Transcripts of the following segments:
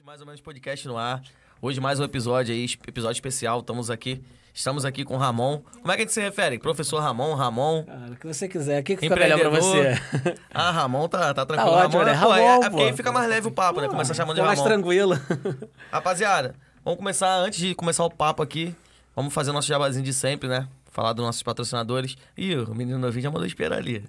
Mais ou menos podcast no ar. Hoje mais um episódio aí, episódio especial. Estamos aqui com o Ramon. Como é que a gente se refere? Professor Ramon? Cara, o que você quiser. O que fica melhor pra você? Ah, Ramon tá tranquilo. Tá ótimo, né? Ramon, é porque aí fica mais leve o papo, né? Começa chamando de Ramon. mais tranquilo. Rapaziada, vamos começar, antes de começar o papo aqui, vamos fazer o nosso jabazinho de sempre, né? Falar dos nossos patrocinadores. Ih, o menino novinho já mandou esperar ali.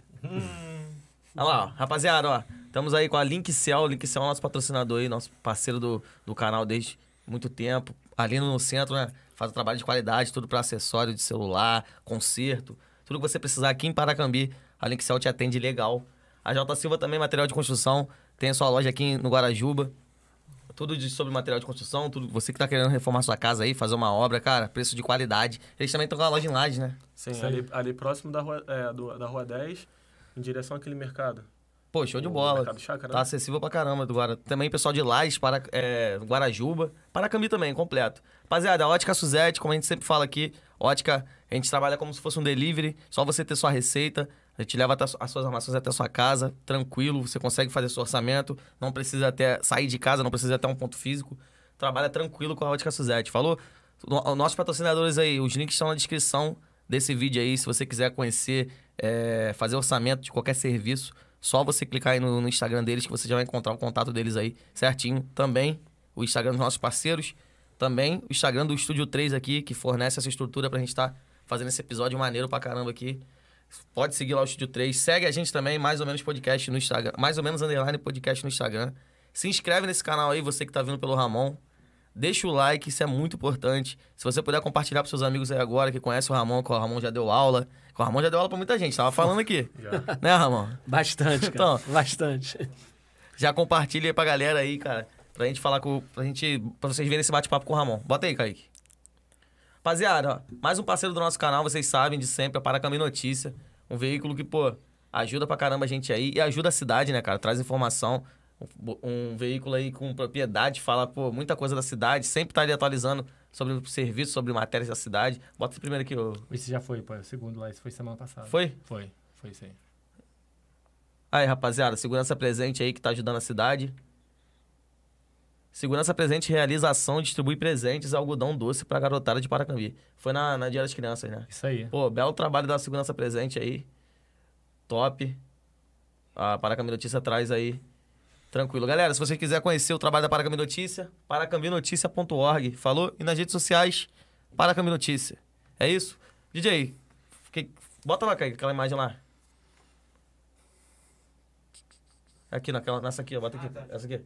Olha lá, ó. Rapaziada, ó. Estamos aí com a Linkcell. Linkcell é nosso patrocinador aí, nosso parceiro do canal desde muito tempo. Ali no centro, né? Faz um trabalho de qualidade, tudo para acessório de celular, conserto. Tudo que você precisar aqui em Paracambi, a Linkcell te atende legal. A J Silva também, material de construção. Tem a sua loja aqui no Guarajuba. Tudo sobre material de construção, tudo. Você que tá querendo reformar sua casa aí, fazer uma obra, cara, preço de qualidade. Eles também estão com a loja em Lages, né? Sim, ali próximo da rua 10, em direção àquele mercado. Pô, show de bola. Mercado Chácara, Tá né? acessível pra caramba do Guara. Também pessoal de Lages, Guarajuba, Paracambi também, completo. Rapaziada, a Ótica Suzete, como a gente sempre fala aqui, ótica, a gente trabalha como se fosse um delivery, só você ter sua receita, a gente leva as suas armações até a sua casa, tranquilo, você consegue fazer seu orçamento, não precisa até sair de casa, não precisa até um ponto físico, trabalha tranquilo com a Ótica Suzete, falou? Nossos patrocinadores aí, os links estão na descrição desse vídeo aí, se você quiser conhecer, fazer orçamento de qualquer serviço, só você clicar aí no Instagram deles que você já vai encontrar o contato deles aí certinho. Também o Instagram dos nossos parceiros. Também o Instagram do Estúdio 3 aqui, que fornece essa estrutura pra gente estar fazendo esse episódio maneiro pra caramba aqui. Pode seguir lá o Estúdio 3. Segue a gente também, mais ou menos podcast no Instagram. Mais ou menos underline podcast no Instagram. Se inscreve nesse canal aí, você que tá vindo pelo Ramon. Deixa o like, isso é muito importante. Se você puder compartilhar pros seus amigos aí agora que conhecem o Ramon, que o Ramon já deu aula. Que o Ramon já deu aula pra muita gente, tava falando aqui. Né, Ramon? Bastante, cara. Então, bastante. já compartilha aí pra galera aí, cara. Pra gente falar pra vocês verem esse bate-papo com o Ramon. Bota aí, Kaique. Rapaziada, ó, mais um parceiro do nosso canal, vocês sabem de sempre, a Paracambi Notícia. Um veículo que, pô, ajuda pra caramba a gente aí e ajuda a cidade, né, cara? Traz informação. Um veículo aí com propriedade, fala, pô, muita coisa da cidade, sempre tá ali atualizando sobre o serviço, sobre matérias da cidade. Bota esse primeiro aqui, ô. Esse já foi, pô, o segundo lá, esse foi semana passada. Foi? Foi sim. Aí, rapaziada, Segurança Presente aí que tá ajudando a cidade. Segurança Presente realiza ação e distribui presentes e algodão doce pra garotada de Paracambi. Foi na Dia das Crianças, né? Isso aí. Pô, belo trabalho da Segurança Presente aí. Top. A Paracambi Notícia traz aí. Tranquilo. Galera, se você quiser conhecer o trabalho da Paracambi Notícia, paracambinoticia.org. Falou? E nas redes sociais, Paracambi Notícia. É isso? DJ, bota lá, Kaique, aquela imagem lá. Aqui, nessa aqui, ó. Bota aqui. Essa aqui.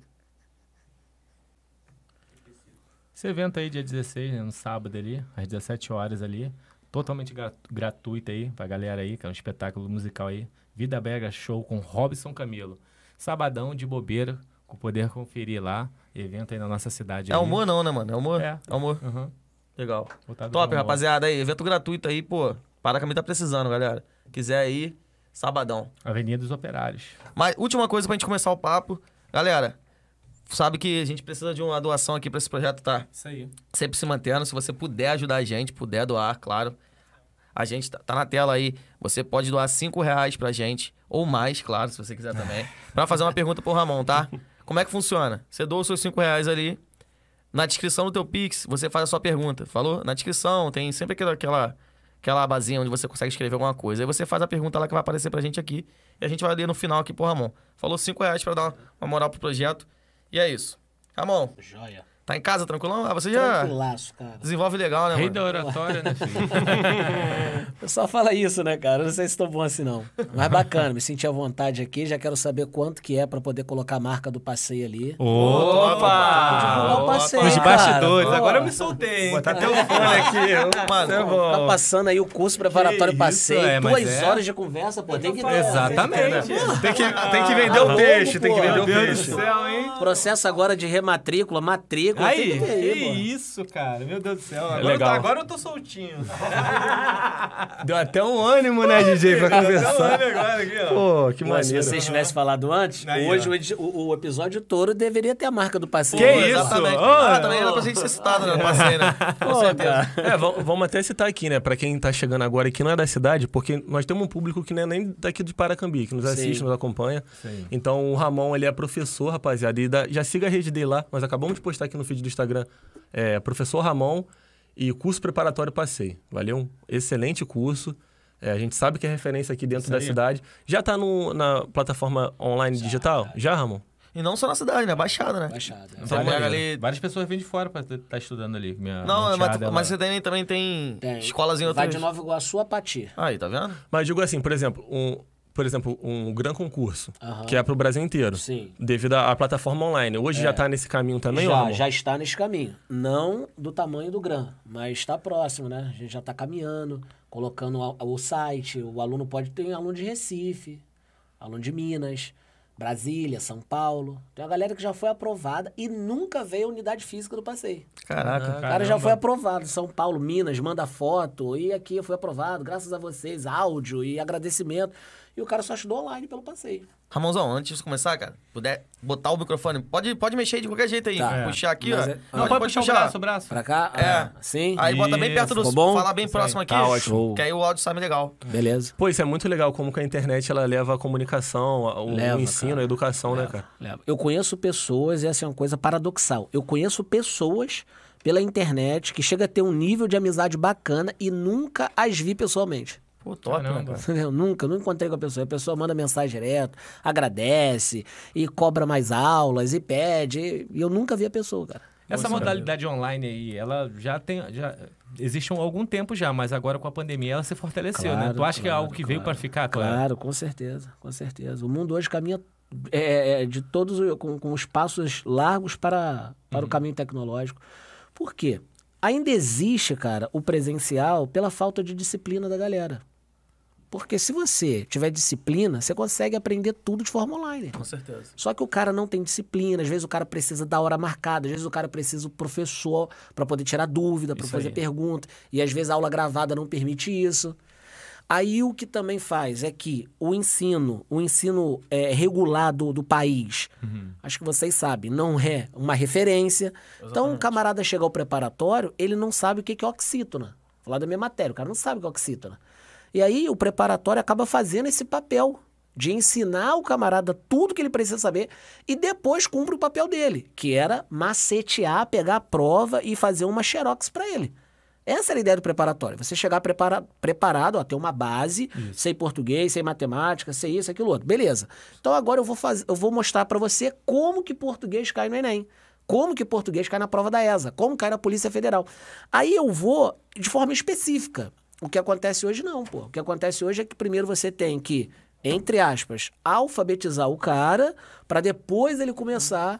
Esse evento aí, dia 16, né, no sábado ali, às 17 horas ali. Totalmente gratuito aí pra galera aí, que é um espetáculo musical aí. Vida Brega Show com Robson Camilo. Sabadão de bobeira, com poder conferir lá. Evento aí na nossa cidade. É humor não, né, mano? É humor? É. É humor. Uhum. Legal. Voltado Top, pro humor. rapaziada aí. Evento gratuito aí, pô. Paracambi tá precisando, galera. Quiser aí, sabadão. Avenida dos Operários. Mas, última coisa pra gente começar o papo. Galera, sabe que a gente precisa de uma doação aqui pra esse projeto tá Isso aí. sempre se mantendo. Se você puder ajudar a gente, puder doar, claro. A gente tá na tela aí. Você pode doar R$5 pra gente. Ou mais, claro, se você quiser também. Pra fazer uma pergunta pro Ramon, tá? Como é que funciona? Você doa os seus R$5 ali. Na descrição do teu Pix, você faz a sua pergunta. Falou? Na descrição tem sempre aquela abazinha onde você consegue escrever alguma coisa. Aí você faz a pergunta lá que vai aparecer pra gente aqui. E a gente vai ler no final aqui pro Ramon. Falou R$5 pra dar uma moral pro projeto. E é isso. Ramon, Joia. tá em casa tranquilão? Ah, você já Tranquilaço, cara. desenvolve legal, né, Rei mano? da oratória, né, filho? O pessoal fala isso, né, cara? Eu não sei se estou bom assim, não. Mas bacana, me senti à vontade aqui. Já quero saber quanto que é pra poder colocar a marca do passeio ali. Opa! o passeio, Nos cara. bastidores. Ó. Agora eu me soltei, hein? Botar até o fone aqui. Mano, é bom. Tá passando aí o curso preparatório Que passeio. isso, mas 2 é. horas de conversa, pô. Tem que ter. Exatamente. Tem que vender o peixe, tem que vender o Meu peixe. céu, hein? Processo agora de rematrícula, matrícula. tem Aí, que ver que pô. isso, cara. Meu Deus do céu. Legal. Agora eu tô soltinho. Deu até um ânimo, né, DJ, pra conversar. agora aqui, ó. Pô, que Pô, se maneiro. vocês tivessem falado antes, Aí, hoje o episódio todo deveria ter a marca do passeio. Que Pô, isso? Exatamente. Ô, Também era pra gente ser citado, né? Passei, né? Pô, cara. Vamos até citar aqui, né? Pra quem tá chegando agora e que não é da cidade, porque nós temos um público que não é nem daqui de Paracambi, que nos assiste, nos acompanha. Sim. Então o Ramon, ele é professor, rapaziada. E já siga a rede dele lá. Nós acabamos de postar aqui no feed do Instagram. Professor Ramon e curso preparatório Passei. Valeu? Um excelente curso. A gente sabe que é referência aqui dentro da cidade. Já tá na plataforma online digital? Já, Ramon? E não só na cidade, né? Baixada, né? Baixada. Então pega ali... Várias pessoas vêm de fora pra estar estudando ali. Não, mas você também tem escolas em outras... Vai de Nova Iguaçu a Pati. Aí, tá vendo? Mas digo assim, por exemplo, um gran concurso, Aham. que é pro Brasil inteiro. Sim. Devido à plataforma online. Hoje já tá nesse caminho também, Ramon? Já está nesse caminho. Não do tamanho do GRAM, mas está próximo, né? A gente já está caminhando, colocando o site. O aluno pode ter aluno de Recife, aluno de Minas, Brasília, São Paulo. Tem uma galera que já foi aprovada e nunca veio a unidade física do passeio. Caraca. O cara já foi aprovado. São Paulo, Minas, manda foto. E aqui eu fui aprovado, graças a vocês, áudio e agradecimento. E o cara só estudou online pelo passeio. Ramonzão, antes de começar, cara, puder botar o microfone, pode mexer de qualquer jeito aí. Tá. Puxar aqui, Mas ó. Não, pode puxar o braço. Pra cá? Sim? Aí bota bem perto do... Ficou bom? Falar bem próximo aqui. Tá ótimo. Que aí o áudio sai legal. Beleza. Pô, isso é muito legal, como que a internet ela leva a comunicação, o Leva, ensino, cara. a educação, né, cara? Eu conheço pessoas, e essa é uma coisa paradoxal. Eu conheço pessoas pela internet que chega a ter um nível de amizade bacana e nunca as vi pessoalmente. Pô, top, né, Caramba. cara? Entendeu? Nunca encontrei com a pessoa. A pessoa manda mensagem direto, agradece e cobra mais aulas e pede. E eu nunca vi a pessoa, cara. Essa modalidade online aí, ela já existe há algum tempo já, mas agora com a pandemia ela se fortaleceu, né? Claro, Tu acha que é claro, algo que veio claro. para ficar, Clara? Claro, com certeza, com certeza. O mundo hoje caminha de todos com os passos largos para o caminho tecnológico. Por quê? Ainda existe, cara, o presencial pela falta de disciplina da galera. Porque se você tiver disciplina, você consegue aprender tudo de forma online. Com certeza. Só que o cara não tem disciplina, às vezes o cara precisa da hora marcada, às vezes o cara precisa do professor para poder tirar dúvida, para fazer pergunta, e às vezes a aula gravada não permite isso. Aí o que também faz é que o ensino regulado do país, acho que vocês sabem, não é uma referência. Então o camarada chega ao preparatório, ele não sabe o que é oxítona. Vou falar da minha matéria, o cara não sabe o que é oxítona. E aí o preparatório acaba fazendo esse papel de ensinar o camarada tudo que ele precisa saber e depois cumpre o papel dele, que era macetear, pegar a prova e fazer uma xerox para ele. Essa era a ideia do preparatório. Você chegar preparado, ter uma base, sei português, sei matemática, sei isso, aquilo outro. Beleza. Então agora eu vou mostrar para você como que português cai no Enem. Como que português cai na prova da ESA. Como cai na Polícia Federal. Aí eu vou de forma específica. O que acontece hoje não, pô. O que acontece hoje é que primeiro você tem que, entre aspas, alfabetizar o cara para depois ele começar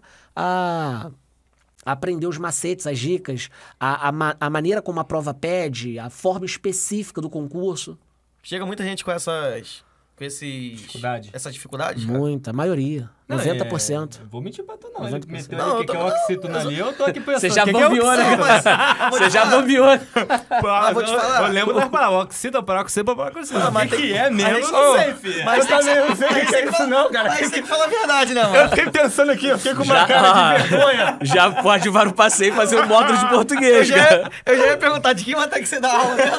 a aprender os macetes, as dicas, a maneira como a prova pede, a forma específica do concurso. Chega muita gente com essas dificuldades, cara. Muita, a maioria. Não, 90%. Vou mentir pra tu, não. 90%. Ele meteu ali o que é o oxítona ali, eu tô aqui pensando. Você já o que é bobeou, né? oxítona? Você já bobeou. Ah, vou te falar. Eu lembro das palavras, oxítona, paráxítona. mas O que é a mesmo? gente Eu não não sei, sei, filho. Mas Eu também não sei o que é isso não, cara. Mas tem que falar a verdade, né, mano? Eu fiquei pensando aqui, eu fiquei com uma cara de vergonha. Já pode levar o passeio e fazer um módulo de português, cara. Eu já ia perguntar de que matéria que você dá aula mesmo.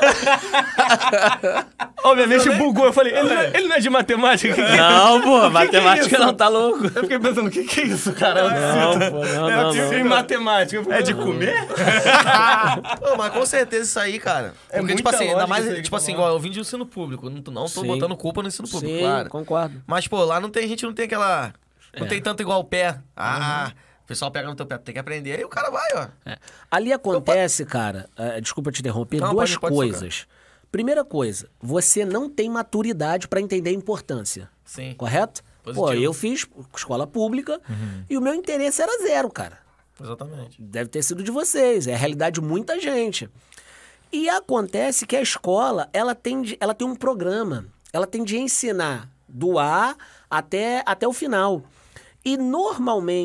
Obviamente bugou, eu falei, ele não é de matemática? Não, pô, é matemática isso? não, tá louco. Eu fiquei pensando, o que é isso, cara? Não, pô, não. Em matemática. É de comer? Pô, mas com certeza isso aí, cara. Porque, muita tipo assim, ainda lógica mais, isso aí que tipo tá assim, falando. igual eu vim de ensino público. Não tô Sim. botando culpa no ensino público, Sim, claro. concordo. Mas, pô, lá a gente não tem aquela... Não tem tanto igual o pé. O pessoal pega no teu pé, tu tem que aprender. Aí o cara vai, ó. Ali acontece, cara, desculpa te interromper, Não, duas pode coisas. Primeira coisa, você não tem maturidade para entender a importância. Sim. Correto? Positivo. Pô, eu fiz escola pública e o meu interesse era zero, cara. Exatamente. Deve ter sido de vocês, é a realidade de muita gente. E acontece que a escola, ela tem um programa, ela tem de ensinar do A até o final. E normalmente,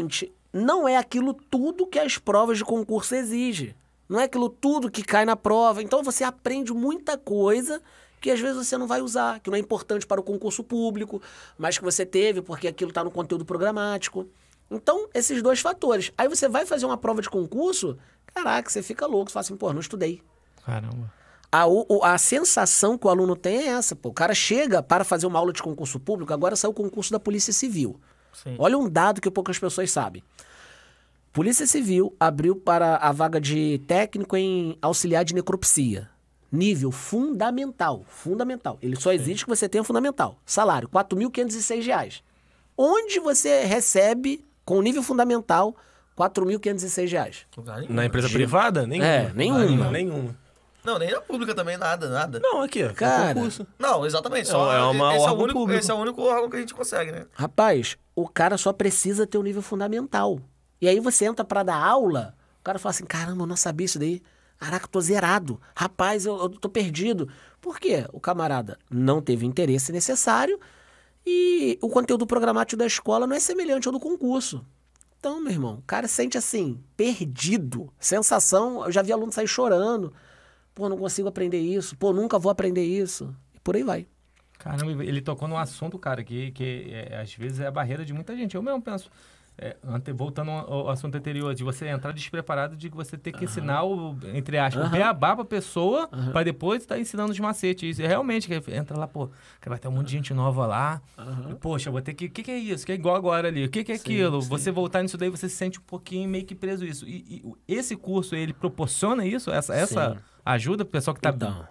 não é aquilo tudo que as provas de concurso exigem. Não é aquilo tudo que cai na prova. Então você aprende muita coisa que às vezes você não vai usar, que não é importante para o concurso público, mas que você teve porque aquilo está no conteúdo programático. Então, esses dois fatores. Aí você vai fazer uma prova de concurso, caraca, você fica louco, você fala assim, pô, não estudei. Caramba. A sensação que o aluno tem é essa, pô. O cara chega para fazer uma aula de concurso público, agora saiu o concurso da Polícia Civil. Sim. Olha um dado que poucas pessoas sabem. Polícia Civil abriu para a vaga de técnico em auxiliar de necropsia. Nível fundamental. Fundamental. Ele só exige que você tenha fundamental. Salário, R$ 4.506. Onde você recebe, com nível fundamental, R$ 4.506? Na empresa privada? Nenhuma. Nenhuma. Não, nem na pública também, nada. Não, aqui, cara, concurso. Não, exatamente. Só, é uma esse, órgão público. esse é o único órgão que a gente consegue, né? Rapaz, o cara só precisa ter o nível fundamental. E aí você entra pra dar aula, o cara fala assim, caramba, eu não sabia isso daí. Caraca, eu tô zerado. Rapaz, eu tô perdido. Por quê? O camarada não teve o interesse necessário e o conteúdo programático da escola não é semelhante ao do concurso. Então, meu irmão, o cara sente assim, perdido. Sensação, eu já vi aluno sair chorando. Pô, não consigo aprender isso. Pô, nunca vou aprender isso. E por aí vai. Caramba, ele tocou num assunto, cara, que às vezes é a barreira de muita gente. Eu mesmo penso, voltando ao assunto anterior, de você entrar despreparado, de você ter que ensinar o, entre aspas, o beabá pra pessoa, pra depois estar ensinando os macetes. Isso realmente, que entra lá, pô, que vai ter um monte de gente nova lá. E, poxa, vou ter que... O que é isso? Que é igual agora ali? O que é aquilo? Sim. Você voltar nisso daí, você se sente um pouquinho meio que preso isso. E esse curso, ele proporciona isso? Essa ajuda pro pessoal que tá... Então,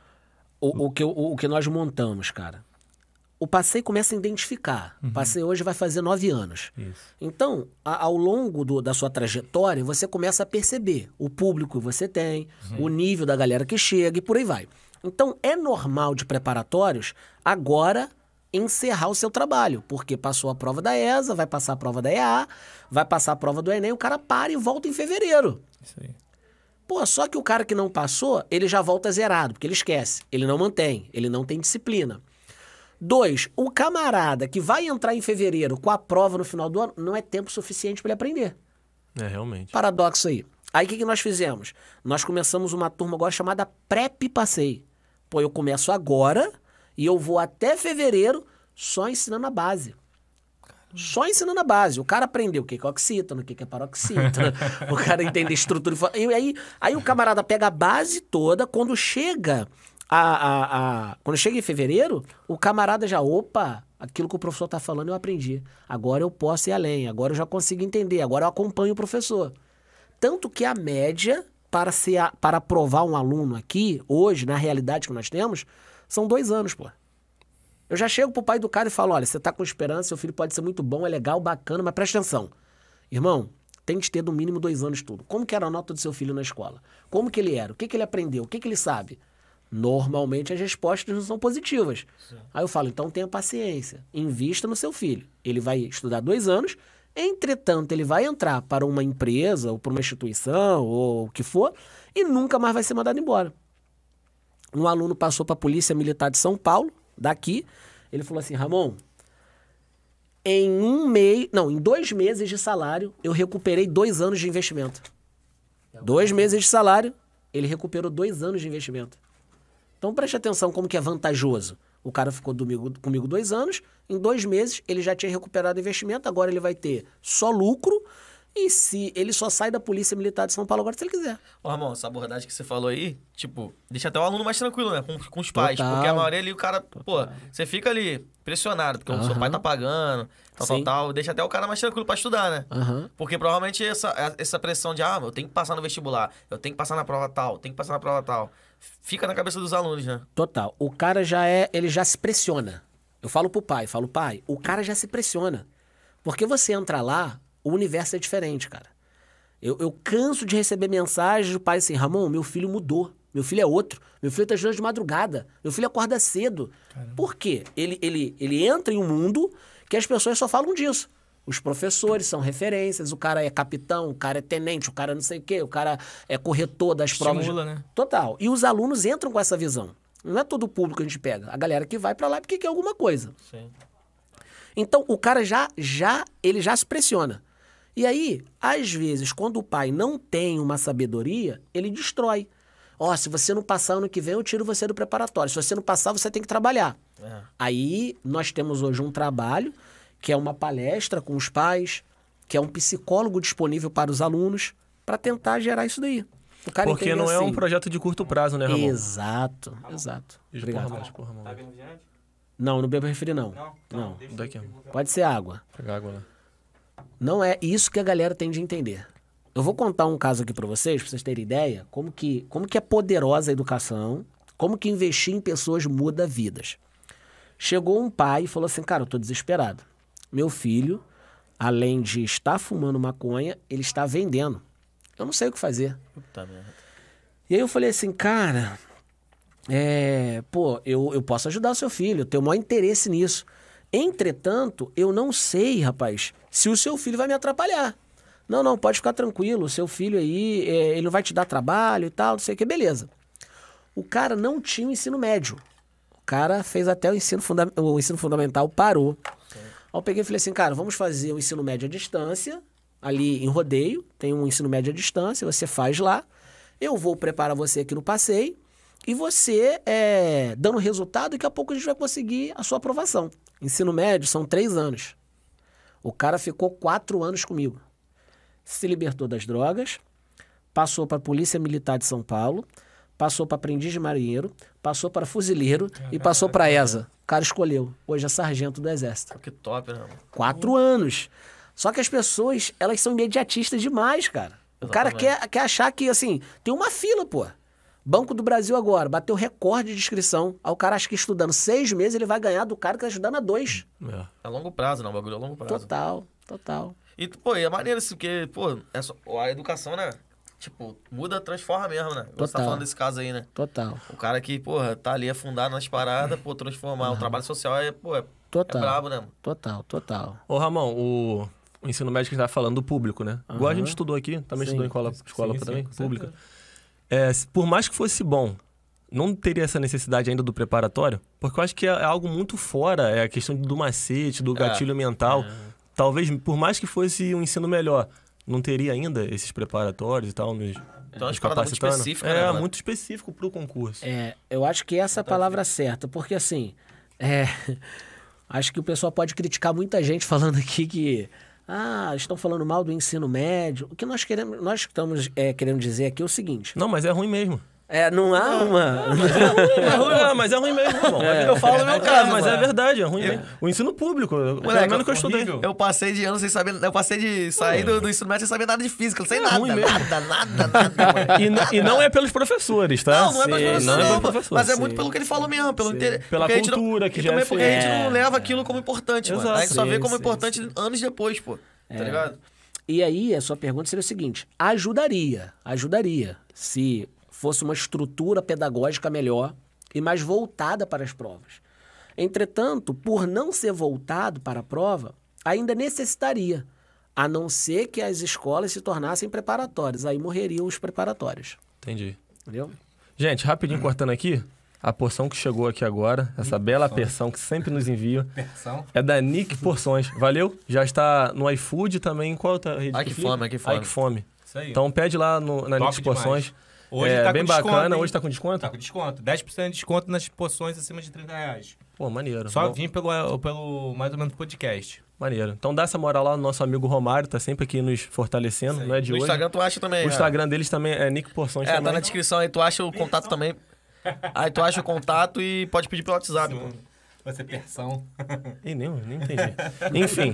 o que nós montamos, cara. O passeio começa a identificar. O passeio hoje vai fazer 9 anos. Isso. Então, ao longo da sua trajetória, você começa a perceber o público que você tem, o nível da galera que chega e por aí vai. Então, é normal de preparatórios agora encerrar o seu trabalho, porque passou a prova da ESA, vai passar a prova da EA, vai passar a prova do Enem, o cara para e volta em fevereiro. Isso aí. Pô, só que o cara que não passou, ele já volta zerado, porque ele esquece, ele não mantém, ele não tem disciplina. 2, o camarada que vai entrar em fevereiro com a prova no final do ano, não é tempo suficiente para ele aprender. É, realmente. Paradoxo aí. Aí o que nós fizemos? Nós começamos uma turma agora chamada Prep Passei. Pô, eu começo agora e eu vou até fevereiro só ensinando a base. Só ensinando a base. O cara aprendeu o que é oxítona, o que é paroxítona, o cara entende a estrutura. E aí o camarada pega a base toda, quando chega... Quando chega em fevereiro, o camarada já, opa, aquilo que o professor está falando eu aprendi. Agora eu posso ir além, agora eu já consigo entender, agora eu acompanho o professor. Tanto que a média para aprovar um aluno aqui, hoje, na realidade que nós temos, são 2 anos, pô. Eu já chego pro pai do cara e falo, olha, você tá com esperança, seu filho pode ser muito bom, é legal, bacana, mas presta atenção. Irmão, tem que ter no mínimo 2 anos tudo. Como que era a nota do seu filho na escola? Como que ele era? O que ele aprendeu? O que ele sabe? Normalmente as respostas não são positivas. Sim. Aí eu falo, então tenha paciência, invista no seu filho. Ele vai estudar 2 anos, entretanto ele vai entrar para uma empresa ou para uma instituição ou o que for e nunca mais vai ser mandado embora. Um aluno passou para a Polícia Militar de São Paulo, daqui, ele falou assim, Ramon, em 2 meses de salário eu recuperei 2 anos de investimento. 2 meses de salário, ele recuperou 2 anos de investimento. Então preste atenção como que é vantajoso. O cara ficou comigo 2 anos, em 2 meses ele já tinha recuperado o investimento, agora ele vai ter só lucro e se ele só sai da Polícia Militar de São Paulo agora se ele quiser. Ô, Ramon, essa abordagem que você falou aí, tipo, deixa até o aluno mais tranquilo, né? Com os pais. Total. Porque a maioria ali, o cara, pô, você fica ali pressionado, porque o seu pai tá pagando, tal. Deixa até o cara mais tranquilo pra estudar, né? Porque provavelmente essa pressão de, eu tenho que passar no vestibular, eu tenho que passar na prova tal, fica na cabeça dos alunos, né? Total. O cara ele já se pressiona. Eu falo pro pai, o cara já se pressiona. Porque você entra lá, o universo é diferente, cara. Eu canso de receber mensagens do pai assim, Ramon, meu filho mudou, meu filho é outro, meu filho tá estudando de madrugada, meu filho acorda cedo. Caramba. Por quê? Ele entra em um mundo que as pessoas só falam disso. Os professores são referências, o cara é capitão, o cara é tenente, o cara não sei o quê, o cara é corretor das provas. Estimula, né? Total. E os alunos entram com essa visão. Não é todo o público que a gente pega. A galera que vai pra lá é porque quer alguma coisa. Sim. Então, o cara ele já se pressiona. E aí, às vezes, quando o pai não tem uma sabedoria, ele destrói. Ó, se você não passar ano que vem, eu tiro você do preparatório. Se você não passar, você tem que trabalhar. Aí, nós temos hoje um trabalho, que é uma palestra com os pais, que é um psicólogo disponível para os alunos, para tentar gerar isso daí. O cara Porque não é um projeto de curto prazo, né, Ramon? Exato. Obrigado. Ramon. Tá vendo diante? Não me referi não. Não. Daqui. Pode ser água. Pegar água lá. Não é isso que a galera tem de entender. Eu vou contar um caso aqui para vocês terem ideia como que é poderosa a educação, como que investir em pessoas muda vidas. Chegou um pai e falou assim, cara, eu tô desesperado. Meu filho, além de estar fumando maconha, ele está vendendo. Eu não sei o que fazer. Puta merda. E aí eu falei assim, cara, eu posso ajudar o seu filho, eu tenho o maior interesse nisso. Entretanto, eu não sei, rapaz, se o seu filho vai me atrapalhar. Não, pode ficar tranquilo, o seu filho aí, ele não vai te dar trabalho e tal, não sei o que, beleza. O cara não tinha o ensino médio. O cara fez até o ensino fundamental, parou. Sim. Aí eu peguei e falei assim, cara, vamos fazer o ensino médio à distância, ali em Rodeio, tem um ensino médio à distância, você faz lá, eu vou preparar você aqui no passeio, e você, dando resultado, daqui a pouco a gente vai conseguir a sua aprovação. Ensino médio são 3 anos. O cara ficou 4 anos comigo. Se libertou das drogas, passou para a Polícia Militar de São Paulo, passou para aprendiz de marinheiro, passou para fuzileiro e passou para a ESA. O cara escolheu. Hoje é sargento do Exército. Que top, né? 4 anos. Só que as pessoas, elas são imediatistas demais, cara. O cara quer achar que, assim, tem uma fila, pô. Banco do Brasil agora, bateu recorde de inscrição. Aí o cara acha que estudando 6 meses ele vai ganhar do cara que tá estudando há 2. É longo prazo, não. O bagulho é longo prazo. Total. E, pô, e é maneiro isso, porque, pô, a educação, né? Tipo, muda, transforma mesmo, né? Você tá falando desse caso aí, né? Total. O cara que, porra, tá ali afundado nas paradas, pô, transformar. O trabalho social é brabo, né? Total. Ô, Ramon, o ensino médio que a gente tá falando do público, né? Igual a gente estudou aqui, também estudou em escola também, pública. Por mais que fosse bom, não teria essa necessidade ainda do preparatório? Porque eu acho que é algo muito fora, é a questão do macete, do gatilho mental. Talvez, por mais que fosse um ensino melhor, não teria ainda esses preparatórios e tal, então, nos capacitando. Muito específico, né, muito específico pro concurso. Eu acho que essa é a palavra certa, porque assim, acho que o pessoal pode criticar muita gente falando aqui que estão falando mal do ensino médio. O que nós estamos querendo dizer aqui é o seguinte. Não, mas é ruim mesmo. Não há uma... Mas é ruim mesmo, irmão. Eu falo no meu caso, mas é verdade, é ruim mesmo. O ensino público, pelo menos que eu estudei. Eu passei de ano sem saber... Eu passei de sair do ensino médio sem saber nada de física. Não sei nada, ruim mesmo. nada. E não é pelos professores, tá? Não é pelos professores, mas é muito pelo que ele falou mesmo. Pela cultura que já também porque a gente não leva aquilo como importante, mano. A gente só vê como importante anos depois, pô. Tá ligado? E aí, a sua pergunta seria o seguinte. Ajudaria se fosse uma estrutura pedagógica melhor e mais voltada para as provas. Entretanto, por não ser voltado para a prova, ainda necessitaria, a não ser que as escolas se tornassem preparatórias. Aí morreriam os preparatórios. Entendi. Entendeu? Gente, rapidinho cortando aqui, a porção que chegou aqui agora, essa bela porção que sempre nos envia, é da Nick Porções. Valeu? Já está no iFood também. Qual outra rede? Ai, que fome. Ai, que fome. Isso aí. Então pede lá na Nick Porções. Hoje tá bem com desconto, bacana. hein? Hoje tá com desconto? Tá com desconto. 10% de desconto nas porções acima de R$30. Pô, maneiro. Só vim pelo mais ou menos podcast. Maneiro. Então dá essa moral lá no nosso amigo Romário, tá sempre aqui nos fortalecendo, não é de hoje. No Instagram tu acha também. O Instagram deles também é Nick Porções também. Tá na descrição aí, tu acha o contato também. Aí tu acha o contato e pode pedir pelo WhatsApp. Pô. Vai ser persão. Ih, nem entendi. Enfim.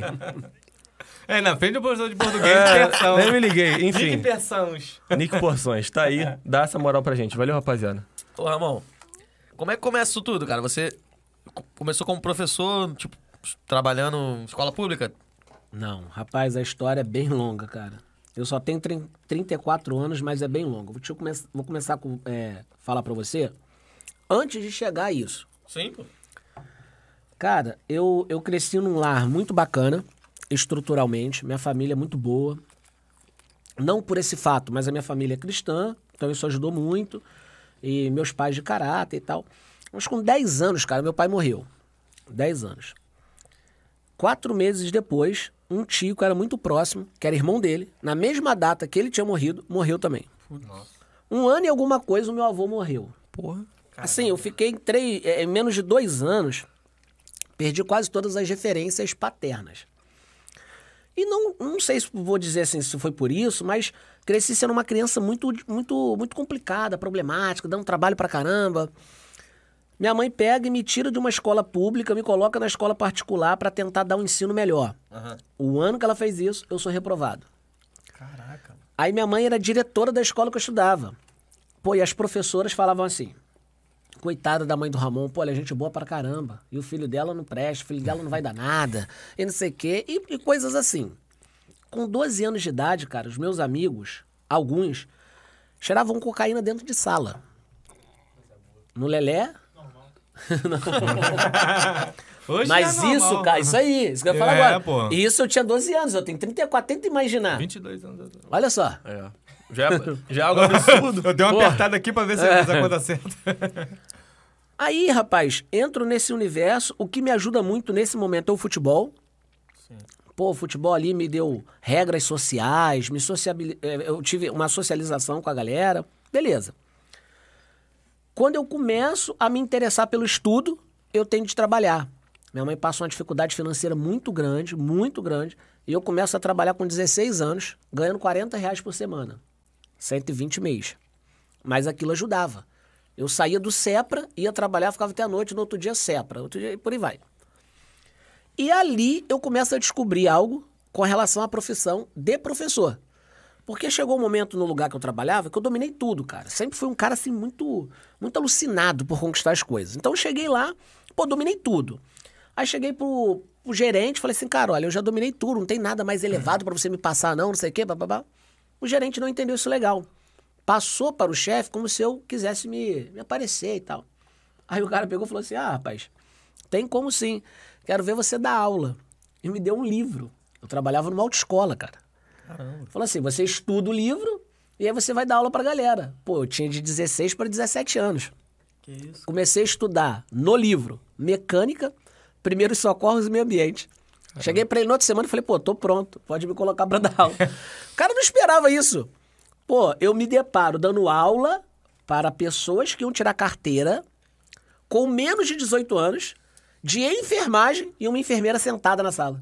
Na frente do professor de português, persão. Nem me liguei. Enfim. Nick Persões. Nick Porções, tá aí. Dá essa moral pra gente. Valeu, rapaziada. Ô, Ramon, como é que começa isso tudo, cara? Você começou como professor, tipo, trabalhando em escola pública? Não, rapaz, a história é bem longa, cara. Eu só tenho 34 anos, mas é bem longa. Vou começar a falar pra você antes de chegar a isso. Sim, pô. Cara, eu cresci num lar muito bacana, estruturalmente. Minha família é muito boa. Não por esse fato, mas a minha família é cristã, então isso ajudou muito. E meus pais de caráter e tal. Mas com 10 anos, cara, meu pai morreu. 10 anos. 4 meses depois, um tio que era muito próximo, que era irmão dele, na mesma data que ele tinha morrido, morreu também. Nossa. 1 ano e alguma coisa o meu avô morreu. Porra. Assim, eu fiquei em menos de 2 anos, perdi quase todas as referências paternas. E não sei se vou dizer assim, se foi por isso, mas cresci sendo uma criança muito complicada, problemática, dando trabalho pra caramba. Minha mãe pega e me tira de uma escola pública, me coloca na escola particular pra tentar dar um ensino melhor. O ano que ela fez isso, eu sou reprovado. Caraca. Aí minha mãe era diretora da escola que eu estudava. Pô, e as professoras falavam assim, coitada da mãe do Ramon, pô, ela é gente boa pra caramba. E o filho dela não presta, o filho dela não vai dar nada, e não sei o quê, e coisas assim. Com 12 anos de idade, cara, os meus amigos, alguns, cheiravam cocaína dentro de sala. No Lelé... Hoje Mas é normal. isso, cara, isso que eu ia falar agora. Pô. E isso eu tinha 12 anos, eu tenho 34, tenta imaginar. 22 anos. Olha só. Já é algo absurdo. Eu dei uma Porra. apertada aqui pra ver se a conta certa. Aí, rapaz, entro nesse universo, o que me ajuda muito nesse momento é o futebol. Sim. Pô, o futebol ali me deu regras sociais, eu tive uma socialização com a galera, beleza. Quando eu começo a me interessar pelo estudo, eu tenho de trabalhar. Minha mãe passa uma dificuldade financeira muito grande, e eu começo a trabalhar com 16 anos, ganhando R$40 por semana, 120 mês. Mas aquilo ajudava. Eu saía do Cepra, ia trabalhar, ficava até a noite, no outro dia Cepra, outro dia, por aí vai. E ali eu começo a descobrir algo com relação à profissão de professor. Porque chegou um momento no lugar que eu trabalhava que eu dominei tudo, cara. Sempre fui um cara, assim, muito alucinado por conquistar as coisas. Então eu cheguei lá, pô, dominei tudo. Aí cheguei pro gerente, falei assim, cara, olha, eu já dominei tudo, não tem nada mais elevado pra você me passar não sei o quê, bababá. O gerente não entendeu isso legal. Passou para o chefe como se eu quisesse me aparecer e tal. Aí o cara pegou e falou assim, rapaz, tem como sim, quero ver você dar aula. E me deu um livro. Eu trabalhava numa autoescola, cara. Caramba. Falou assim, você estuda o livro e aí você vai dar aula pra galera. Pô, eu tinha de 16 para 17 anos. Que isso? Comecei a estudar no livro mecânica, primeiros socorros e meio ambiente. Cheguei pra ele na outra semana e falei, pô, tô pronto, pode me colocar pra dar aula. O cara não esperava isso. Pô, eu me deparo dando aula para pessoas que iam tirar carteira com menos de 18 anos, de enfermagem e uma enfermeira sentada na sala.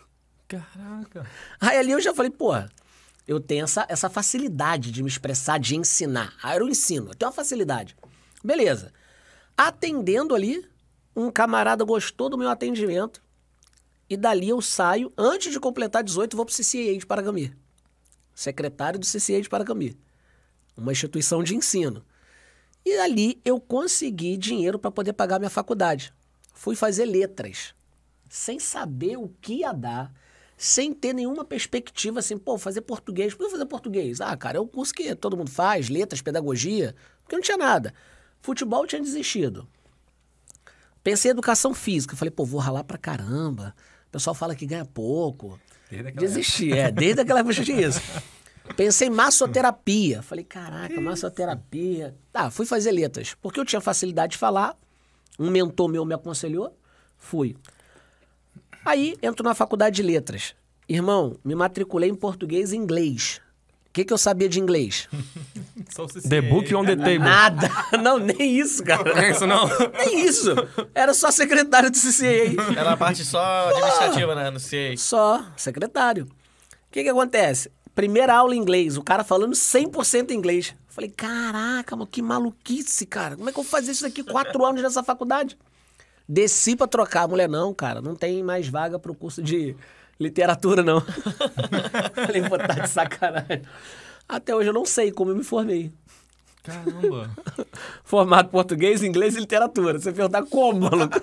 Caraca. Aí ali eu já falei, porra, eu tenho essa facilidade de me expressar, de ensinar. Aí eu ensino, eu tenho uma facilidade. Beleza. Atendendo ali, um camarada gostou do meu atendimento e dali eu saio, antes de completar 18, vou pro CCA de Paracambi. Secretário do CCA de Paracambi. Uma instituição de ensino. E ali eu consegui dinheiro para poder pagar minha faculdade. Fui fazer letras, sem saber o que ia dar, sem ter nenhuma perspectiva assim, pô, fazer português. Por que fazer português? Ah, cara, é um curso que todo mundo faz, letras, pedagogia, porque não tinha nada. Futebol eu tinha desistido. Pensei em educação física, falei, pô, vou ralar pra caramba. O pessoal fala que ganha pouco. Desisti, desde aquela época eu tinha isso. Pensei em massoterapia. Falei, caraca, massoterapia. Tá, fui fazer letras, porque eu tinha facilidade de falar, um mentor meu me aconselhou, fui. Aí, entro na faculdade de letras. Irmão, me matriculei em português e inglês. O que eu sabia de inglês? The book on the table. Nada. Não, nem isso, cara. Não é isso, não? Nem isso. Era só secretário do CCA. Era a parte só administrativa, né? No CA. Só secretário. O que acontece? Primeira aula em inglês, o cara falando 100% inglês. Falei, caraca, mano, que maluquice, cara. Como é que eu vou fazer isso daqui 4 anos nessa faculdade? Desci pra trocar. A mulher, não, cara, não tem mais vaga pro curso de literatura, não. Falei, pô, tá de sacanagem. Até hoje eu não sei como eu me formei. Caramba. Formado em português, inglês e literatura. Você perguntar como, maluco?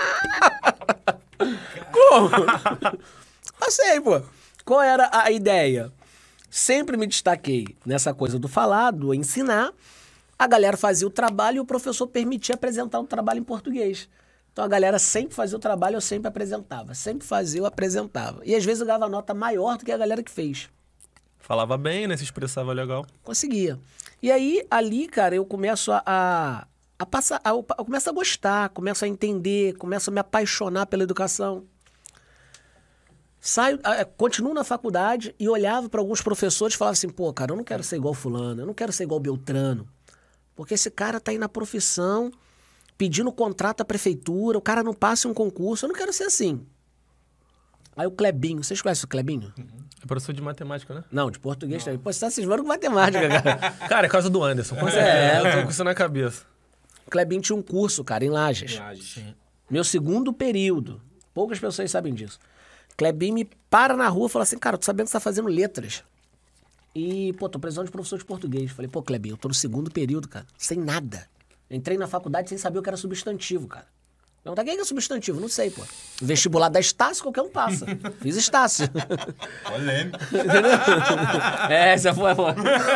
Como? Passei, pô. Qual era a ideia? Sempre me destaquei nessa coisa do falar, do ensinar. A galera fazia o trabalho e o professor permitia apresentar o trabalho em português. Então a galera sempre fazia o trabalho, eu sempre apresentava. Sempre fazia, eu apresentava. E às vezes eu ganhava nota maior do que a galera que fez. Falava bem, né? Se expressava legal. Conseguia. E aí, ali, cara, eu começo a passar... Eu começo a gostar, começo a entender, começo a me apaixonar pela educação. Continuo na faculdade e olhava para alguns professores e falava assim, pô, cara, eu não quero ser igual fulano, eu não quero ser igual Beltrano. Porque esse cara tá aí na profissão, pedindo contrato à prefeitura, o cara não passa em um concurso, eu não quero ser assim. Aí o Clebinho, vocês conhecem o Clebinho? É professor de matemática, né? Não, de português também. Pô, você tá cismando com matemática, cara. Cara, é causa do Anderson. Com certeza. Eu tô com isso na cabeça. O Clebinho tinha um curso, cara, em Lages. Meu segundo período. Poucas pessoas sabem disso. Clebinho me para na rua e fala assim, cara, tô sabendo que você tá fazendo letras. E, pô, tô precisando de professor de português. Falei, pô, Clebinho, eu tô no segundo período, cara, sem nada. Entrei na faculdade sem saber o que era substantivo, cara. Perguntar quem é substantivo? Não sei, pô. Vestibular da Estácio, qualquer um passa. Fiz Estácio. Polêmico. Entendeu? Essa foi, pô.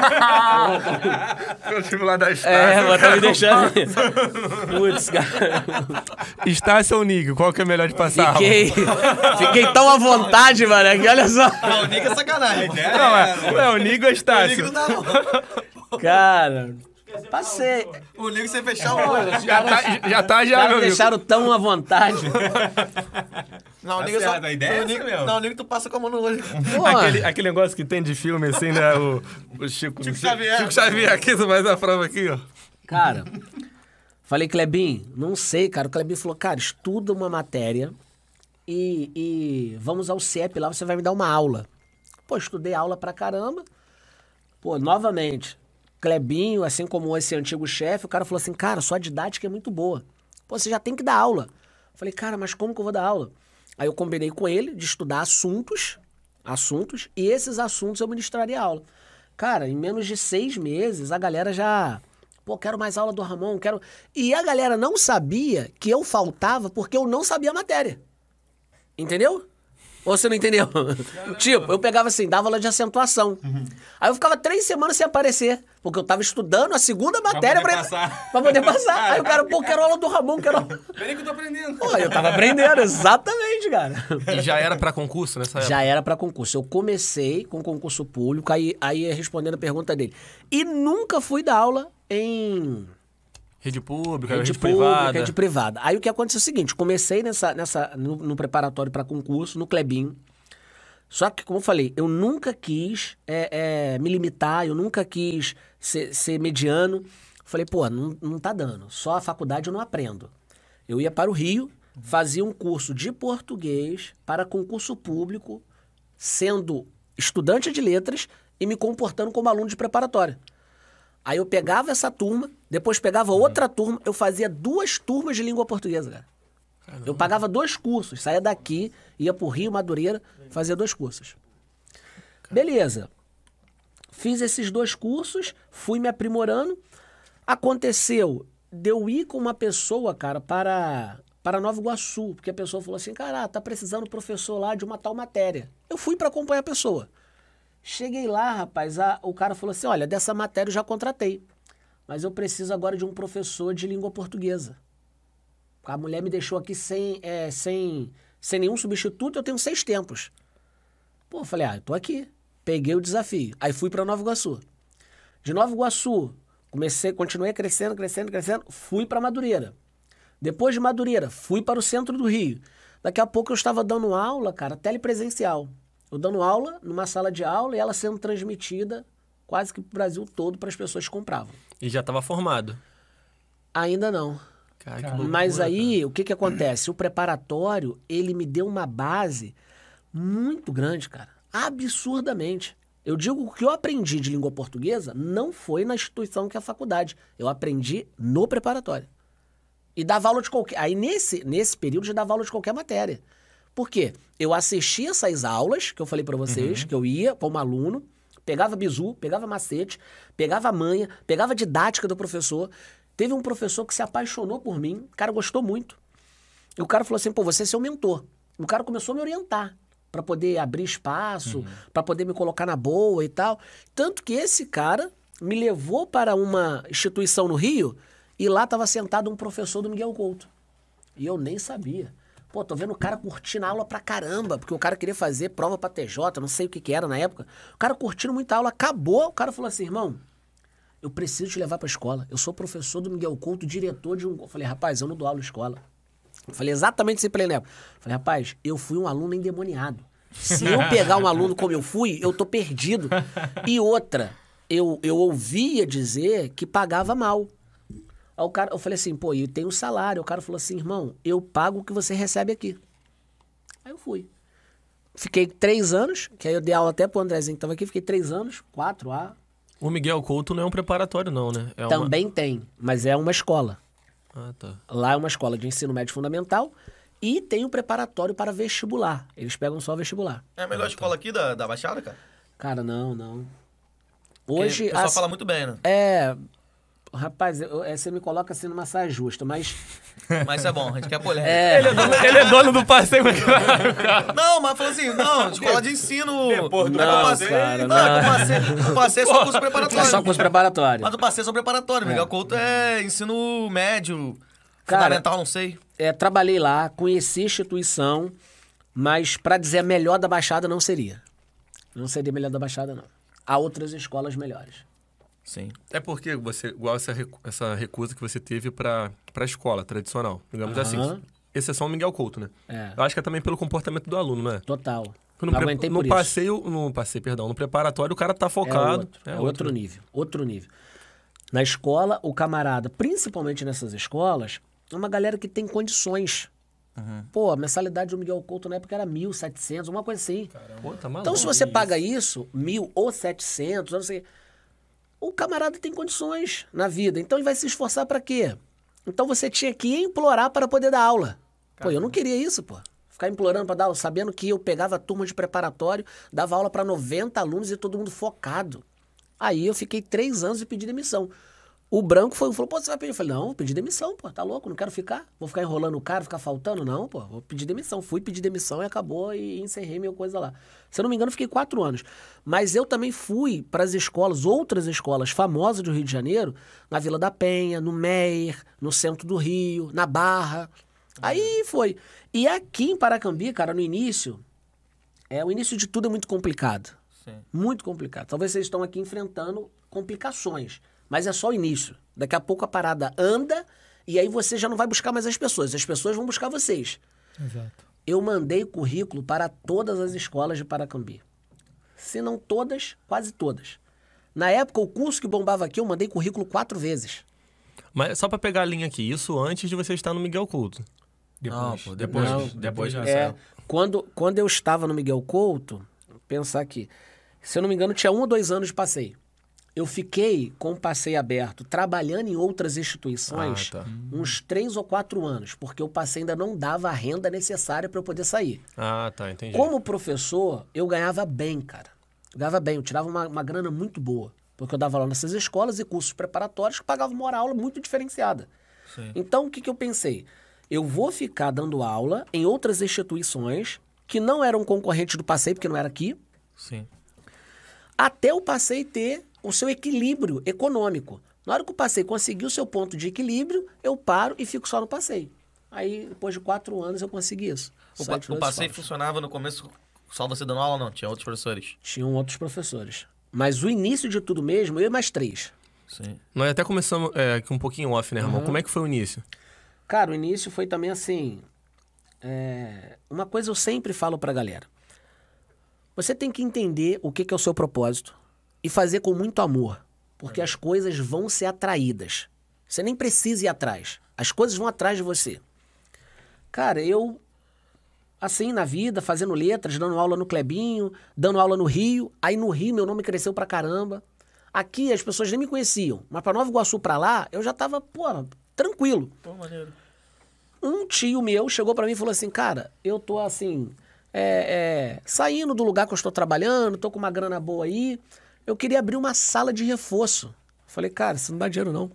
Vestibular da Estácio. Pô, tá me deixando. Putz, cara. Estácio ou Nigo? Qual que é melhor de passar? Fiquei tão à vontade, mano, que olha só. Não, o Nico é sacanagem. Não, é o Nigo ou Estácio? O Nico não dá, não. Cara, passei. O Nico você fechar o olho. Já tá, Já meu me deixaram tão à vontade. Não, o Tá Nico é só... certo, a ideia é essa mesmo. Não, o Nico tu passa com a mão no olho. Aquele negócio que tem de filme, assim, né? O Chico Xavier. Chico Xavier aqui, tu faz a prova aqui, ó. Cara, falei, Clebinho, não sei, cara. O Clebinho falou, cara, estuda uma matéria e vamos ao CEP lá, você vai me dar uma aula. Pô, estudei aula pra caramba. Pô, novamente, Clebinho, assim como esse antigo chefe, o cara falou assim, cara, sua didática é muito boa. Pô, você já tem que dar aula. Falei, cara, mas como que eu vou dar aula? Aí eu combinei com ele de estudar assuntos, e esses assuntos eu ministraria aula. Cara, em menos de 6 meses, a galera já... Pô, quero mais aula do Ramon, quero... E a galera não sabia que eu faltava porque eu não sabia a matéria. Entendeu? Ou você não entendeu? Tipo, eu pegava assim, dava aula de acentuação. Aí eu ficava 3 semanas sem aparecer, porque eu tava estudando a segunda matéria pra poder passar. Aí o cara, pô, quero aula do Ramon, quero aula... Peraí que eu tô aprendendo. Pô, eu tava aprendendo, exatamente, cara. E já era pra concurso nessa época? Já era pra concurso. Eu comecei com concurso público, aí respondendo a pergunta dele. E nunca fui dar aula em... Rede pública, rede privada. Rede privada. Aí o que aconteceu é o seguinte, comecei no preparatório para concurso, no Clebinho. Só que, como eu falei, eu nunca quis me limitar, eu nunca quis ser mediano. Falei, pô, não tá dando. Só a faculdade eu não aprendo. Eu ia para o Rio, fazia um curso de português para concurso público, sendo estudante de letras e me comportando como aluno de preparatório. Aí eu pegava essa turma, depois pegava outra turma, eu fazia 2 turmas de língua portuguesa, cara. Caramba. Eu pagava 2 cursos, saía daqui, ia pro Rio, Madureira, fazia 2 cursos. Beleza. Fiz esses 2 cursos, fui me aprimorando. Aconteceu de eu ir com uma pessoa, cara, para Nova Iguaçu, porque a pessoa falou assim, cara, tá precisando de professor lá de uma tal matéria. Eu fui para acompanhar a pessoa. Cheguei lá, rapaz, o cara falou assim, olha, dessa matéria eu já contratei, mas eu preciso agora de um professor de língua portuguesa. A mulher me deixou aqui sem nenhum substituto, eu tenho 6 tempos. Pô, eu falei, eu tô aqui. Peguei o desafio. Aí fui para Nova Iguaçu. De Nova Iguaçu, continuei crescendo, fui para Madureira. Depois de Madureira, fui para o centro do Rio. Daqui a pouco eu estava dando aula, cara, telepresencial. Eu dando aula numa sala de aula e ela sendo transmitida quase que pro Brasil todo para as pessoas que compravam. E já estava formado? Ainda não. Cara, que loucura, mas aí, o que acontece? O preparatório, ele me deu uma base muito grande, cara. Absurdamente. Eu digo que o que eu aprendi de língua portuguesa não foi na instituição que é a faculdade. Eu aprendi no preparatório. E dava aula de qualquer... Aí, nesse período, já dava aula de qualquer matéria. Por quê? Eu assisti essas aulas que eu falei pra vocês, que eu ia como aluno, pegava bizu, pegava macete, pegava manha, pegava didática do professor. Teve um professor que se apaixonou por mim, o cara gostou muito. E o cara falou assim, pô, você é seu mentor. O cara começou a me orientar pra poder abrir espaço, pra poder me colocar na boa e tal. Tanto que esse cara me levou para uma instituição no Rio e lá estava sentado um professor do Miguel Couto. E eu nem sabia. Pô, tô vendo o cara curtindo a aula pra caramba, porque o cara queria fazer prova pra TJ, não sei o que era na época. O cara curtindo muita aula, acabou, o cara falou assim, irmão, eu preciso te levar pra escola. Eu sou professor do Miguel Couto, diretor de um... Eu falei, rapaz, eu não dou aula em escola. Eu falei exatamente isso pra ele na época. Eu falei, rapaz, eu fui um aluno endemoniado. Se eu pegar um aluno como eu fui, eu tô perdido. E outra, eu ouvia dizer que pagava mal. Aí eu falei assim, pô, e tem um salário. O cara falou assim, irmão, eu pago o que você recebe aqui. Aí eu fui. Fiquei 3 anos, que aí eu dei aula até pro Andrezinho que tava aqui, fiquei 3 anos, 4 A. O Miguel Couto não é um preparatório, não, né? É Também tem, mas é uma escola. Ah, tá. Lá é uma escola de ensino médio fundamental e tem o preparatório para vestibular. Eles pegam só vestibular. É a melhor escola aqui da Baixada, cara? Cara, não. Porque Hoje... o pessoal fala muito bem, né? Rapaz, você me coloca assim numa saia justa, mas... Mas isso é bom, a gente quer polêmica. Ele é dono do passeio. Não, mas falou assim, não, escola de ensino... Depois do Não, passeio, cara, o passeio é só curso É preparatório. só curso preparatório. Mas o passeio é só preparatório. Miguel Couto é ensino médio, Cara, fundamental, não sei. Trabalhei lá, conheci a instituição, mas pra dizer a melhor da Baixada não seria. Não seria melhor da Baixada, não. Há outras escolas melhores. Sim. É porque você, igual essa recusa que você teve pra escola tradicional, digamos assim. Exceção Miguel Couto, né? Eu acho que é também pelo comportamento do aluno, né? Total. No, Não aguentei por isso. No preparatório, o cara tá focado. É outro nível. Outro nível. Na escola, o camarada, principalmente nessas escolas, é uma galera que tem condições. Pô, a mensalidade do Miguel Couto na época era 1.700, uma coisa assim. Pô, tá maluco. Então, se você paga isso, 1.000 ou 700, não sei, o camarada tem condições na vida. Então, ele vai se esforçar pra quê? Então, você tinha que implorar para poder dar aula. Pô, eu não queria isso, pô. Ficar implorando para dar aula, sabendo que eu pegava a turma de preparatório, dava aula para 90 alunos e todo mundo focado. Aí eu fiquei 3 anos e pedi demissão. O Branco falou, pô, você vai pedir? Eu falei, não, vou pedir demissão, pô, tá louco, não quero ficar. Vou ficar enrolando o cara, ficar faltando? Não, pô, vou pedir demissão. Fui pedir demissão e acabou e encerrei minha coisa lá. Se eu não me engano, fiquei 4 anos. Mas eu também fui para as escolas, outras escolas famosas do Rio de Janeiro, na Vila da Penha, no Meier, no centro do Rio, na Barra. Aí foi. E aqui em Paracambi, cara, no início, o início de tudo é muito complicado. Sim. Muito complicado. Talvez vocês estão aqui enfrentando complicações, mas é só o início. Daqui a pouco a parada anda e aí você já não vai buscar mais as pessoas vão buscar vocês. Exato. Eu mandei currículo para todas as escolas de Paracambi. Se não todas, quase todas. Na época, o curso que bombava aqui, eu mandei currículo 4 vezes. Mas só pra pegar a linha aqui, isso antes de você estar no Miguel Couto. Depois já É, saiu. quando eu estava no Miguel Couto, pensar aqui, se eu não me engano, tinha 1 ou 2 anos de passeio. Eu fiquei com o passeio aberto, trabalhando em outras instituições, uns 3 ou 4 anos, porque o passeio ainda não dava a renda necessária para eu poder sair. Ah, tá, entendi. Como professor, eu ganhava bem, cara. Eu ganhava bem, eu tirava uma grana muito boa, porque eu dava aula nessas escolas e cursos preparatórios que pagavam uma hora-aula muito diferenciada. Sim. Então, o que eu pensei? Eu vou ficar dando aula em outras instituições que não eram concorrentes do passeio, porque não era aqui, Sim. até o passeio ter o seu equilíbrio econômico. Na hora que o passeio conseguir o seu ponto de equilíbrio, eu paro e fico só no passeio. Aí, depois de 4 anos, eu consegui isso. O Saí de todas as passeio escolas. funcionava no começo só você dando aula, não? Tinha outros professores? Tinham outros professores. Mas o início de tudo mesmo, eu e mais 3. Sim. Nós até começamos aqui um pouquinho off, né, Ramon? Como é que foi o início? Cara, o início foi também assim... Uma coisa eu sempre falo pra galera. Você tem que entender o que é o seu propósito e fazer com muito amor. Porque as coisas vão ser atraídas. Você nem precisa ir atrás. As coisas vão atrás de você. Cara, eu... Assim, na vida, fazendo letras, dando aula no Clebinho, dando aula no Rio. Aí no Rio meu nome cresceu pra caramba. Aqui as pessoas nem me conheciam. Mas pra Nova Iguaçu, pra lá, eu já tava, tranquilo. Pô, maneiro. Um tio meu chegou pra mim e falou assim, cara, eu tô assim, saindo do lugar que eu estou trabalhando, tô com uma grana boa aí, eu queria abrir uma sala de reforço. Eu falei, cara, isso não dá dinheiro não.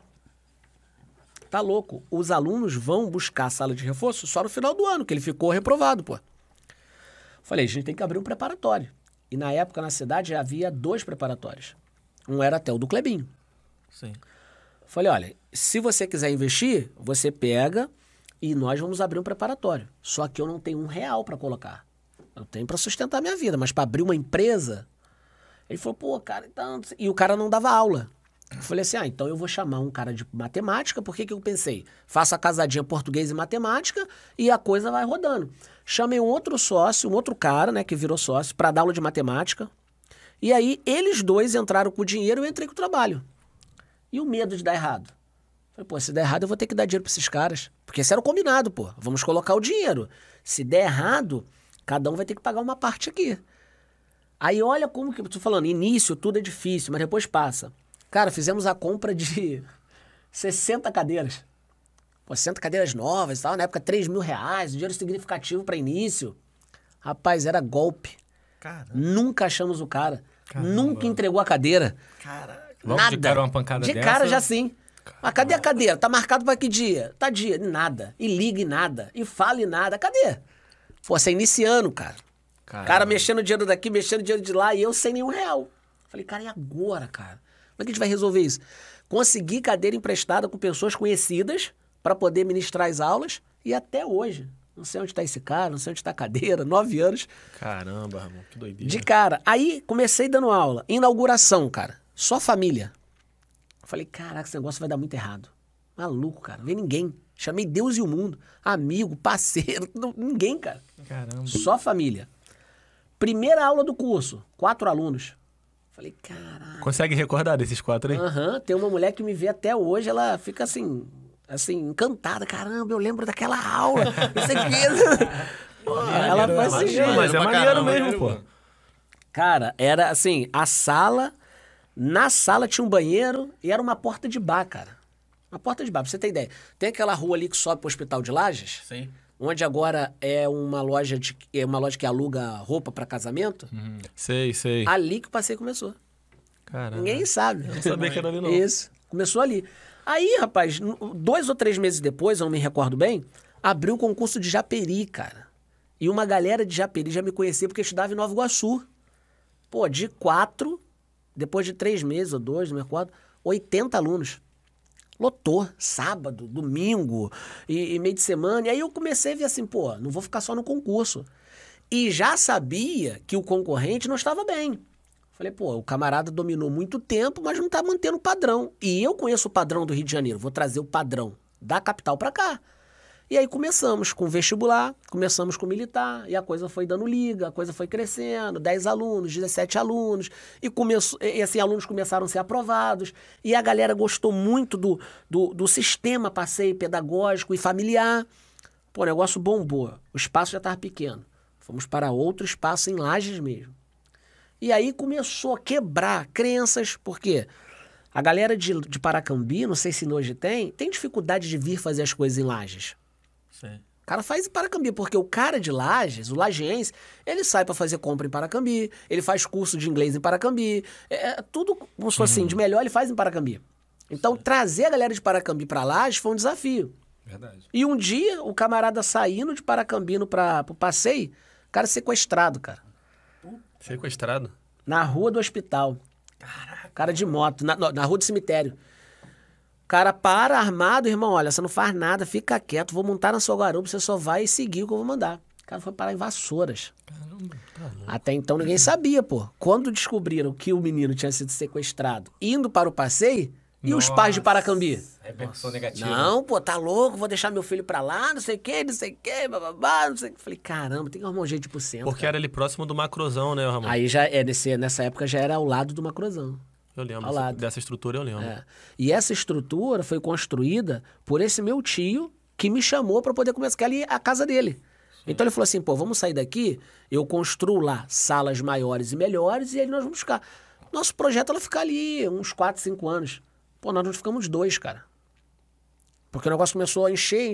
Tá louco, os alunos vão buscar a sala de reforço só no final do ano, que ele ficou reprovado, pô. Falei, a gente tem que abrir um preparatório. E na época, na cidade, já havia 2 preparatórios. Um era até o do Clebinho. Sim. Falei, olha, se você quiser investir, você pega e nós vamos abrir um preparatório. Só que eu não tenho R$1 para colocar. Eu tenho para sustentar minha vida, mas para abrir uma empresa... Ele falou, pô, cara, então... E o cara não dava aula. Eu falei assim, então eu vou chamar um cara de matemática, por que eu pensei? Faço a casadinha português e matemática e a coisa vai rodando. Chamei um outro sócio, um outro cara, né, que virou sócio, para dar aula de matemática. E aí, eles dois entraram com o dinheiro e eu entrei com o trabalho. E o medo de dar errado? Falei, pô, se der errado eu vou ter que dar dinheiro pra esses caras. Porque esse era o combinado, pô. Vamos colocar o dinheiro. Se der errado, cada um vai ter que pagar uma parte aqui. Aí olha como que eu tô falando, início tudo é difícil, mas depois passa. Cara, fizemos a compra de 60 cadeiras. Pô, 60 cadeiras novas e tal, na época R$3.000, um dinheiro significativo para início. Rapaz, era golpe. Caramba. Nunca achamos o cara. Nunca entregou a cadeira. Caraca. Logo Nada. de cara uma pancada de dessa. cara já sim. Mas cadê a cadeira? Tá marcado pra que dia? Tá dia. Nada. E liga e nada. E fala e nada. Cadê? Pô, você é iniciando, cara. Cara mexendo dinheiro daqui, mexendo dinheiro de lá e eu sem nenhum real. Falei, cara, e agora, cara? Como é que a gente vai resolver isso? Consegui cadeira emprestada com pessoas conhecidas para poder ministrar as aulas e até hoje. Não sei onde tá esse cara, não sei onde tá a cadeira, 9 anos. Caramba, Ramon, que doideira. De cara. Aí comecei dando aula. Inauguração, cara. Só família. Falei, caraca, esse negócio vai dar muito errado. Maluco, cara. Não vem ninguém. Chamei Deus e o mundo. Amigo, parceiro, ninguém, cara. Caramba. Só família. Primeira aula do curso, 4 alunos. Falei, caraca. Consegue recordar desses 4 aí? Aham, tem uma mulher que me vê até hoje, ela fica assim, encantada. Caramba, eu lembro daquela aula. Isso aqui. Pô, ela faz assim, maneiro, Mas é pra maneiro caramba, mesmo, pô. Cara, era assim, a sala, na sala tinha um banheiro e era uma porta de bar, cara. Uma porta de bar, pra você ter ideia. Tem aquela rua ali que sobe pro Hospital de Lages, Sim. onde agora é uma loja que aluga roupa pra casamento. Sei. Ali que o passeio começou. Caramba. Ninguém sabe. Não sabia que era ali, não. Isso. Começou ali. Aí, rapaz, 2 ou 3 meses depois, eu não me recordo bem, abriu o concurso de Japeri, cara. E uma galera de Japeri já me conhecia porque eu estudava em Nova Iguaçu. Pô, de 4, depois de 3 meses ou 2, não me recordo, 80 alunos. Lotou, sábado, domingo e meio de semana. E aí eu comecei a ver assim, pô, não vou ficar só no concurso. E já sabia que o concorrente não estava bem. Falei, pô, o camarada dominou muito tempo, mas não tá mantendo o padrão. E eu conheço o padrão do Rio de Janeiro, vou trazer o padrão da capital para cá. E aí começamos com vestibular, começamos com militar, e a coisa foi dando liga, a coisa foi crescendo, 10 alunos, 17 alunos, e assim, alunos começaram a ser aprovados, e a galera gostou muito do sistema passeio pedagógico e familiar. Pô, o negócio bombou, o espaço já estava pequeno. Fomos para outro espaço em Lages mesmo. E aí começou a quebrar crenças, porque a galera de Paracambi, não sei se hoje tem dificuldade de vir fazer as coisas em Lages. Sim. O cara faz em Paracambi, porque o cara de Lages, o lagiense, ele sai para fazer compra em Paracambi, ele faz curso de inglês em Paracambi, tudo, como se fosse assim, de melhor ele faz em Paracambi. Então, trazer a galera de Paracambi para Lages foi um desafio. Verdade. E um dia, o camarada saindo de Paracambino pro passeio, o cara sequestrado, cara. Sequestrado? Na rua do hospital. Caraca. Cara de moto, na rua do cemitério. O cara para, armado, irmão, olha, você não faz nada, fica quieto, vou montar na sua garupa, você só vai seguir o que eu vou mandar. O cara foi parar em Vassouras. Caramba, tá louco. Até então ninguém sabia, pô. Quando descobriram que o menino tinha sido sequestrado indo para o passeio, e os pais de Paracambi? Repercussão negativa. Não, pô, tá louco, vou deixar meu filho pra lá, não sei o quê, bababá, não sei o quê. Falei, caramba, tem que arrumar um jeito de ir pro centro. Porque cara. era ali próximo do Macrozão, né, Ramon? Aí já, nessa época já era ao lado do Macrozão. Eu lembro, ao lado. dessa estrutura eu lembro. É. E essa estrutura foi construída por esse meu tio que me chamou pra poder começar, que é ali a casa dele. Então ele falou assim, pô, vamos sair daqui, eu construo lá salas maiores e melhores e aí nós vamos ficar. Nosso projeto ela ficar ali uns 4, 5 anos. Pô, nós não ficamos 2, cara. Porque o negócio começou a encher.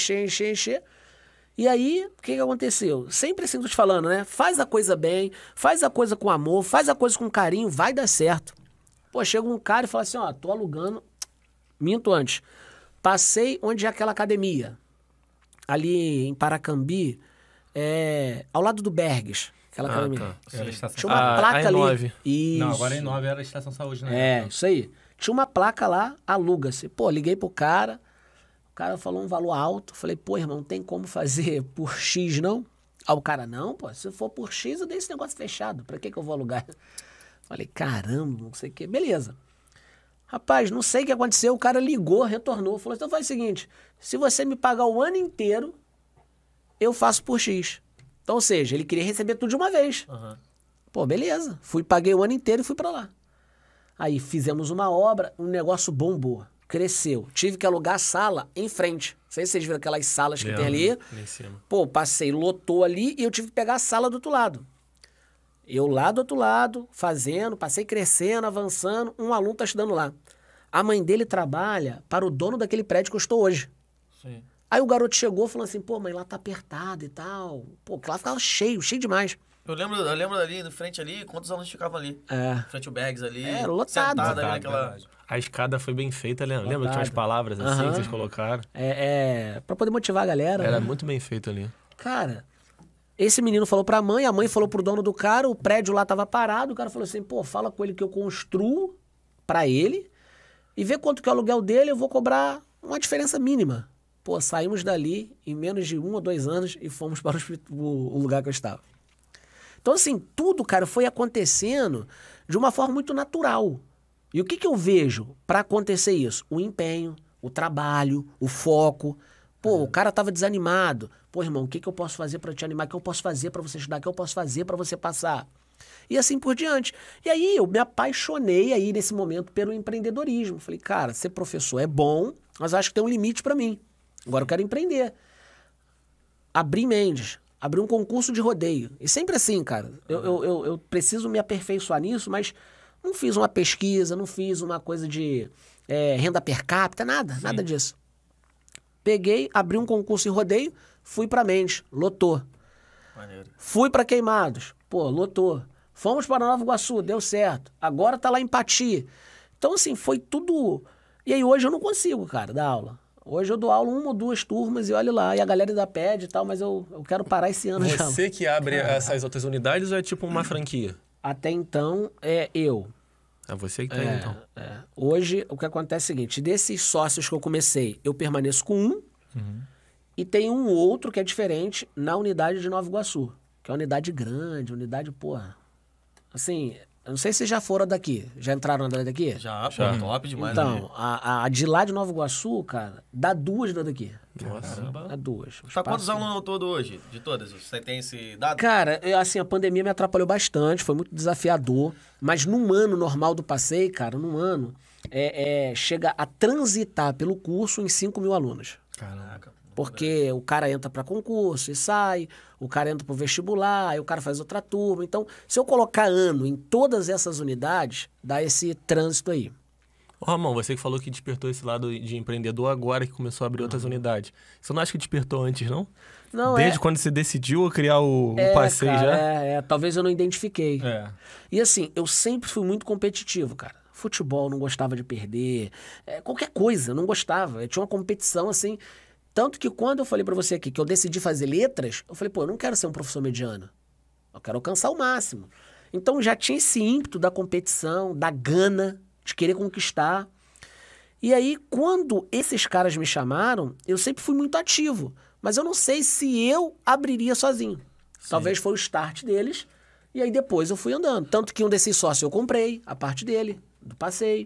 E aí, o que aconteceu? Sempre assim que eu tô te falando, né? Faz a coisa bem, faz a coisa com amor, faz a coisa com carinho, vai dar certo. Pô, chega um cara e fala assim, ó, tô alugando, minto antes, passei onde é aquela academia, ali em Paracambi, ao lado do Bergues, aquela academia. Tá. Era a estação. Tinha uma placa ali. A9. Isso. Não, agora em 9 era a estação saúde, né? Isso aí. Tinha uma placa lá, aluga-se. Pô, liguei pro cara, o cara falou um valor alto. Falei, pô, irmão, não tem como fazer por X, não? Aí o cara, não, pô, se for por X, eu dei esse negócio fechado. Pra que eu vou alugar? Falei, caramba, não sei o quê. Beleza. Rapaz, não sei o que aconteceu, o cara ligou, retornou, falou, então faz o seguinte, se você me pagar o ano inteiro, eu faço por X. Então, ou seja, ele queria receber tudo de uma vez. Aham. Pô, beleza. Paguei o ano inteiro e fui pra lá. Aí fizemos uma obra, um negócio bombou, cresceu. Tive que alugar a sala em frente. Não sei se vocês viram aquelas salas que tem ali. Ali em cima. Pô, passei, lotou ali e eu tive que pegar a sala do outro lado. Eu lá do outro lado, fazendo, passei crescendo, avançando, um aluno tá estudando lá. A mãe dele trabalha para o dono daquele prédio que eu estou hoje. Sim. Aí o garoto chegou falando assim, pô, mãe, lá tá apertado e tal. Pô, lá ficava cheio demais. Eu lembro ali, na frente ali, quantos alunos ficavam ali? É. Frente ao Bags ali. É, lotado. Sentado ali Lotado, naquela... verdade. A escada foi bem feita, lembra? Lembra que tinha umas Lotado. palavras assim Aham. que vocês colocaram? Pra poder motivar a galera. Era né? muito bem feito ali. Cara, esse menino falou pra mãe, a mãe falou pro dono do cara, o prédio lá tava parado, o cara falou assim, pô, fala com ele que eu construo pra ele e vê quanto que é o aluguel dele, eu vou cobrar uma diferença mínima. Pô, saímos dali em menos de 1 ou 2 anos e fomos para o lugar que eu estava. Então, assim, tudo, cara, foi acontecendo de uma forma muito natural. E o que que eu vejo para acontecer isso? O empenho, o trabalho, o foco. Pô, o cara tava desanimado. Pô, irmão, o que que eu posso fazer para te animar? O que eu posso fazer para você estudar? O que eu posso fazer para você passar? E assim por diante. E aí eu me apaixonei aí nesse momento pelo empreendedorismo. Falei, cara, ser professor é bom, mas acho que tem um limite para mim. Agora eu quero empreender. Abri Mendes, abri um concurso de rodeio. E sempre assim, cara, eu preciso me aperfeiçoar nisso, mas não fiz uma pesquisa, não fiz uma coisa de renda per capita, nada disso. Peguei, abri um concurso em rodeio, fui pra Mendes, lotou. Maneiro. Fui pra Queimados, pô, lotou. Fomos para Nova Iguaçu, deu certo. Agora tá lá em Pati. Então, assim, foi tudo... E aí hoje eu não consigo, cara, dar aula. Hoje eu dou aula 1 ou 2 turmas e olha lá, e a galera ainda pede e tal, mas eu quero parar esse ano já. Você que abre essas outras unidades ou é tipo uma franquia? Até então, é eu. É você que tem, então. Hoje, o que acontece é o seguinte, desses sócios que eu comecei, eu permaneço com um, e tem um outro que é diferente na unidade de Nova Iguaçu, que é uma unidade grande, unidade, porra, assim, eu não sei se já foram daqui, já entraram na daqui? Já, pô, top demais ali. Então, a de lá de Nova Iguaçu, cara, dá 2 da daqui. Nossa. Dá 2. Tá quantos alunos ao todo hoje, de todas? Você tem esse dado? Cara, assim, a pandemia me atrapalhou bastante, foi muito desafiador, mas num ano normal do passeio, cara, num ano, chega a transitar pelo curso em 5 mil alunos. Caraca. Porque o cara entra para concurso e sai, o cara entra pro vestibular, aí o cara faz outra turma. Então, se eu colocar ano em todas essas unidades, dá esse trânsito aí. Ô, Ramon, você que falou que despertou esse lado de empreendedor agora que começou a abrir outras unidades. Você não acha que despertou antes, não? Não, Desde quando você decidiu criar o passeio cara, já? talvez eu não identifiquei. É. E assim, eu sempre fui muito competitivo, cara. Futebol, não gostava de perder. Qualquer coisa, eu não gostava. Eu tinha uma competição assim. Tanto que quando eu falei pra você aqui que eu decidi fazer letras, eu falei, pô, eu não quero ser um professor mediano. Eu quero alcançar o máximo. Então já tinha esse ímpeto da competição, da gana, de querer conquistar. E aí, quando esses caras me chamaram, eu sempre fui muito ativo. Mas eu não sei se eu abriria sozinho. Talvez foi o start deles. E aí depois eu fui andando. Tanto que um desses sócios eu comprei, a parte dele, do passeio.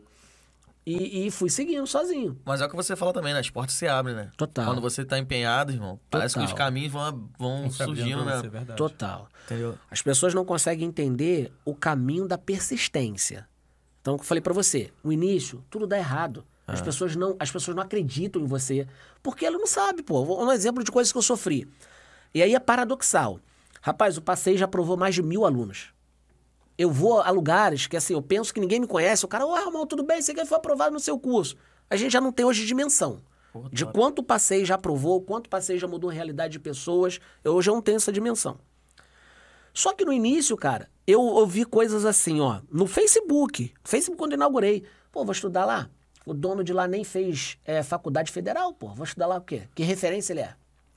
E fui seguindo sozinho. Mas é o que você fala também, né? As portas se abrem, né? Total. Quando você tá empenhado, irmão, parece que os Total. caminhos vão surgindo, Pra né? você, é verdade. Total. Entendeu? As pessoas não conseguem entender o caminho da persistência. Então, o que eu falei pra você, no início, tudo dá errado. As pessoas não acreditam em você, porque ela não sabe, pô. Um exemplo de coisas que eu sofri. E aí é paradoxal. Rapaz, o passeio já aprovou mais de 1.000 alunos. Eu vou a lugares que, assim, eu penso que ninguém me conhece. O cara, Ramon, tudo bem, você que foi aprovado no seu curso. A gente já não tem hoje dimensão de quanto o passeio já aprovou, quanto o passeio já mudou a realidade de pessoas. Hoje eu não tenho essa dimensão. Só que no início, cara, eu ouvi coisas assim, ó, no Facebook. Facebook, quando eu inaugurei. Pô, vou estudar lá. O dono de lá nem fez faculdade federal, pô. Vou estudar lá o quê? Que referência ele é?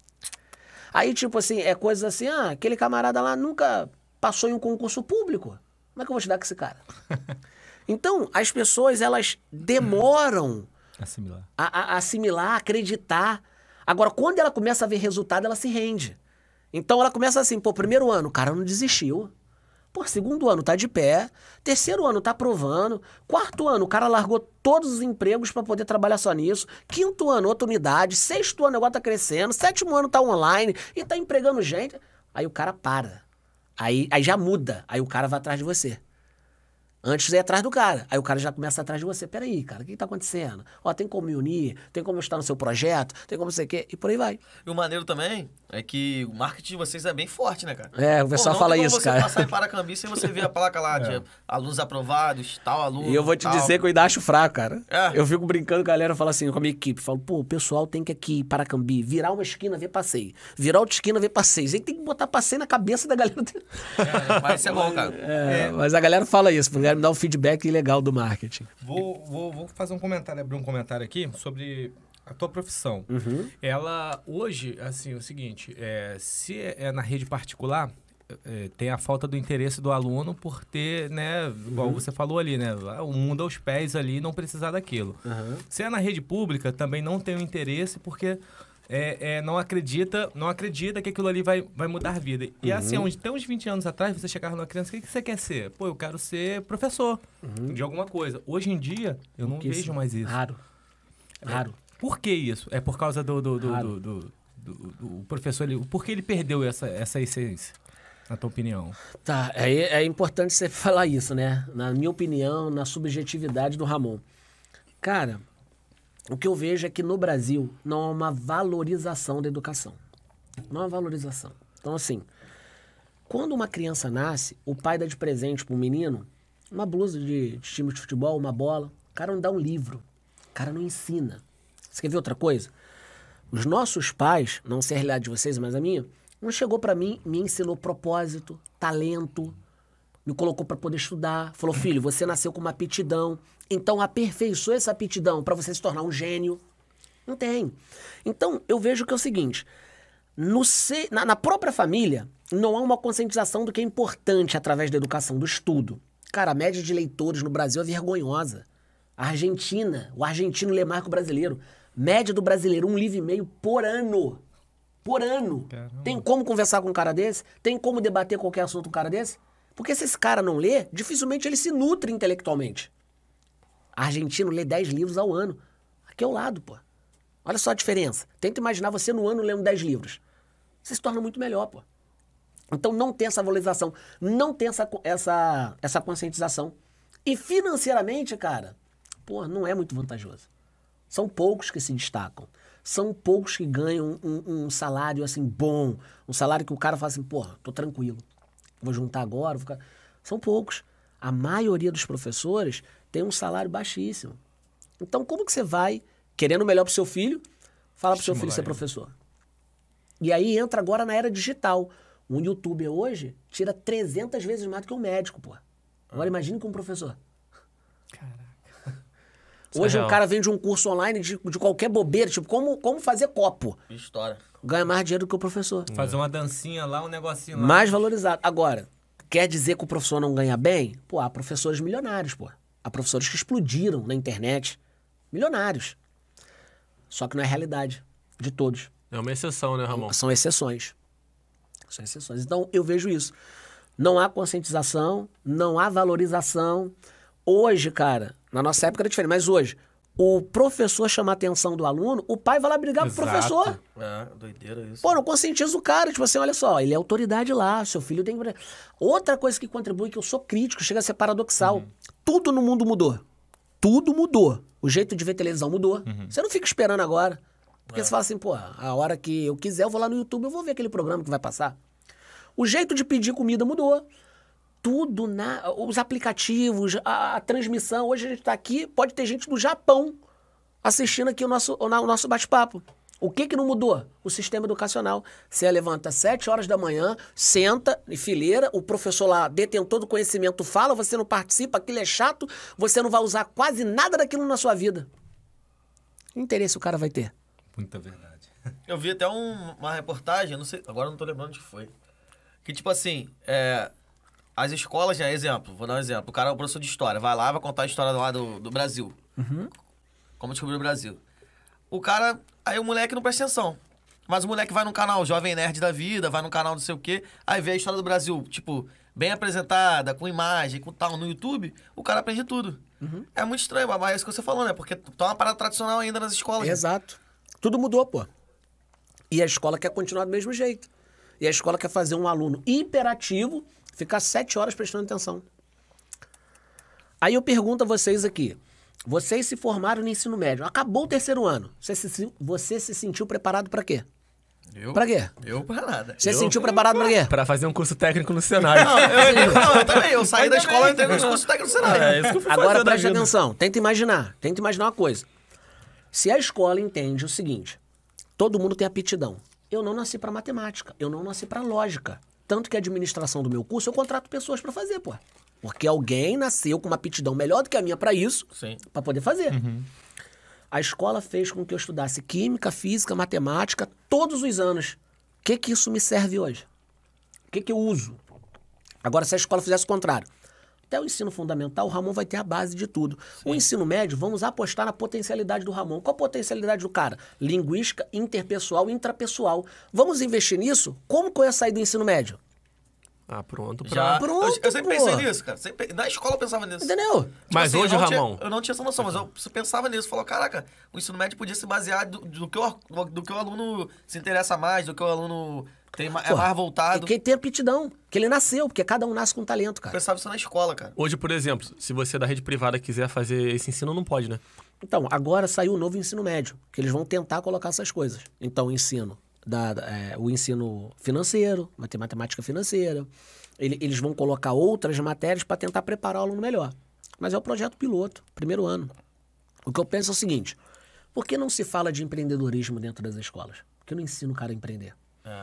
Aí, tipo assim, coisas assim, aquele camarada lá nunca passou em um concurso público. Como é que eu vou estudar com esse cara? Então, as pessoas, elas demoram Assimilar. a assimilar, a acreditar. Agora, quando ela começa a ver resultado, ela se rende. Então, ela começa assim, pô, primeiro ano, o cara não desistiu. Pô, segundo ano tá de pé, terceiro ano tá aprovando, quarto ano o cara largou todos os empregos para poder trabalhar só nisso, quinto ano outra unidade, sexto ano o negócio tá crescendo, sétimo ano tá online e tá empregando gente. Aí o cara para. Aí já muda, aí o cara vai atrás de você. Antes de ir atrás do cara. Aí o cara já começa atrás de você. Peraí, cara, o que tá acontecendo? Ó, tem como me unir? Tem como eu estar no seu projeto? Tem como você quer? E por aí vai. E o maneiro também é que o marketing de vocês é bem forte, né, cara? É, o pessoal fala isso, cara. Não tem como você passar em Paracambi sem você ver a placa lá de alunos aprovados, tal aluno, E eu vou te tal. dizer que eu ainda acho fraco, cara. É. Eu fico brincando com a galera, falo assim, com a minha equipe. Falo, pô, o pessoal tem que aqui, Paracambi, virar uma esquina, ver passeio. Virar outra esquina, ver passeio. Aí tem que botar passeio na cabeça da galera. Mas isso é bom, cara. Mas a galera fala isso, porque me dá um feedback legal do marketing. Vou fazer um comentário, abrir um comentário aqui sobre a tua profissão. Ela, hoje, assim, é o seguinte, se é na rede particular, tem a falta do interesse do aluno por ter, né, igual você falou ali, né, o mundo aos pés ali, não precisar daquilo. Se é na rede pública, também não tem o interesse porque... não acredita que aquilo ali vai mudar a vida. E assim, até uns 20 anos atrás, você chegava numa criança, o que você quer ser? Pô, eu quero ser professor de alguma coisa. Hoje em dia, eu não vejo mais isso. Raro. Por que isso? É por causa do professor, por que ele perdeu essa essência, na tua opinião? Tá, é importante você falar isso, né? Na minha opinião, na subjetividade do Ramon. Cara... O que eu vejo é que no Brasil não há uma valorização da educação. Não há valorização. Então, assim, quando uma criança nasce, o pai dá de presente para um menino uma blusa de time de futebol, uma bola. O cara não dá um livro. O cara não ensina. Você quer ver outra coisa? Os nossos pais, não sei a realidade de vocês, mas a minha, não chegou para mim, me ensinou propósito, talento, me colocou para poder estudar. Falou, filho, você nasceu com uma aptidão. Então, aperfeiçoe essa aptidão para você se tornar um gênio. Não tem. Então, eu vejo que é o seguinte, na própria família, não há uma conscientização do que é importante através da educação, do estudo. Cara, a média de leitores no Brasil é vergonhosa. A Argentina, o argentino lê mais que o brasileiro. Média do brasileiro, 1,5 livro por ano. Por ano. Caramba. Tem como conversar com um cara desse? Tem como debater qualquer assunto com um cara desse? Porque se esse cara não lê, dificilmente ele se nutre intelectualmente. Argentino lê 10 livros ao ano. Aqui é o lado, pô. Olha só a diferença. Tenta imaginar você no ano lendo 10 livros. Você se torna muito melhor, pô. Então não tem essa valorização, não tem essa conscientização. E financeiramente, cara, pô, não é muito vantajoso. São poucos que se destacam. São poucos que ganham um salário, assim, bom. Um salário que o cara fala assim, pô, tô tranquilo. Vou juntar agora, vou ficar... São poucos. A maioria dos professores tem um salário baixíssimo. Então, como que você vai, querendo o melhor pro seu filho, falar pro seu filho ser professor? E aí entra agora na era digital. Um youtuber hoje tira 300 vezes mais do que um médico, pô. Agora imagine com um professor. Caraca. Hoje um cara vende um curso online de qualquer bobeira, tipo, como fazer copo. História. Ganha mais dinheiro do que o professor. Fazer uma dancinha lá, um negocinho lá. Mais valorizado. Agora, quer dizer que o professor não ganha bem? Pô, há professores milionários, pô. Há professores que explodiram na internet. Milionários. Só que não é a realidade de todos. É uma exceção, né, Ramon? São exceções. São exceções. Então, eu vejo isso. Não há conscientização, não há valorização. Hoje, cara, na nossa época era diferente, mas hoje, o professor chama a atenção do aluno, o pai vai lá brigar pro professor. É, doideira isso. Pô, não conscientiza o cara. Tipo assim, olha só, ele é autoridade lá, seu filho tem que... Outra coisa que contribui, que eu sou crítico, chega a ser paradoxal. Tudo no mundo mudou. Tudo mudou. O jeito de ver televisão mudou. Você não fica esperando agora. Porque você fala assim, pô, a hora que eu quiser, eu vou lá no YouTube, eu vou ver aquele programa que vai passar. O jeito de pedir comida mudou. Tudo, os aplicativos, a transmissão. Hoje a gente tá aqui, pode ter gente do Japão assistindo aqui o nosso bate-papo. O que não mudou? O sistema educacional. Você levanta às 7 horas da manhã, senta em fileira, o professor lá, detentor do conhecimento, fala, você não participa, aquilo é chato, você não vai usar quase nada daquilo na sua vida. Que interesse o cara vai ter? Muita verdade. Eu vi até uma reportagem, não sei, agora eu não tô lembrando onde foi. Que tipo assim, as escolas, né, exemplo, vou dar um exemplo. O cara é um professor de história, vai lá, vai contar a história lá do Brasil. Como descobrir o Brasil. O cara, aí o moleque não presta atenção. Mas o moleque vai no canal Jovem Nerd da Vida, vai no canal não sei o quê, aí vê a história do Brasil, tipo, bem apresentada, com imagem, com tal, no YouTube, o cara aprende tudo. É muito estranho, mas é isso que você falou, né? Porque tá uma parada tradicional ainda nas escolas. Exato. Tudo mudou, pô. E a escola quer continuar do mesmo jeito. E a escola quer fazer um aluno hiperativo ficar 7 horas prestando atenção. Aí eu pergunto a vocês aqui. Vocês se formaram no ensino médio. Acabou o 3º ano. Você se sentiu preparado pra quê? Pra quê? Eu pra nada. Você se sentiu preparado pra quê? Pra fazer um curso técnico no Senai. Eu também. Eu saí da escola e entrei no curso técnico do Senai. É isso que eu fui Agora fazer na preste vida. atenção. Tenta imaginar uma coisa. Se a escola entende o seguinte, todo mundo tem aptidão. Eu não nasci pra matemática, eu não nasci pra lógica. Tanto que a administração do meu curso eu contrato pessoas pra fazer, pô. Porque alguém nasceu com uma aptidão melhor do que a minha pra isso, Sim. pra poder fazer. A escola fez com que eu estudasse química, física, matemática todos os anos. O que isso me serve hoje? O que eu uso? Agora, se a escola fizesse o contrário, até o ensino fundamental, o Ramon vai ter a base de tudo. O ensino médio, vamos apostar na potencialidade do Ramon. Qual a potencialidade do cara? Linguística, interpessoal, intrapessoal. Vamos investir nisso? Como que eu ia sair do ensino médio? Ah, pronto. Já. Pronto, eu sempre pô. pensei nisso, cara. Na escola eu pensava nisso. Entendeu? Tipo Mas hoje, eu não Ramon... eu não tinha essa noção, mas eu pensava nisso. Falou, caraca, o ensino médio podia se basear do que o aluno se interessa mais, do que o aluno é mais voltado. E quem tem aptidão, que ele nasceu, porque cada um nasce com talento, Eu cara. pensava isso na escola, cara. Hoje, por exemplo, se você da rede privada quiser fazer esse ensino, não pode, né? Então, agora saiu o novo ensino médio, que eles vão tentar colocar essas coisas. Então, o ensino financeiro, vai ter matemática financeira. Eles vão colocar outras matérias para tentar preparar o aluno melhor. Mas é o projeto piloto, 1º ano. O que eu penso é o seguinte, por que não se fala de empreendedorismo dentro das escolas? Por que não ensina o cara a empreender?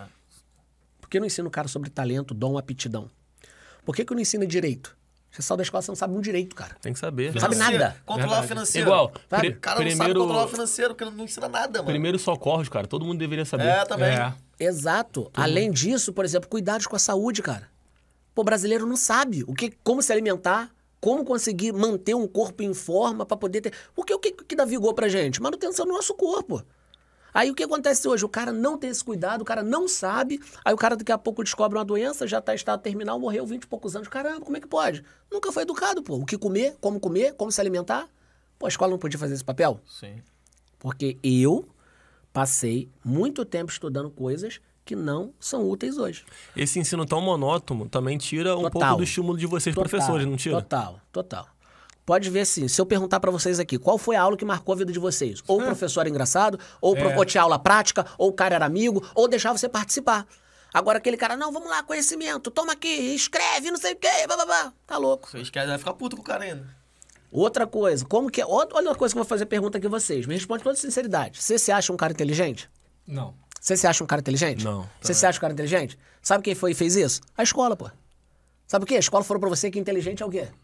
Por que não ensina o cara sobre talento, dom, aptidão? Por que eu não ensino direito? Você sai da escola, você não sabe um direito, cara. Tem que saber. Não sabe nada. Controlar o financeiro. Igual, Sabe? O cara não sabe controlar o financeiro, porque não ensina nada, mano. primeiro socorros, cara. Todo mundo deveria saber. É, também. Exato. Além disso, por exemplo, cuidados com a saúde, cara. Pô, o brasileiro não sabe como se alimentar, como conseguir manter um corpo em forma para poder ter... Porque o que dá vigor pra gente? Manutenção do nosso corpo. Aí o que acontece hoje? O cara não tem esse cuidado, o cara não sabe, aí o cara daqui a pouco descobre uma doença, já tá em estado terminal, morreu 20 e poucos anos. Caramba, como é que pode? Nunca foi educado, pô. O que comer, como se alimentar. Pô, a escola não podia fazer esse papel? Sim. Porque eu passei muito tempo estudando coisas que não são úteis hoje. Esse ensino tão monótono também tira um Total. pouco do estímulo de vocês, professores, não tira? Total. Pode ver assim, se eu perguntar pra vocês aqui, qual foi a aula que marcou a vida de vocês? Ou o professor era engraçado, ou tinha aula prática, ou o cara era amigo, ou deixava você participar. Agora aquele cara, não, vamos lá, conhecimento, toma aqui, escreve, não sei o quê, bababá. Tá louco. Vocês querem vai ficar puto com o cara ainda. Outra coisa, como que é? Olha uma coisa que eu vou fazer pergunta aqui a vocês. Me responde com toda sinceridade. Você se acha um cara inteligente? Não. Você se acha um cara inteligente? Não. Você se acha um cara inteligente? Sabe quem foi e fez isso? A escola, pô. Sabe o quê? A escola falou pra você que inteligente é o quê?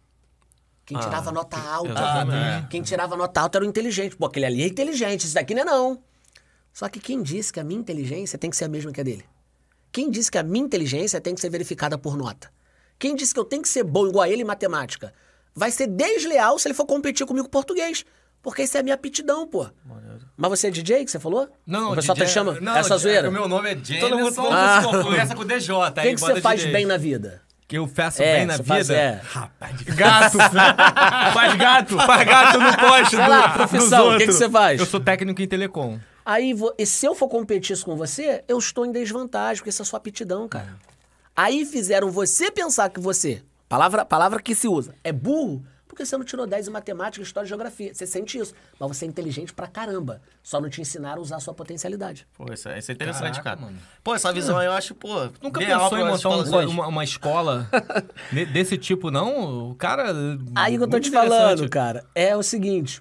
Quem tirava nota alta. Quem tirava nota alta era o inteligente. Pô, aquele ali é inteligente, isso daqui não é não. Só que quem disse que a minha inteligência tem que ser a mesma que a dele? Quem disse que a minha inteligência tem que ser verificada por nota? Quem disse que eu tenho que ser bom igual a ele em matemática? Vai ser desleal se ele for competir comigo em português. Porque isso é a minha aptidão, pô. Mas você é DJ, que você falou? Não, o pessoal DJ te chama? Não, Essa zoeira? O meu nome é Jameson. Todo mundo Começa com DJ. O que você faz bem na vida? Que eu faço bem na você vida? faz, Rapaz, de Gato! faz gato no poste Sei lá, dos profissão, o que outros. você faz? Eu sou técnico em telecom. Aí, e se eu for competir isso com você, eu estou em desvantagem, porque essa é a sua aptidão, cara. Aí fizeram você pensar que você, palavra que se usa, é burro, porque você não tirou 10 em matemática, história e geografia. Você sente isso. Mas você é inteligente pra caramba. Só não te ensinaram a usar a sua potencialidade. Pô, isso é interessante, Caraca, cara. mano. Pô, essa visão aí eu acho, pô... Nunca ideal pensou em pra montar escolas hoje. uma escola desse tipo, não? O cara... Aí que eu tô muito te falando, interessante. cara, é o seguinte.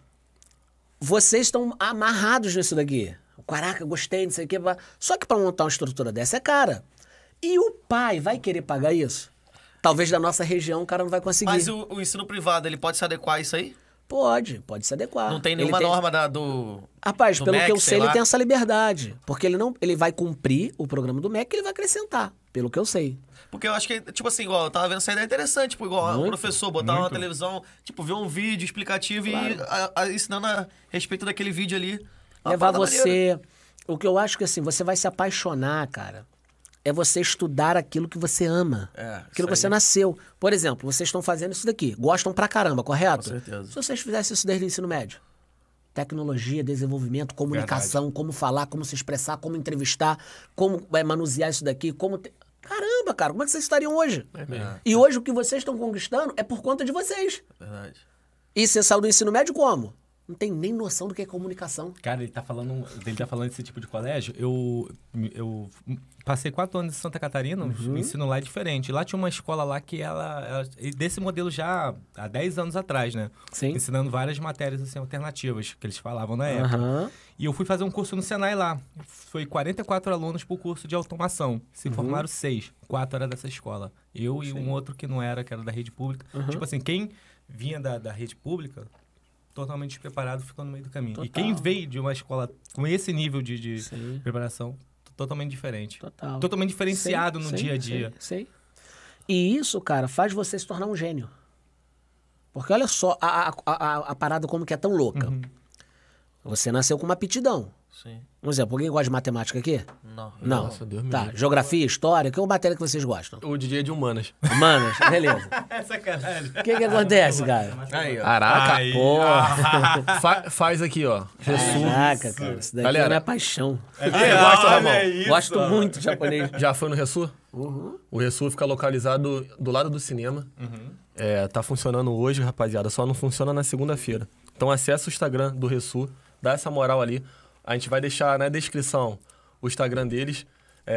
Vocês estão amarrados nisso daqui. Caraca, gostei, não sei o quê. Só que pra montar uma estrutura dessa é cara. E o pai vai querer pagar isso? Talvez da nossa região o cara não vai conseguir. Mas o ensino privado, ele pode se adequar a isso aí? Pode se adequar. Não tem nenhuma norma do... Rapaz, do pelo MEC, que eu sei sei, ele lá. tem essa liberdade. Porque ele vai cumprir o programa do MEC e ele vai acrescentar, pelo que eu sei. Porque eu acho que, tipo assim, igual, eu tava vendo essa ideia interessante, tipo, igual o professor botar uma televisão, tipo, ver um vídeo explicativo e ensinando a respeito daquele vídeo ali. Uma Levar parada maneira. você... O que eu acho que, assim, você vai se apaixonar, cara, é você estudar aquilo que você ama. Aquilo que você nasceu. Por exemplo, vocês estão fazendo isso daqui. Gostam pra caramba, correto? Com certeza. Se vocês fizessem isso desde o ensino médio. Tecnologia, desenvolvimento, comunicação, como falar, como se expressar, como entrevistar, como manusear isso daqui, como... Caramba, cara, como é que vocês estariam hoje? E hoje o que vocês estão conquistando é por conta de vocês. Verdade. E você saiu do ensino médio como? Não tem nem noção do que é comunicação. Cara, ele tá falando desse tipo de colégio. Eu passei 4 anos em Santa Catarina, o ensino lá é diferente. Lá tinha uma escola lá que ela desse modelo já há 10 anos atrás, né? Sim. Ensinando várias matérias assim, alternativas, que eles falavam na época. E eu fui fazer um curso no Senai lá. Foi 44 alunos pro curso de automação. Se formaram 6. 4 era dessa escola. Eu e um outro que não era, que era da rede pública. Tipo assim, quem vinha da rede pública... totalmente despreparado, ficou no meio do caminho. Total. E quem veio de uma escola com esse nível de preparação, totalmente diferente. Total. Totalmente diferenciado no dia a dia. Sim. E isso, cara, faz você se tornar um gênio. Porque olha só a parada como que é tão louca. Você nasceu com uma aptidão. Sim. Um exemplo, alguém gosta de matemática aqui? Não. Não. Nossa, Deus me Tá, livre. geografia, história, que é uma matéria que vocês gostam? O DJ é de humanas. Humanas, beleza. É sacanagem. O que acontece, cara? Aí, ó. Caraca, Aí, Porra. faz aqui, ó. Caraca, cara, isso daqui Galera. é minha paixão. Gosta, Ramon? Gosto muito de japonês. Já foi no Ressu? O Ressu fica localizado do lado do cinema. Tá funcionando hoje, rapaziada. Só não funciona na segunda-feira. Então acessa o Instagram do Ressu, dá essa moral ali. A gente vai deixar na descrição o Instagram deles.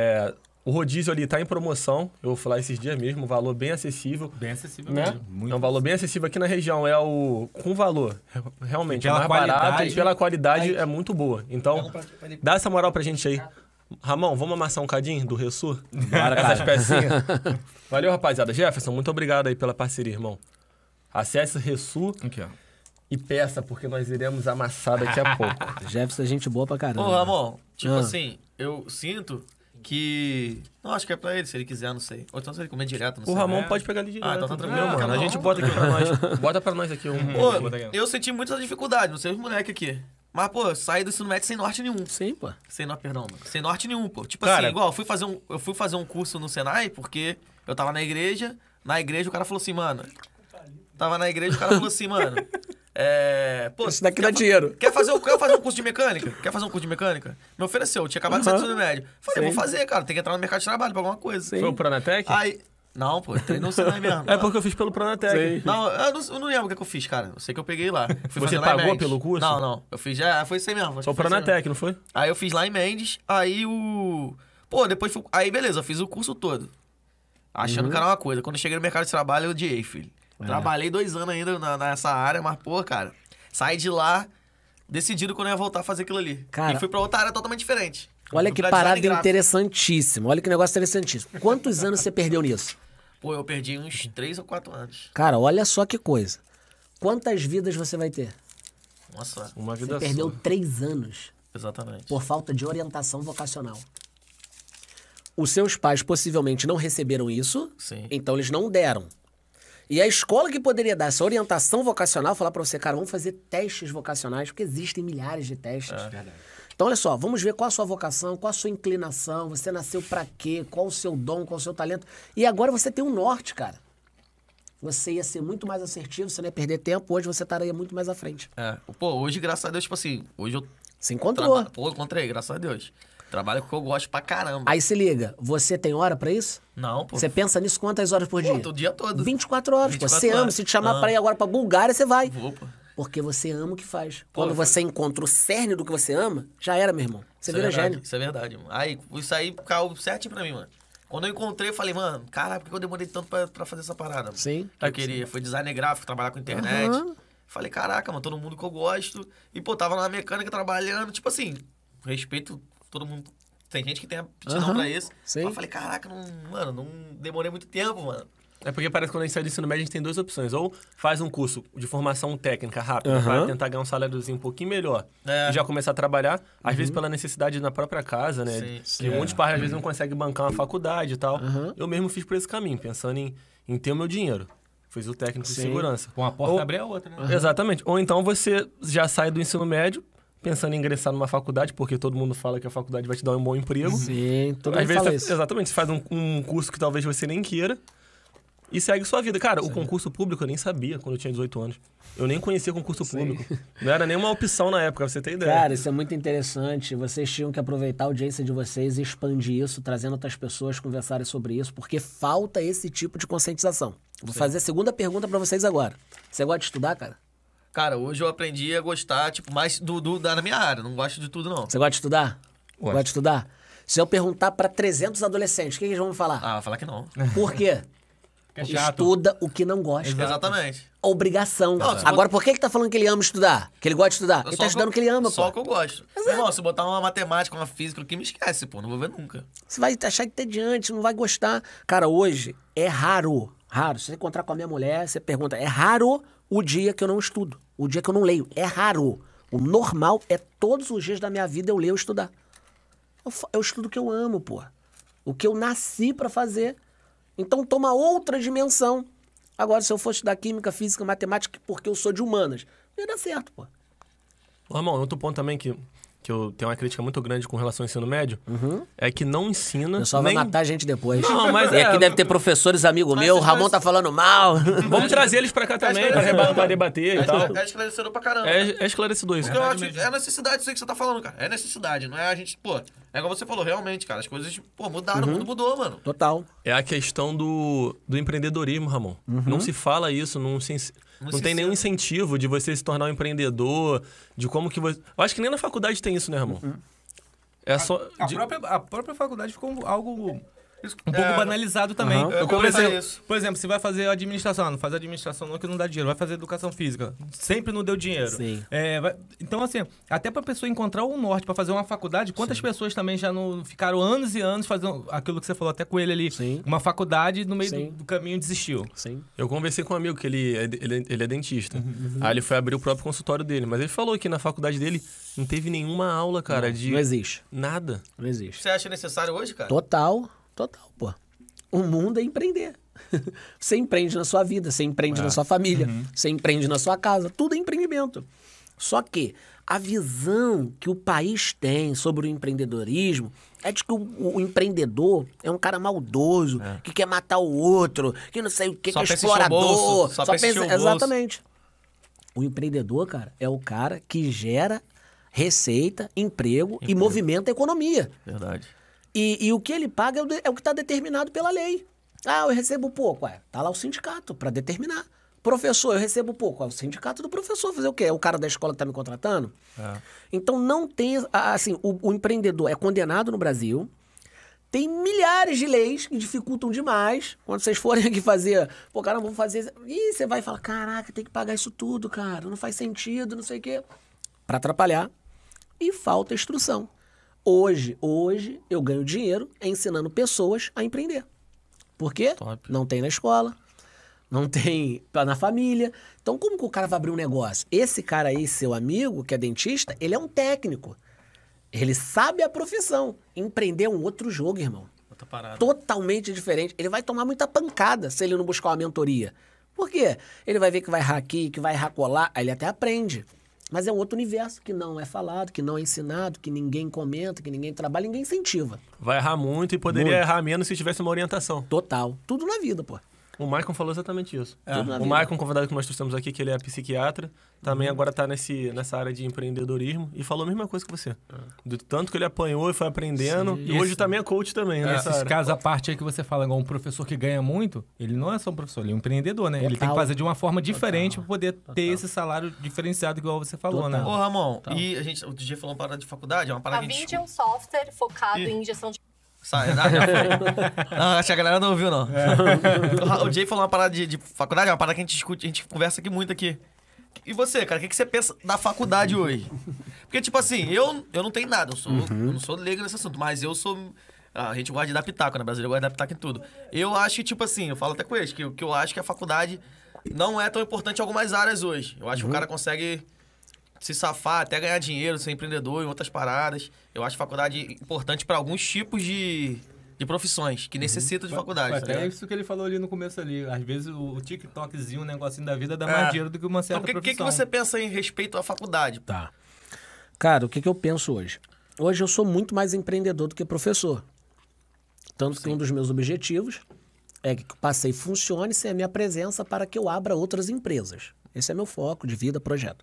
O rodízio ali tá em promoção. Eu vou falar esses dias mesmo, um valor bem acessível. Bem acessível Né? mesmo. Muito É um valor bem acessível aqui na região. Com valor. Realmente, E é pela mais barato qualidade. e pela qualidade é muito boa. Então, dá essa moral pra gente aí. Ramon, vamos amassar um cadinho do Ressu? Bora, Essas cara. pecinhas. Valeu, rapaziada. Jefferson, muito obrigado aí pela parceria, irmão. Acesse Ressu Aqui, ó. e peça, porque nós iremos amassar daqui a pouco. Jefferson é gente boa pra caramba. Ô, Ramon, tipo Ah. assim, eu sinto que... Não, acho que é pra ele, se ele quiser, não sei. Ou então se ele comer direto, não sei. O Ramon pode pegar ali direto. Ah, então tá tranquilo, mano. tá A bom. gente bota aqui pra nós. Bota pra nós aqui um... Pô, eu senti muita dificuldade, não sei os moleques aqui. Mas, pô, eu saí do ensino médio sem norte nenhum. Sim, pô. Sem norte nenhum, pô. Tipo Cara, assim, igual, eu fui fazer um curso no Senai, porque eu tava na igreja o cara falou assim, mano... Tava na igreja, o cara falou assim, mano... Pô, Isso daqui dá dinheiro. Quer fazer um curso de mecânica? Quer fazer um curso de mecânica? Me ofereceu, eu tinha acabado de sair do ensino médio. Falei, Sim. vou fazer, cara, tem que entrar no mercado de trabalho pra alguma coisa. Foi o Pronatec? Aí... Não, pô, entrei no Senai mesmo. É porque eu fiz pelo Pronatec. Não, eu não lembro o que eu fiz, cara. Eu sei que eu peguei lá. Fui Você fazer lá em pagou Mendes. pelo curso? Não. Eu fiz, foi isso aí mesmo. acho Foi o que foi isso aí mesmo. Pronatec, não foi? Aí eu fiz lá em Mendes, aí Pô, depois aí beleza, eu fiz o curso todo. Achando que era uma coisa. Quando eu cheguei no mercado de trabalho, eu odiei, filho. Trabalhei 2 anos ainda nessa área, mas, pô, cara, saí de lá decidido quando eu ia voltar a fazer aquilo ali. Cara, e fui pra outra área totalmente diferente. Olha Fui que pra parada design gráfico. interessantíssima. Olha que negócio interessantíssimo. Quantos anos você perdeu nisso? Pô, eu perdi uns 3 ou 4 anos. Cara, olha só que coisa. Quantas vidas você vai ter? Nossa, Uma Você vida perdeu só. 3 anos exatamente. por falta de orientação vocacional. Os seus pais possivelmente não receberam isso, Sim. então eles não deram. E a escola que poderia dar essa orientação vocacional, falar pra você, cara, vamos fazer testes vocacionais, porque existem milhares de testes. Então, olha só, vamos ver qual a sua vocação, qual a sua inclinação, você nasceu pra quê, qual o seu dom, qual o seu talento. E agora você tem um norte, cara. Você ia ser muito mais assertivo, você não ia perder tempo, hoje você estaria muito mais à frente. Pô, hoje, graças a Deus, tipo assim, hoje eu Se encontrou. Pô, eu encontrei, graças a Deus. Trabalho com o que eu gosto pra caramba. Aí se liga, você tem hora pra isso? Não, pô. Você pensa nisso quantas horas por dia? Pô, o dia todo. 24 horas, pô. 24 Você ama, horas. se te chamar Ah. pra ir agora pra Bulgária, você vai. Vou, pô. Porque você ama o que faz. Pô, Quando foi- você encontra o cerne do que você ama, já era, meu irmão. Você Isso é vira verdade, gênio. Isso é verdade, mano. Aí, isso aí caiu certinho pra mim, mano. Quando eu encontrei, eu falei, mano, caralho, por que eu demorei tanto pra fazer essa parada? Mano? Sim. Que eu queria. Foi designer gráfico, trabalhar com internet. Aham. Falei, caraca, mano, todo mundo que eu gosto. E, pô, tava na mecânica trabalhando, tipo assim, respeito todo mundo. Tem gente que tem aptidão Aham, pra isso. sim. Mas eu falei, caraca, mano, não demorei muito tempo, mano. É porque parece que quando a gente sai do ensino médio, a gente tem 2 opções. Ou faz um curso de formação técnica rápida, pra tentar ganhar um saláriozinho um pouquinho melhor. É. E já começar a trabalhar, às vezes pela necessidade na própria casa, né? Sim, sim. Que muitos pais, às vezes, não conseguem bancar uma faculdade e tal. Eu mesmo fiz por esse caminho, pensando em ter o meu dinheiro. Fiz o técnico de segurança. Com uma porta Ou- abrir a outra, né? Exatamente. Ou então você já sai do ensino médio, pensando em ingressar numa faculdade, porque todo mundo fala que a faculdade vai te dar um bom emprego. Sim, todo Às mundo vezes, fala isso. exatamente, você faz um curso que talvez você nem queira e segue sua vida. Cara, o concurso público eu nem sabia quando eu tinha 18 anos. Eu nem conhecia concurso público. Não era nenhuma opção na época, pra você ter ideia. Cara, isso é muito interessante. Vocês tinham que aproveitar a audiência de vocês e expandir isso, trazendo outras pessoas conversarem sobre isso, porque falta esse tipo de conscientização. Vou fazer a segunda pergunta pra vocês agora. Você gosta de estudar, cara? Cara, hoje eu aprendi a gostar, tipo, mais da minha área. Não gosto de tudo, não. Você gosta de estudar? Gosto. Gosta de estudar? Se eu perguntar pra 300 adolescentes, o que eles vão falar? Ah, vai falar que não. Por quê? Que é chato. Estuda o que não gosta. Exatamente. Obrigação. Não, se Agora, por que ele tá falando que ele ama estudar? Que ele gosta de estudar? Ele Só tá estudando o que ele ama, Só o pô. que eu gosto. Irmão, se botar uma matemática, uma física, que me esquece, pô. Não vou ver nunca. Você vai achar que tá diante, não vai gostar. Cara, hoje é raro. Se você encontrar com a minha mulher, você pergunta, é raro o dia que eu não estudo. O dia que eu não leio. É raro. O normal é todos os dias da minha vida eu ler ou estudar. Eu estudo o que eu amo, pô. O que eu nasci pra fazer. Então toma outra dimensão. Agora, se eu for estudar química, física, matemática, porque eu sou de humanas, não ia dar certo, pô. Ô, Ramon, outro ponto também que eu tenho uma crítica muito grande com relação ao ensino médio é que não ensina. O pessoal vai matar a gente depois. Não, mas e aqui deve ter professores amigos meus, o Ramon tá falando mal. Vamos trazer eles pra cá também, pra debater e tal. É esclarecedor pra caramba. É esclarecedor isso. Porque eu acho que é necessidade isso aí que você tá falando, cara. É necessidade, não é a gente, pô. É igual você falou, realmente, cara. As coisas, pô, mudaram, o mundo mudou, mano. Total. É a questão do empreendedorismo, Ramon. Não se fala isso, não tem nenhum incentivo de você se tornar um empreendedor, de como que você... Eu acho que nem na faculdade tem isso, né, Ramon? É só... A própria faculdade ficou algo um pouco banalizado também. Eu Por comecei exemplo, isso. por exemplo, você vai fazer administração, não faz administração não que não dá dinheiro, vai fazer educação física, sempre não deu dinheiro. Sim. Então, assim, até pra pessoa encontrar o norte pra fazer uma faculdade, quantas pessoas também já não ficaram anos e anos fazendo aquilo que você falou até com ele ali, Sim. uma faculdade no meio Sim. do caminho desistiu. Sim. Eu conversei com um amigo que ele é dentista. Aí ele foi abrir o próprio consultório dele. Mas ele falou que na faculdade dele não teve nenhuma aula, cara, de... Não existe. Nada. Não existe. Você acha necessário hoje, cara? Total, pô. O mundo é empreender. Você empreende na sua vida, você empreende na sua família, você empreende na sua casa, tudo é empreendimento. Só que a visão que o país tem sobre o empreendedorismo é de que o empreendedor é um cara maldoso, que quer matar o outro, que não sei o que, Só que é pensa em encher o explorador. bolso, só pensa em encher o bolso. Exatamente. O empreendedor, cara, é o cara que gera receita, emprego e movimenta a economia. Verdade. E o que ele paga é o que está determinado pela lei. Ah, eu recebo pouco. Tá lá o sindicato para determinar. Professor, eu recebo pouco. O sindicato do professor fazer o quê? É o cara da escola que está me contratando? Então não tem... Assim, o empreendedor é condenado no Brasil. Tem milhares de leis que dificultam demais. Quando vocês forem aqui fazer... Pô, cara, vamos fazer... Ih, você vai falar, caraca, tem que pagar isso tudo, cara. Não faz sentido, não sei o quê. Para atrapalhar. E falta instrução. Hoje eu ganho dinheiro ensinando pessoas a empreender. Por quê? Top. Não tem na escola, não tem na família. Então, como que o cara vai abrir um negócio? Esse cara aí, seu amigo, que é dentista, ele é um técnico. Ele sabe a profissão. Empreender é um outro jogo, irmão. Outra parada. Totalmente diferente. Ele vai tomar muita pancada se ele não buscar uma mentoria. Por quê? Ele vai ver que vai errar aqui, que vai errar colar, aí ele até aprende. Mas é um outro universo que não é falado, que não é ensinado, que ninguém comenta, que ninguém trabalha, ninguém incentiva. Vai errar muito e poderia errar menos se tivesse uma orientação. Total. Tudo na vida, pô. O Maicon falou exatamente isso. Tudo na O vida. Maicon, convidado que nós trouxemos aqui, que ele é psiquiatra, também agora está nessa área de empreendedorismo e falou a mesma coisa que você. Do tanto que ele apanhou e foi aprendendo. Sim. E hoje Isso. também é coach também, né? nessa Esses área. casos à parte aí que você fala, igual um professor que ganha muito, ele não é só um professor, ele é um empreendedor, né? Ele tem que Total. fazer de uma forma diferente para poder ter esse salário diferenciado, igual você falou, Total. né? Ô, Ramon, e a gente outro dia falou uma parada de faculdade, é uma parada A que a gente... Vind é um software focado em injeção de... Sai, já foi. Não, acho que a galera não ouviu, não. O Jay falou uma parada de faculdade, é uma parada que a gente discute, a gente conversa aqui muito aqui. E você, cara, o que você pensa da faculdade hoje? Porque, tipo assim, eu não tenho nada, eu não sou leigo nesse assunto, mas eu sou... A gente gosta de dar pitaco, né? Brasileiro gosta de dar pitaco em tudo. Eu acho que, tipo assim, eu falo até com eles, que eu acho que a faculdade não é tão importante em algumas áreas hoje. Eu acho que o cara consegue se safar, até ganhar dinheiro, ser empreendedor em outras paradas. Eu acho a faculdade importante para alguns tipos de profissões que necessitam de faculdade. tá Até ligado? isso que ele falou ali no começo ali. Às vezes o TikTokzinho, o negocinho da vida dá mais dinheiro do que uma certa Então, o que profissão. você pensa em respeito à faculdade? Tá. Cara, o que eu penso hoje? Hoje eu sou muito mais empreendedor do que professor. Tanto que um dos meus objetivos é que o Passeio funcione sem a minha presença para que eu abra outras empresas. Esse é meu foco de vida, projeto.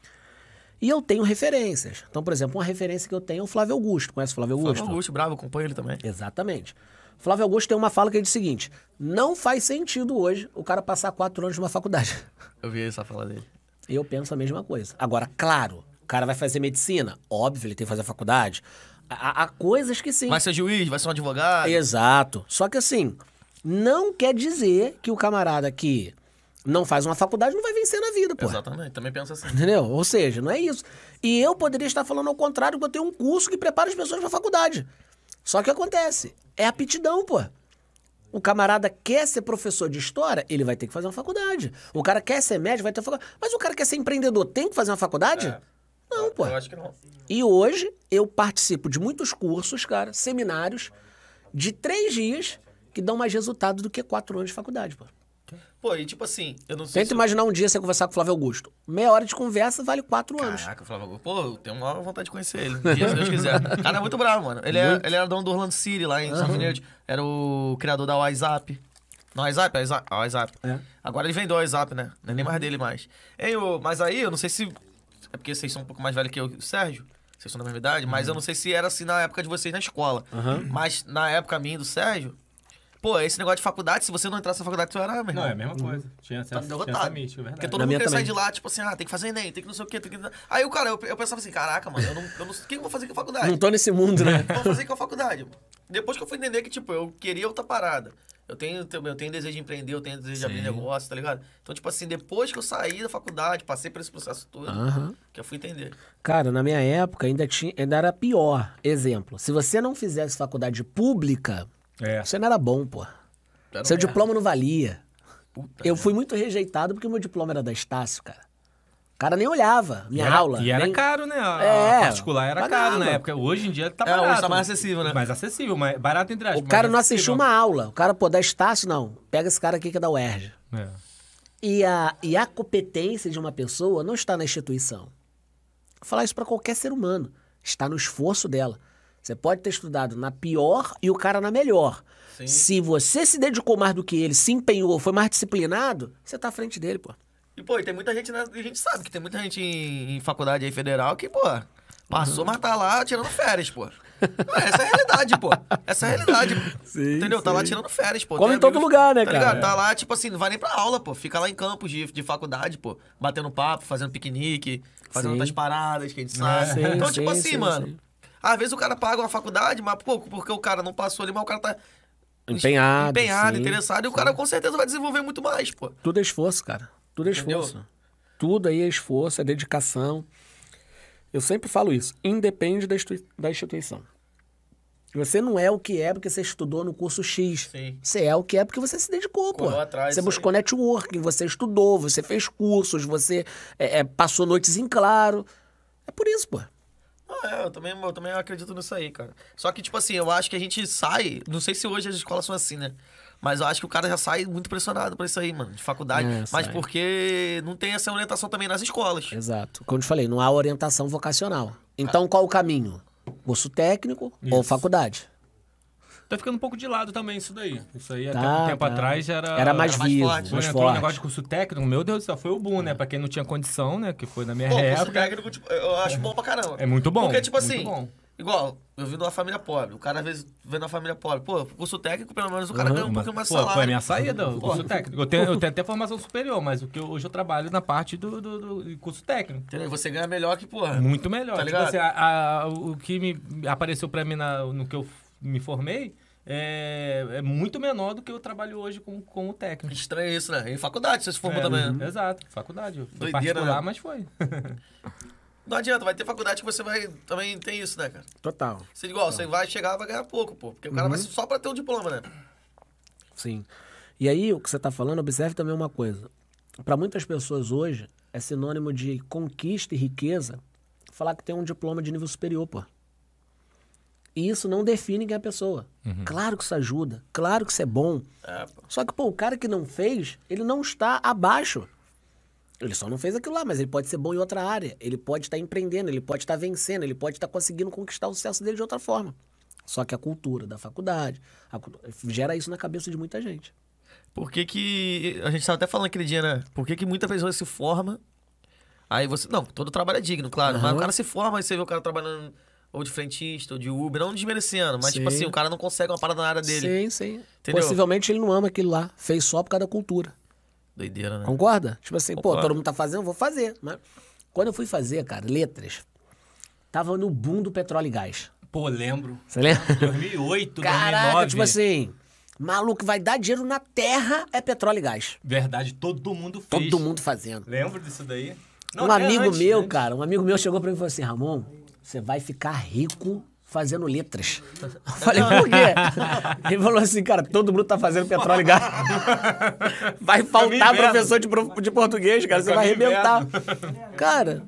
E eu tenho referências. Então, por exemplo, uma referência que eu tenho é o Flávio Augusto. Conhece o Flávio Augusto? Flávio Augusto, bravo, acompanho ele também. Exatamente. O Flávio Augusto tem uma fala que ele diz o seguinte: não faz sentido hoje o cara passar 4 anos numa faculdade. Eu vi essa fala dele. Eu penso a mesma coisa. Agora, claro, o cara vai fazer medicina. Óbvio, ele tem que fazer faculdade. Há coisas que sim. Vai ser juiz, vai ser um advogado. Exato. Só que assim, não quer dizer que o camarada que não faz uma faculdade não vai vencer na vida, pô. Exatamente, também penso assim. Entendeu? Ou seja, não é isso. E eu poderia estar falando ao contrário, que eu tenho um curso que prepara as pessoas para a faculdade. Só que acontece, é aptidão, pô. O camarada quer ser professor de história, ele vai ter que fazer uma faculdade. O cara quer ser médico, vai ter que fazer. Mas o cara quer ser empreendedor, tem que fazer uma faculdade? Não, pô. Eu acho que não. E hoje eu participo de muitos cursos, cara, seminários de 3 dias que dão mais resultado do que 4 anos de faculdade, pô. Pô, e tipo assim, eu não sei Tenta imaginar um dia você conversar com o Flávio Augusto. Meia hora de conversa vale 4 anos. Caraca, Flávio Augusto. Pô, eu tenho uma vontade de conhecer ele. Um dia, se Deus quiser. O cara é muito bravo, mano. Ele era dono do Orlando City, lá em Estados Unidos. Era o criador da WhatsApp. Não, WhatsApp? WhatsApp. É. Agora ele vendeu o WhatsApp, né? Não é nem mais dele mais. Ei, mas aí, eu não sei se... É porque vocês são um pouco mais velhos que eu, o Sérgio. Vocês são da mesma idade. Mas eu não sei se era assim na época de vocês na escola. Mas na época minha e do Sérgio... Pô, esse negócio de faculdade, se você não entrasse na faculdade, tu era, meu irmão. Não, é a mesma coisa. Tinha Tá essa derrotado. mística, é verdade. Porque todo Na mundo minha queria sair também. de lá, tipo assim, tem que fazer Enem, tem que não sei o quê, tem que... Aí o cara, eu pensava assim, caraca, mano, eu não o que eu vou fazer com a faculdade? Não tô nesse mundo, né? Vou fazer com a faculdade. Depois que eu fui entender que, tipo, eu queria outra parada. Eu tenho desejo de emprender, eu tenho desejo de abrir negócio, tá ligado? Então, tipo assim, depois que eu saí da faculdade, passei por esse processo todo, que eu fui entender. Cara, na minha época ainda era pior. Exemplo, se você não fizesse faculdade pública, você não era bom, pô. Era Seu merda. diploma não valia. Puta Eu merda. fui muito rejeitado porque o meu diploma era da Estácio, cara. O cara nem olhava minha aula. E era nem... caro, né? A É, particular era caro na pagava. época. Hoje em dia tá Hoje barato. tá mais acessível, né? Mais acessível, mas barato entre aspas. O cara mais não assistiu acessível. uma aula. O cara, pô, da Estácio, não. Pega esse cara aqui que é da UERJ. É. E a competência de uma pessoa não está na instituição. Vou falar isso para qualquer ser humano. Está no esforço dela. Você pode ter estudado na pior e o cara na melhor. Sim. Se você se dedicou mais do que ele, se empenhou, foi mais disciplinado, você tá à frente dele, pô. E, pô, e tem muita gente, né? A gente sabe que tem muita gente em faculdade aí federal que, pô, passou, mas tá lá tirando férias, pô. Essa é a realidade, pô. Essa é a realidade. Sim, Entendeu? Tá lá sim. tirando férias, pô. Como Tem em todo lugar, né, tá cara? ligado? Tá lá, tipo assim, não vai nem pra aula, pô. Fica lá em campos de faculdade, pô. Batendo papo, fazendo piquenique, fazendo Sim. outras paradas que a gente sabe. Sim, Então, sim, tipo assim, sim, mano. sim. Às vezes o cara paga uma faculdade, mas, pô, porque o cara não passou ali, mas o cara tá... Empenhado, sim, interessado, e o cara com certeza vai desenvolver muito mais, pô. Tudo é esforço, cara. Tudo é Entendeu? esforço. Tudo aí é esforço, é dedicação. Eu sempre falo isso. Independe da instituição. Você não é o que é porque você estudou no curso X. Sim. Você é o que é porque você se dedicou, pô. Correu atrás, Você isso buscou networking, você estudou, você fez cursos, você passou noites em claro. É por isso, pô. Eu também acredito nisso aí, cara. Só que, tipo assim, eu acho que a gente sai... Não sei se hoje as escolas são assim, né? Mas eu acho que o cara já sai muito pressionado pra isso aí, mano. De faculdade. Mas sai. porque não tem essa orientação também nas escolas. Exato. Como eu te falei, não há orientação vocacional. Então, qual o caminho? Curso técnico ou faculdade? Tá ficando um pouco de lado também isso daí. Isso aí, até Tá, um tempo tá. atrás, era... Era mais mais vivo, forte. mais Quando entrou o negócio forte. de curso técnico, meu Deus do céu, foi o boom, né? Pra quem não tinha condição, né? Que foi na minha Pô, curso época. técnico, tipo, eu acho bom pra caramba. É muito bom. Porque, tipo muito assim, bom. igual, eu vim de uma família pobre. O cara, às vezes, vem de uma família pobre. Pô, curso técnico, pelo menos, o cara ganha um pouquinho mais de Pô, salário. foi a minha saída, o curso técnico. Eu tenho até formação superior, mas hoje eu trabalho na parte do curso técnico. Entendeu? E você ganha melhor que, porra. Muito melhor. Tá Tipo ligado? assim, o que me apareceu pra mim no que eu me formei é muito menor do que eu trabalho hoje com o técnico. Estranho isso, né? Em faculdade você se formou É, também, né? Exato, faculdade. Foi Doideira, particular, né? mas foi. Não adianta, vai ter faculdade que você vai... Também tem isso, né, cara? Total. Você, igual, você vai chegar, vai ganhar pouco, pô. Porque o cara vai só pra ter um diploma, né? Sim. E aí, o que você está falando, observe também uma coisa. Para muitas pessoas hoje, é sinônimo de conquista e riqueza falar que tem um diploma de nível superior, pô. E isso não define quem é a pessoa. Claro que isso ajuda, claro que isso é bom. É, pô. Só que, pô, o cara que não fez, ele não está abaixo. Ele só não fez aquilo lá, mas ele pode ser bom em outra área. Ele pode estar empreendendo, ele pode estar vencendo, ele pode estar conseguindo conquistar o sucesso dele de outra forma. Só que a cultura da faculdade gera isso na cabeça de muita gente. Por que a gente estava até falando aquele dia, né? Por que muita pessoa se forma, aí você... Não, todo trabalho é digno, claro. Mas o cara se forma, aí você vê o cara trabalhando ou de frentista, ou de Uber, não desmerecendo. Mas, tipo assim, o cara não consegue uma parada na área dele. Sim. Entendeu? Possivelmente ele não ama aquilo lá. Fez só por causa da cultura. Doideira, né? Concorda? Tipo assim, Concordo. todo mundo tá fazendo, vou fazer. Mas quando eu fui fazer, cara, letras, tava no boom do petróleo e gás. Pô, lembro. Você lembra? 2008, Caraca, 2009. tipo assim, maluco, vai dar dinheiro na terra é petróleo e gás. Verdade, todo mundo fez. Todo mundo fazendo. Lembro disso daí? Não, Um até amigo antes, meu, né? cara, um amigo meu chegou pra mim e falou assim, Ramon, você vai ficar rico fazendo letras. Eu falei, por quê? Ele falou assim, cara, todo mundo tá fazendo petróleo e gás. Vai faltar professor de português, cara, você vai arrebentar. Cara,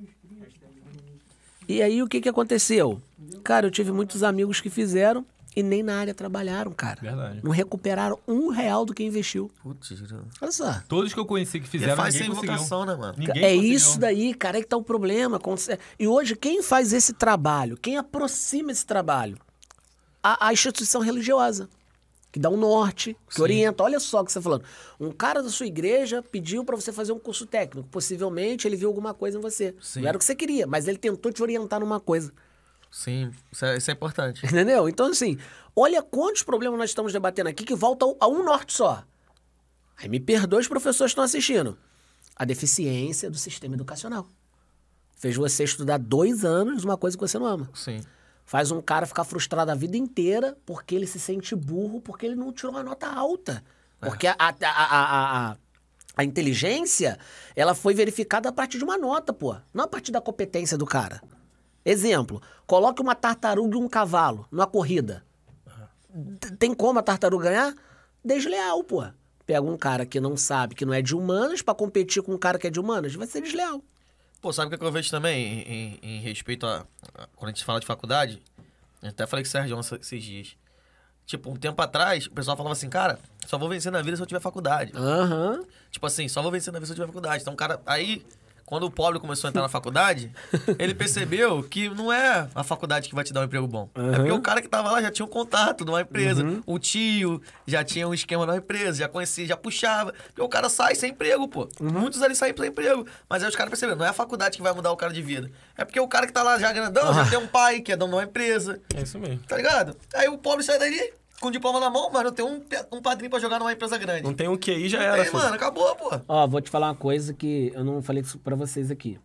e aí o que aconteceu? Cara, eu tive muitos amigos que fizeram e nem na área trabalharam, cara. Verdade. Não recuperaram R$1 do que investiu. Putz, Olha só. Todos que eu conheci que e fizeram, faz ninguém sem conseguiu. vocação, né, mano? Ninguém É conseguiu. isso daí, cara, é que tá o problema. E hoje, quem faz esse trabalho, quem aproxima esse trabalho? A instituição religiosa, que dá um norte, que orienta. Olha só o que você tá falando. Um cara da sua igreja pediu pra você fazer um curso técnico. Possivelmente ele viu alguma coisa em você. Sim. Não era o que você queria, mas ele tentou te orientar numa coisa. Sim, isso é importante. Entendeu? Então, assim, olha quantos problemas nós estamos debatendo aqui que voltam a um norte só. Aí me perdoe os professores que estão assistindo. A deficiência do sistema educacional. Fez você estudar 2 anos uma coisa que você não ama. Sim. Faz um cara ficar frustrado a vida inteira porque ele se sente burro, porque ele não tirou uma nota alta. Porque a inteligência, ela foi verificada a partir de uma nota, pô. Não a partir da competência do cara. Exemplo, coloque uma tartaruga e um cavalo numa corrida. Tem como a tartaruga ganhar? Desleal, pô. Pega um cara que não sabe, que não é de humanas, pra competir com um cara que é de humanas, vai ser desleal. Pô, sabe o que eu vejo também em respeito quando a gente fala de faculdade? Eu até falei com o Sérgio esses dias. Tipo, um tempo atrás, o pessoal falava assim, cara, só vou vencer na vida se eu tiver faculdade. Aham. Tipo assim, só vou vencer na vida se eu tiver faculdade. Então, o cara, aí, quando o pobre começou a entrar na faculdade, ele percebeu que não é a faculdade que vai te dar um emprego bom. É porque o cara que tava lá já tinha um contato de uma empresa. O tio já tinha um esquema de uma empresa, já conhecia, já puxava. Porque o cara sai sem emprego, pô. Muitos ali saem sem emprego. Mas aí os caras perceberam, não é a faculdade que vai mudar o cara de vida. É porque o cara que tá lá já grandão, já tem um pai que é dono de uma empresa. É isso mesmo. Tá ligado? Aí o pobre sai daí com o diploma na mão, mas não tem um padrinho pra jogar numa empresa grande. Não tem um QI, já Não era. tem, filho. mano, acabou, pô. Ó, vou te falar uma coisa que eu não falei isso pra vocês aqui.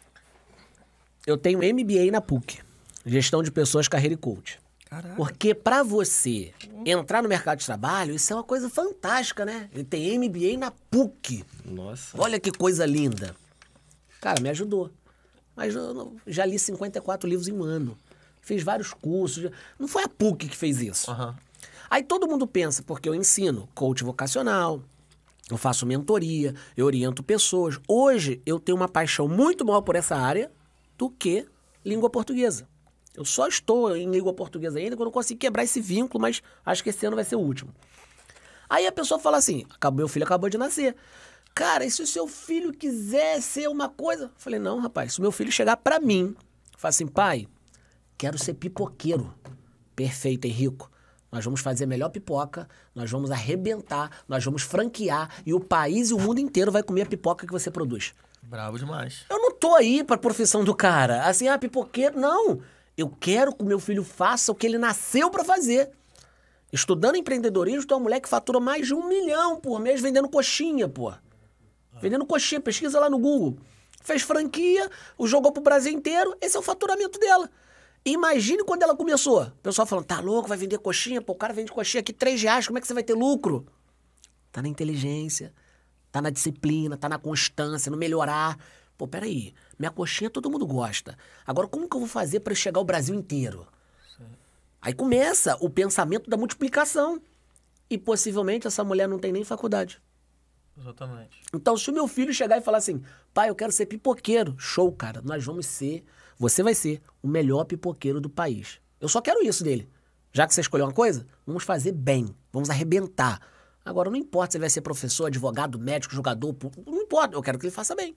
Eu tenho MBA na PUC. Gestão de Pessoas, Carreira e Coach. Caralho. Porque pra você entrar no mercado de trabalho, isso é uma coisa fantástica, né? Ele tem MBA na PUC. Nossa. Olha que coisa linda. Cara, me ajudou. Mas eu já li 54 livros em um ano. Fiz vários cursos. Não foi a PUC que fez isso. Aham. Aí todo mundo pensa, porque eu ensino coach vocacional, eu faço mentoria, eu oriento pessoas. Hoje eu tenho uma paixão muito maior por essa área do que língua portuguesa. Eu só estou em língua portuguesa ainda quando eu consigo quebrar esse vínculo, mas acho que esse ano vai ser o último. Aí a pessoa fala assim, meu filho acabou de nascer. Cara, e se o seu filho quiser ser uma coisa? Eu falei, não, rapaz, se o meu filho chegar pra mim, fala assim, pai, quero ser pipoqueiro. Perfeito, Henrico. Nós vamos fazer a melhor pipoca, nós vamos arrebentar, nós vamos franquear e o país e o mundo inteiro vai comer a pipoca que você produz. Bravo demais. Eu não tô aí pra profissão do cara. Assim, pipoqueiro, não. Eu quero que o meu filho faça o que ele nasceu pra fazer. Estudando empreendedorismo, tem uma mulher que fatura mais de 1 milhão por mês vendendo coxinha, pô. Vendendo coxinha, pesquisa lá no Google. Fez franquia, jogou pro Brasil inteiro, esse é o faturamento dela. Imagine quando ela começou. O pessoal falando, tá louco, vai vender coxinha? Pô, o cara vende coxinha aqui R$3, como é que você vai ter lucro? Tá na inteligência, tá na disciplina, tá na constância, no melhorar. Pô, peraí, minha coxinha todo mundo gosta. Agora, como que eu vou fazer pra chegar ao Brasil inteiro? Aí começa o pensamento da multiplicação. E possivelmente essa mulher não tem nem faculdade. Exatamente. Então, se o meu filho chegar e falar assim, pai, eu quero ser pipoqueiro. Show, cara, nós vamos ser... Você vai ser o melhor pipoqueiro do país. Eu só quero isso dele. Já que você escolheu uma coisa, vamos fazer bem. Vamos arrebentar. Agora, não importa se ele vai ser professor, advogado, médico, jogador, não importa, eu quero que ele faça bem.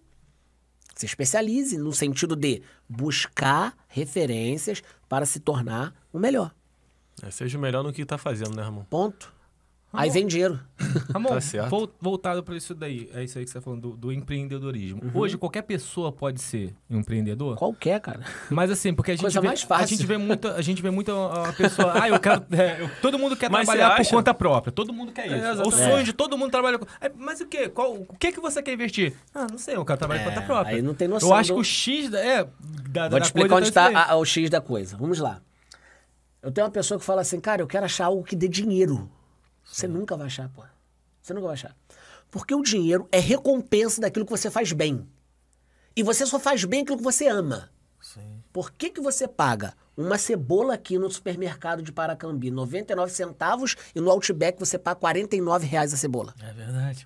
Se especialize no sentido de buscar referências para se tornar o melhor. Seja o melhor no que tá fazendo, né, Ramon? Ponto. Aí vem dinheiro. Ramon, Tá certo. voltado para isso daí, é isso aí que você tá falando, do empreendedorismo. Hoje, qualquer pessoa pode ser um empreendedor? Qualquer, cara. Mas assim, porque a gente Coisa vê, mais fácil. a gente vê muito a pessoa, todo mundo quer Mas trabalhar você por acha? conta própria, todo mundo quer isso. É o exatamente. sonho de todo mundo trabalhar com... Mas o quê? O que você quer investir? Ah, não sei, eu quero trabalhar por conta própria. Aí não tem noção Eu acho do- que o X da Vou te explicar coisa onde tá isso está aí. o X da coisa. Vamos lá. Eu tenho uma pessoa que fala assim, cara, eu quero achar algo que dê dinheiro. Você nunca vai achar, pô. Você nunca vai achar. Porque o dinheiro é recompensa daquilo que você faz bem. E você só faz bem aquilo que você ama. Sim. Por que você paga uma cebola aqui no supermercado de Paracambi, 99 centavos, e no Outback você paga R$49 a cebola? É verdade.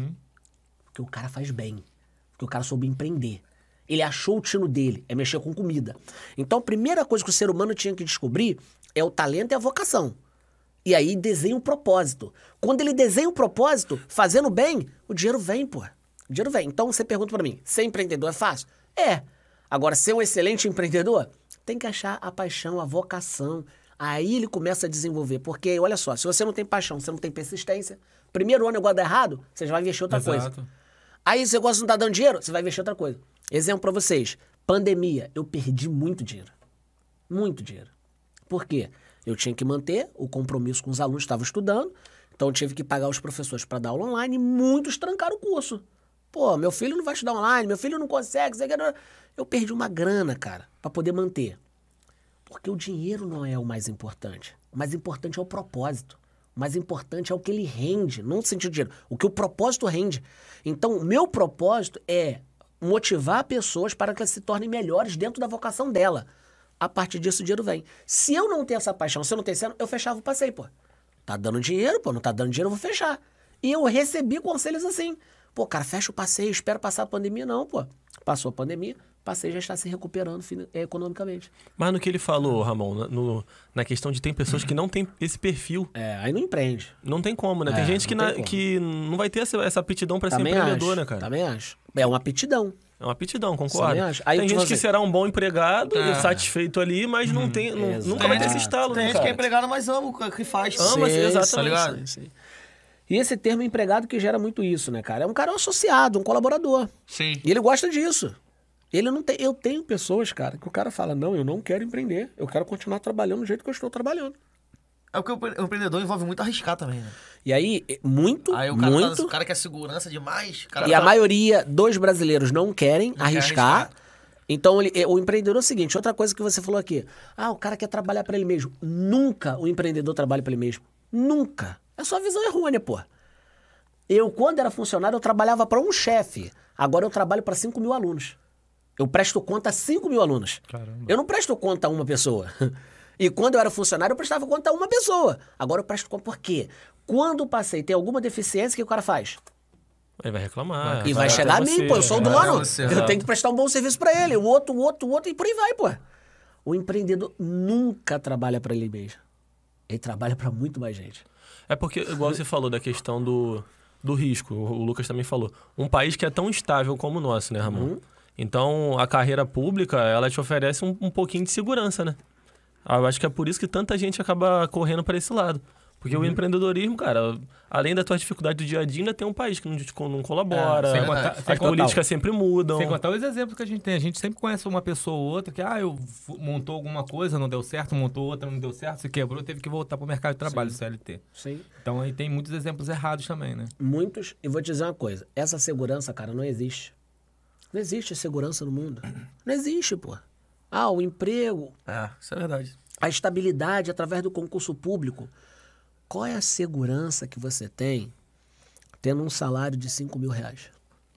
Porque o cara faz bem. Porque o cara soube empreender. Ele achou o tino dele, é mexer com comida. Então, a primeira coisa que o ser humano tinha que descobrir é o talento e a vocação. E aí desenha um propósito. Quando ele desenha um propósito, fazendo bem, o dinheiro vem, pô. O dinheiro vem. Então, você pergunta pra mim, ser empreendedor é fácil? É. Agora, ser um excelente empreendedor, tem que achar a paixão, a vocação. Aí ele começa a desenvolver. Porque, olha só, se você não tem paixão, você não tem persistência, primeiro ano o negócio dá errado, você já vai investir em outra coisa. Exato. Aí esse negócio não tá dando dinheiro, você vai investir em outra coisa. Exemplo pra vocês. Pandemia, eu perdi muito dinheiro. Muito dinheiro. Por quê? Eu tinha que manter o compromisso com os alunos que estavam estudando, então eu tive que pagar os professores para dar aula online e muitos trancaram o curso. Pô, meu filho não vai estudar online, meu filho não consegue. Eu perdi uma grana, cara, para poder manter. Porque o dinheiro não é o mais importante. O mais importante é o propósito. O mais importante é o que ele rende, não no sentido de dinheiro, o que o propósito rende. Então, o meu propósito é motivar pessoas para que elas se tornem melhores dentro da vocação dela. A partir disso, o dinheiro vem. Se eu não tenho essa paixão, se eu não tenho cena, eu fechava o passeio, pô. Tá dando dinheiro, pô, não tá dando dinheiro, eu vou fechar. E eu recebi conselhos assim. Pô, cara, fecha o passeio, espera passar a pandemia. Não, pô. Passou a pandemia, o passeio já está se recuperando economicamente. Mas no que ele falou, Ramon, na questão de tem pessoas que não tem esse perfil. Aí não empreende. Não tem como, né? Tem gente não tem como. que não vai ter essa aptidão pra ser Também empreendedor, acho, né, cara? Também acho. É uma aptidão. É uma aptidão, concordo. Também acho. Aí, Tem tipo gente que assim- será um bom empregado, satisfeito ali, mas não tem, nunca vai ter esse estalo, Tem né, gente que é cara? empregado, mas ama o que faz. Ama, Sim, exatamente. Tá ligado? sim, sim. E esse termo empregado que gera muito isso, né, cara? É um cara associado, um colaborador. Sim. E ele gosta disso. Ele não tem... Eu tenho pessoas, cara, que o cara fala, não, eu não quero empreender. Eu quero continuar trabalhando do jeito que eu estou trabalhando. É porque o empreendedor envolve muito arriscar também, né? E aí, muito, Aí o cara, muito... o cara quer segurança demais. O cara E a tá- maioria dos brasileiros não querem quer arriscar. arriscar. Então, o empreendedor é o seguinte, outra coisa que você falou aqui. O cara quer trabalhar para ele mesmo. Nunca o empreendedor trabalha para ele mesmo. Nunca. É só visão errônea, pô. Eu, quando era funcionário, eu trabalhava para um chefe. Agora eu trabalho para 5 mil alunos. Eu presto conta a 5 mil alunos. Caramba. Eu não presto conta a uma pessoa. E quando eu era funcionário, eu prestava conta a uma pessoa. Agora eu presto conta por quê? Quando passei tem alguma deficiência, o que o cara faz? Ele vai reclamar. E vai chegar a até mim, você, pô, eu sou o né? dono. você, Eu exato. tenho que prestar um bom serviço pra ele. O outro, e por aí vai, pô. O empreendedor nunca trabalha pra ele mesmo. Ele trabalha pra muito mais gente. É porque, igual você falou da questão do risco, o Lucas também falou. Um país que é tão estável como o nosso, né, Ramon? Então, a carreira pública, ela te oferece um pouquinho de segurança, né? Eu acho que é por isso que tanta gente acaba correndo para esse lado. Porque o empreendedorismo, cara, além da tua dificuldade do dia a dia, ainda tem um país que não colabora, sem contar- as sem contar- políticas sempre mudam. Sem contar os exemplos que a gente tem. A gente sempre conhece uma pessoa ou outra que, montou alguma coisa, não deu certo, montou outra, não deu certo, se quebrou, teve que voltar pro mercado de trabalho, CLT. Sim. Então aí tem muitos exemplos errados também, né? Muitos. E vou te dizer uma coisa. Essa segurança, cara, não existe. Não existe segurança no mundo. Não existe, pô. O emprego, Isso é verdade. a estabilidade através do concurso público. Qual é a segurança que você tem tendo um salário de 5 mil reais?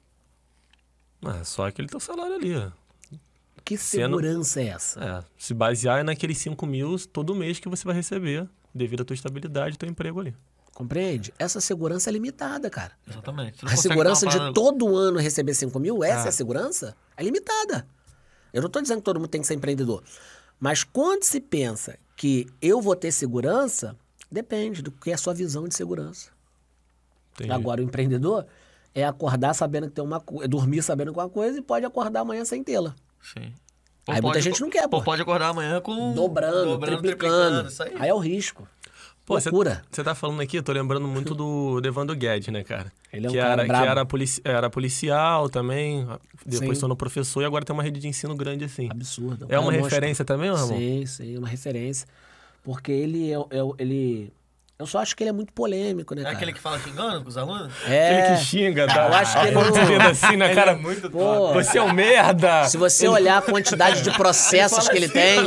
Só aquele teu salário ali, ó. Que segurança é essa? Se basear naqueles 5 mil todo mês que você vai receber devido à tua estabilidade e teu emprego ali. Compreende? Essa segurança é limitada, cara. Exatamente. A segurança de todo ano receber 5 mil, essa é a segurança? É limitada. Eu não estou dizendo que todo mundo tem que ser empreendedor. Mas quando se pensa que eu vou ter segurança, depende do que é a sua visão de segurança. Entendi. Agora, o empreendedor é acordar sabendo que tem uma coisa, dormir sabendo que é uma coisa e pode acordar amanhã sem tê-la. Sim. Aí muita gente não quer, pô. Pode acordar amanhã com... Dobrando, triplicando. Isso aí. Aí é o risco. Pô, Loucura. Você tá falando aqui, eu tô lembrando muito do Evandro Guedes, né, cara? Ele é um que cara era, brabo. era policial também, depois Sim. se tornou professor e agora tem uma rede de ensino grande assim. Absurdo. É uma referência também, Ramon? Sim, uma referência. Porque ele eu só acho que ele é muito polêmico, né, É cara? aquele que fala xingando com os alunos? É, Aquele que xinga, eu acho que ele ponto de dedo assim na cara. muito pô, Você é um merda! se você olhar a quantidade de processos que ele tem,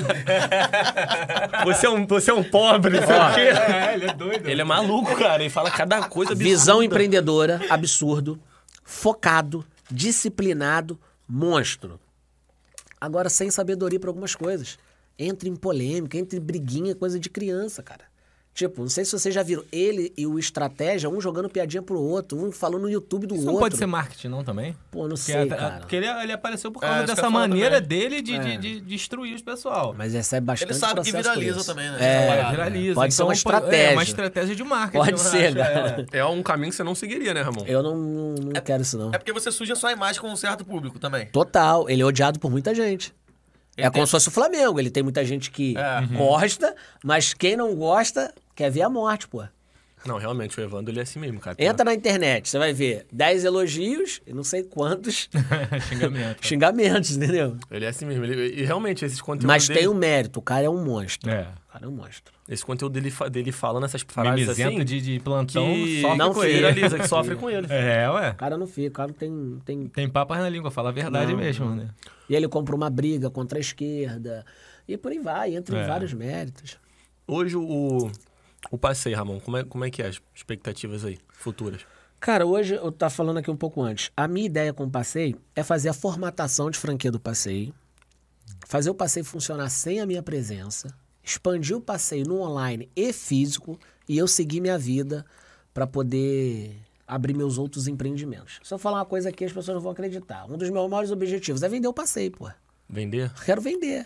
Você é um pobre, não sei o quê. ele é doido. Ele é maluco, cara. Ele fala cada coisa absurda. visão empreendedora, absurdo, focado, disciplinado, monstro. Agora, sem sabedoria para algumas coisas. Entra em polêmica, entra em briguinha, coisa de criança, cara. Tipo, não sei se vocês já viram ele e o Estratégia, um jogando piadinha pro outro, um falando no YouTube do Isso outro. não pode ser marketing, não, também? Pô, não sei, cara. Porque ele apareceu por causa isso que eu dessa ia falar maneira também. dele de destruir os pessoal. Mas recebe bastante Ele sabe que processo por viraliza isso. também, né? É, Essa parada. Viraliza. Pode ser uma É estratégia. uma estratégia de marketing. Pode eu ser, acho, cara. É um caminho que você não seguiria, né, Ramon? Eu não quero isso, não. É porque você suja sua imagem com um certo público também. Total. Ele é odiado por muita gente. É como se fosse o Flamengo. Ele tem muita gente que gosta, mas quem não gosta quer ver a morte, pô. Não, realmente, o Evandro, ele é assim mesmo, cara. Entra na internet, você vai ver 10 elogios e não sei quantos Xingamento. xingamentos, entendeu? Ele é assim mesmo. E realmente, esses conteúdos Mas dele... tem um mérito. O cara é um monstro. É. O cara é um monstro. Esse conteúdo dele falando essas frases Mimizento assim... de plantão que sofre não com fica. ele. viraliza, que sofre com ele. É, ué. O cara não fica, o cara não tem... Tem papas na língua, fala a verdade Não, mesmo, né? E ele compra uma briga contra a esquerda. E por aí vai, entra em É. vários méritos. Hoje, o passeio, Ramon, como é que é as expectativas aí, futuras? Cara, hoje eu tava falando aqui um pouco antes. A minha ideia com o passeio é fazer a formatação de franquia do passeio, fazer o passeio funcionar sem a minha presença, expandir o passeio no online e físico e eu seguir minha vida para poder abrir meus outros empreendimentos. Se eu falar uma coisa aqui, as pessoas não vão acreditar. Um dos meus maiores objetivos é vender o passeio, pô. Vender? Eu quero vender.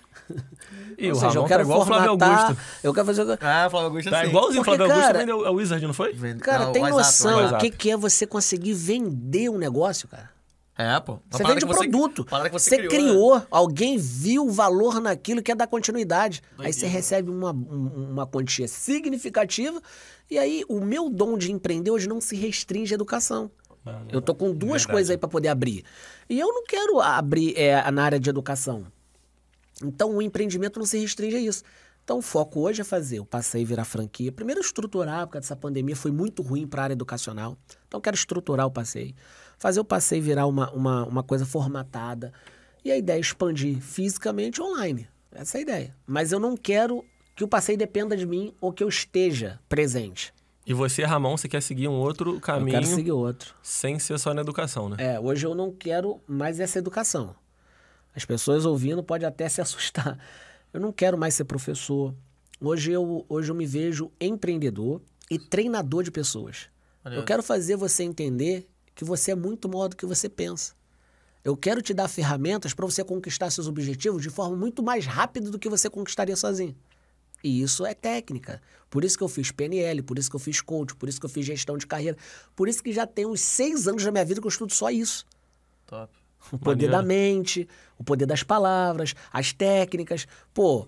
E Ou o seja, Ramon eu quero tá igual o Flávio formatar, Augusto. eu quero fazer... Ah, Flávio Augusto Tá assim. igualzinho o Porque, Flávio Augusto cara, vendeu a Wizard, não foi? Cara, Não, tem o WhatsApp, noção o o WhatsApp. que é você conseguir vender um negócio, cara? É, pô. Uma Você parada vende que produto. parada que Você né? criou, alguém viu o valor naquilo e quer dar continuidade. Aí você recebe uma quantia significativa e aí o meu dom de empreender hoje não se restringe à educação. Eu tô com duas coisas aí para poder abrir. E eu não quero abrir na área de educação. Então o empreendimento não se restringe a isso. Então o foco hoje é fazer o passeio virar franquia. Primeiro estruturar, porque essa pandemia foi muito ruim para a área educacional. Então eu quero estruturar o passeio. Fazer o passeio virar uma coisa formatada. E a ideia é expandir fisicamente e online. Essa é a ideia. Mas eu não quero que o passeio dependa de mim ou que eu esteja presente. E você, Ramon, você quer seguir um outro Eu caminho quero seguir outro. sem ser só na educação, né? Hoje eu não quero mais essa educação. As pessoas ouvindo podem até se assustar. Eu não quero mais ser professor. Hoje eu me vejo empreendedor e treinador de pessoas. Valeu. Eu quero fazer você entender que você é muito maior do que você pensa. Eu quero te dar ferramentas para você conquistar seus objetivos de forma muito mais rápida do que você conquistaria sozinho. E isso é técnica. Por isso que eu fiz PNL, por isso que eu fiz coach, por isso que eu fiz gestão de carreira. Por isso que já tem uns 6 anos da minha vida que eu estudo só isso. Top. O poder da mente, o poder das palavras, as técnicas. Pô,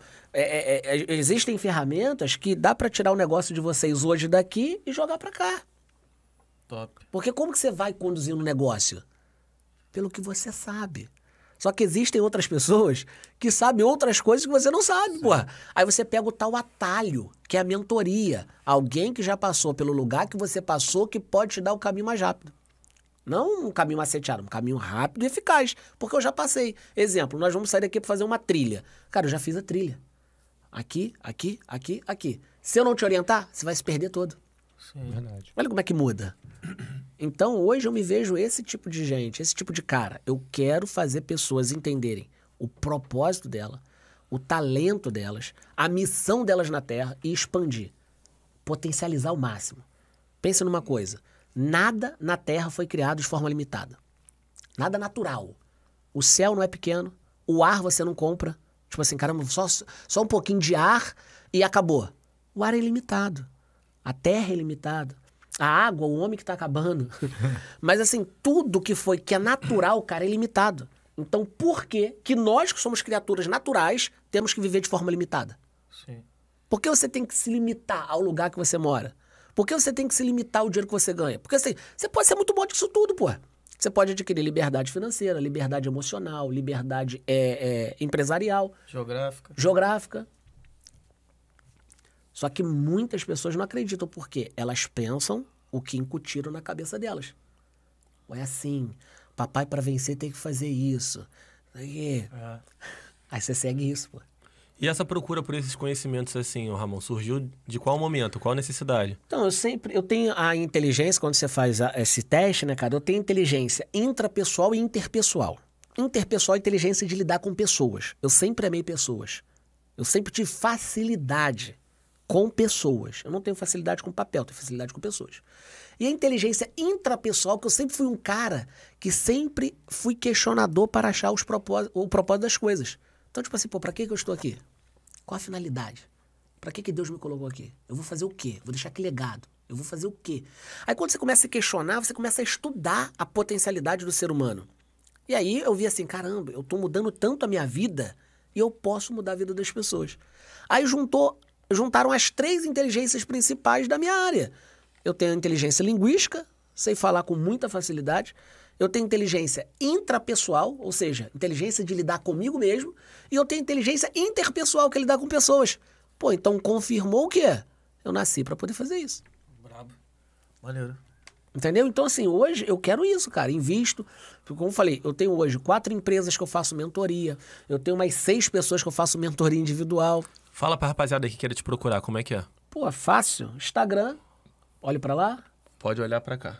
existem ferramentas que dá para tirar o negócio de vocês hoje daqui e jogar para cá. Top. Porque como que você vai conduzindo um negócio? Pelo que você sabe. Só que existem outras pessoas que sabem outras coisas que você não sabe, pô. Aí você pega o tal atalho, que é a mentoria. Alguém que já passou pelo lugar que você passou que pode te dar o caminho mais rápido. Não um caminho maceteado, um caminho rápido e eficaz. Porque eu já passei. Exemplo, nós vamos sair daqui para fazer uma trilha. Cara, eu já fiz a trilha. Aqui, aqui, aqui, aqui. Se eu não te orientar, você vai se perder todo. Verdade. Olha como é que muda. Então, hoje eu me vejo esse tipo de gente, esse tipo de cara. Eu quero fazer pessoas entenderem o propósito dela, o talento delas, a missão delas na Terra e expandir. Potencializar ao máximo. Pensa numa coisa. Nada na Terra foi criado de forma limitada. Nada natural. O céu não é pequeno, o ar você não compra. Tipo assim, caramba, só um pouquinho de ar e acabou. O ar é ilimitado. A Terra é ilimitada. A água, o homem que tá acabando. Mas assim, tudo que é natural, cara, é limitado. Então, por que nós, que somos criaturas naturais, temos que viver de forma limitada? Sim. Por que você tem que se limitar ao lugar que você mora? Por que você tem que se limitar ao dinheiro que você ganha? Porque assim, você pode ser muito bom disso tudo, pô. Você pode adquirir liberdade financeira, liberdade emocional, liberdade empresarial. Geográfica. Só que muitas pessoas não acreditam, porque elas pensam o que incutiram na cabeça delas. É assim, papai para vencer tem que fazer isso. Aí você segue isso, pô. E essa procura por esses conhecimentos, assim, Ramon, surgiu de qual momento? Qual necessidade? Então, eu tenho a inteligência, quando você faz esse teste, né, cara, eu tenho inteligência intrapessoal e interpessoal. Interpessoal é inteligência de lidar com pessoas. Eu sempre amei pessoas. Eu sempre tive facilidade com pessoas. Eu não tenho facilidade com papel, tenho facilidade com pessoas. E a inteligência intrapessoal, que eu sempre fui um cara que sempre fui questionador para achar o propósito das coisas. Então, tipo assim, pô, pra que eu estou aqui? Qual a finalidade? Pra que Deus me colocou aqui? Eu vou fazer o quê? Vou deixar que legado? Eu vou fazer o quê? Aí quando você começa a questionar, você começa a estudar a potencialidade do ser humano. E aí eu vi assim, caramba, eu tô mudando tanto a minha vida e eu posso mudar a vida das pessoas. Aí juntaram as 3 inteligências principais da minha área. Eu tenho a inteligência linguística, sei falar com muita facilidade. Eu tenho inteligência intrapessoal, ou seja, inteligência de lidar comigo mesmo. E eu tenho inteligência interpessoal, que é lidar com pessoas. Pô, então confirmou o quê? Eu nasci para poder fazer isso. Brabo. Maneiro. Entendeu? Então, assim, hoje eu quero isso, cara. Invisto. Como eu falei, eu tenho hoje 4 empresas que eu faço mentoria. Eu tenho mais 6 pessoas que eu faço mentoria individual. Fala pra rapaziada que queira te procurar, como é que é? Pô, fácil. Instagram. Olhe para lá. Pode olhar pra cá.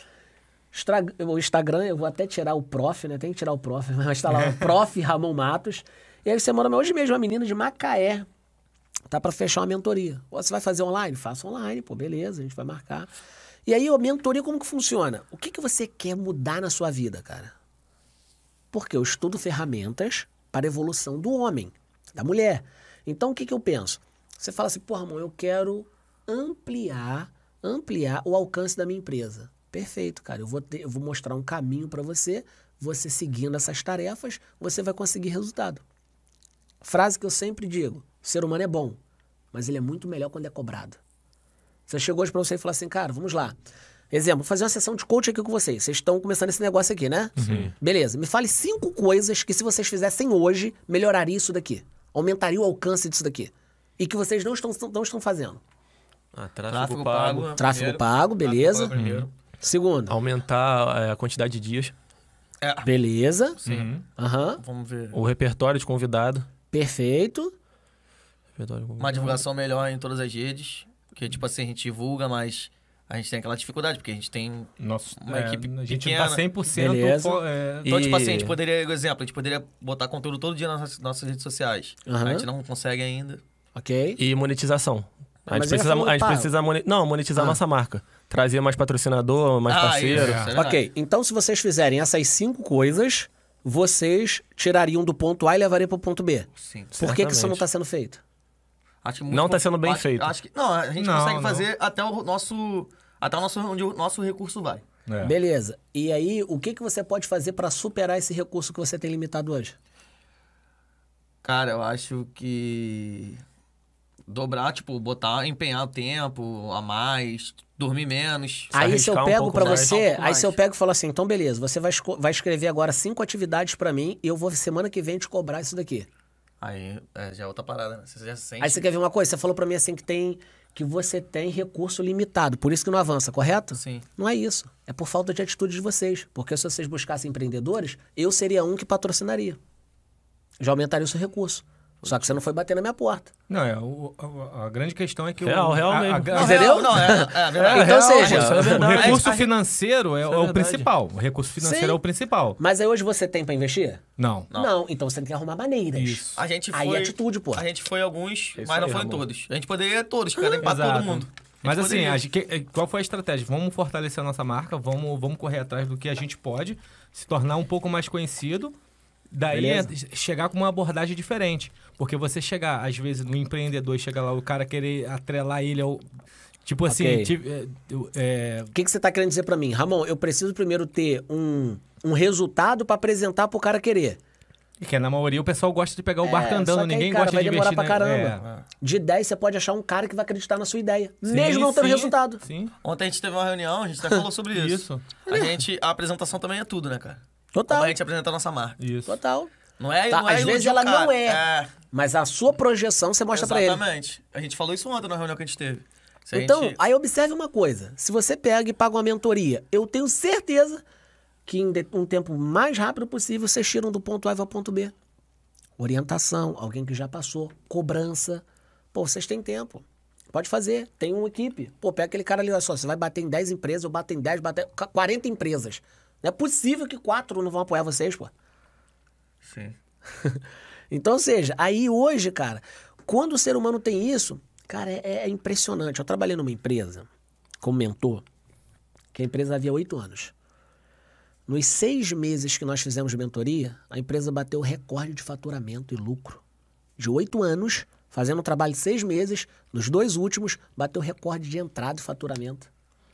O Instagram, eu vou até tirar o prof, né? Tem que tirar o prof, mas tá lá o prof. Ramon Matos. E aí você manda hoje mesmo uma menina de Macaé. Tá pra fechar uma mentoria. Você vai fazer online? Faça online, pô, beleza, a gente vai marcar. E aí, a mentoria, como que funciona? O que você quer mudar na sua vida, cara? Porque eu estudo ferramentas para a evolução do homem, da mulher. Então, o que eu penso? Você fala assim, pô, Ramon, eu quero ampliar o alcance da minha empresa. Perfeito, cara. Eu vou mostrar um caminho para você seguindo essas tarefas, você vai conseguir resultado. Frase que eu sempre digo, o ser humano é bom, mas ele é muito melhor quando é cobrado. Você chegou hoje pra você e falou assim, cara, vamos lá. Exemplo, vou fazer uma sessão de coaching aqui com vocês. Vocês estão começando esse negócio aqui, né? Sim. Beleza. Me fale 5 coisas que se vocês fizessem hoje, melhoraria isso daqui. Aumentaria o alcance disso daqui. E que vocês não estão fazendo. Tráfego pago. Tráfego pago, beleza. Segundo. Aumentar a quantidade de dias. Beleza. Sim. Aham. Vamos ver. O repertório de convidado. Perfeito. Uma divulgação melhor em todas as redes. Porque, tipo assim, a gente divulga, mas a gente tem aquela dificuldade, porque a gente tem uma equipe a gente pequena. não tá 100%... Beleza. Então, tipo assim, a gente poderia, exemplo, a gente poderia botar conteúdo todo dia nas nossas redes sociais. Aham. A gente não consegue ainda. Ok. E monetização. A Mas gente ele precisa monetizar a nossa marca. Trazer mais patrocinador, mais parceiro. Isso é verdade. Ok. Então, se vocês fizerem essas 5 coisas, vocês tirariam do ponto A e levariam pro ponto B. Sim. Por que isso Certamente. não está sendo feito? Acho que Não tá sendo bem feito. Acho que, não, a gente Não, consegue não. fazer até onde o nosso recurso vai. Beleza. E aí, o que você pode fazer para superar esse recurso que você tem limitado hoje? Cara, eu acho que dobrar, tipo, empenhar o tempo a mais, dormir menos. Aí se eu arriscar um pego pouco pra mais. você, Um pouco aí mais. se eu pego e falo assim, então beleza, você vai escrever agora 5 atividades pra mim e eu vou semana que vem te cobrar isso daqui. Aí já é outra parada, né? Você já sente. Aí você quer ver uma coisa? Você falou pra mim assim que você tem recurso limitado, por isso que não avança, correto? Sim. Não é isso. É por falta de atitude de vocês. Porque se vocês buscassem empreendedores, eu seria um que patrocinaria. Já aumentaria o seu recurso. Só que você não foi bater na minha porta. Não, a grande questão é que... Real mesmo. Entendeu? Não, é verdade. Então, seja, isso é o verdade. recurso financeiro é o verdade. principal. O recurso financeiro Sim. é o principal. Mas aí hoje você tem pra investir? Não. Não. Então você tem que arrumar maneiras. Isso. A gente Aí foi. é atitude, pô. A gente foi alguns, Isso mas não aí, foi em Ramon. todos. A gente poderia todos, cara, pra Exato. todo mundo. Mas assim, poderia. qual foi a estratégia? Vamos fortalecer a nossa marca, vamos correr atrás do que a gente pode, se tornar um pouco mais conhecido, daí chegar com uma abordagem diferente. Porque você chegar, às vezes, no empreendedor, chegar lá, o cara querer atrelar ele ao... Tipo assim, Ok. O que você tá querendo dizer pra mim? Ramon, eu preciso primeiro ter um resultado pra apresentar pro cara querer. que na maioria o pessoal gosta de pegar o barco andando, só que aí, ninguém cara, gosta vai de demorar investir, pra né? caramba. De 10, você pode achar um cara que vai acreditar na sua ideia. Sim, mesmo não tendo sim, resultado. Sim. Ontem a gente teve uma reunião, a gente até falou sobre isso. A apresentação também é tudo, né, cara? Total. Como a gente apresenta a nossa marca. Isso. Total. Não é, Tá, não é às vezes iludir o ela não cara. é. Mas a sua projeção você mostra pra ele. Exatamente. A gente falou isso ontem na reunião que a gente teve. Se a Então, gente- aí observe uma coisa. Se você pega e paga uma mentoria, eu tenho certeza que em um tempo mais rápido possível, vocês tiram do ponto A e vão ao ponto B. Orientação, alguém que já passou, cobrança. Pô, vocês têm tempo. Pode fazer, tem uma equipe. Pô, pega aquele cara ali, olha só, você vai bater em 10 empresas, eu bato em 10, bato em 40 empresas. Não é possível que 4 não vão apoiar vocês, pô. Sim. Então, ou seja, aí hoje, cara, quando o ser humano tem isso, cara, é impressionante. Eu trabalhei numa empresa como mentor, que a empresa havia 8 anos. Nos 6 meses que nós fizemos mentoria, a empresa bateu o recorde de faturamento e lucro. De 8 anos, fazendo um trabalho de 6 meses, nos 2 últimos, bateu o recorde de entrada e faturamento.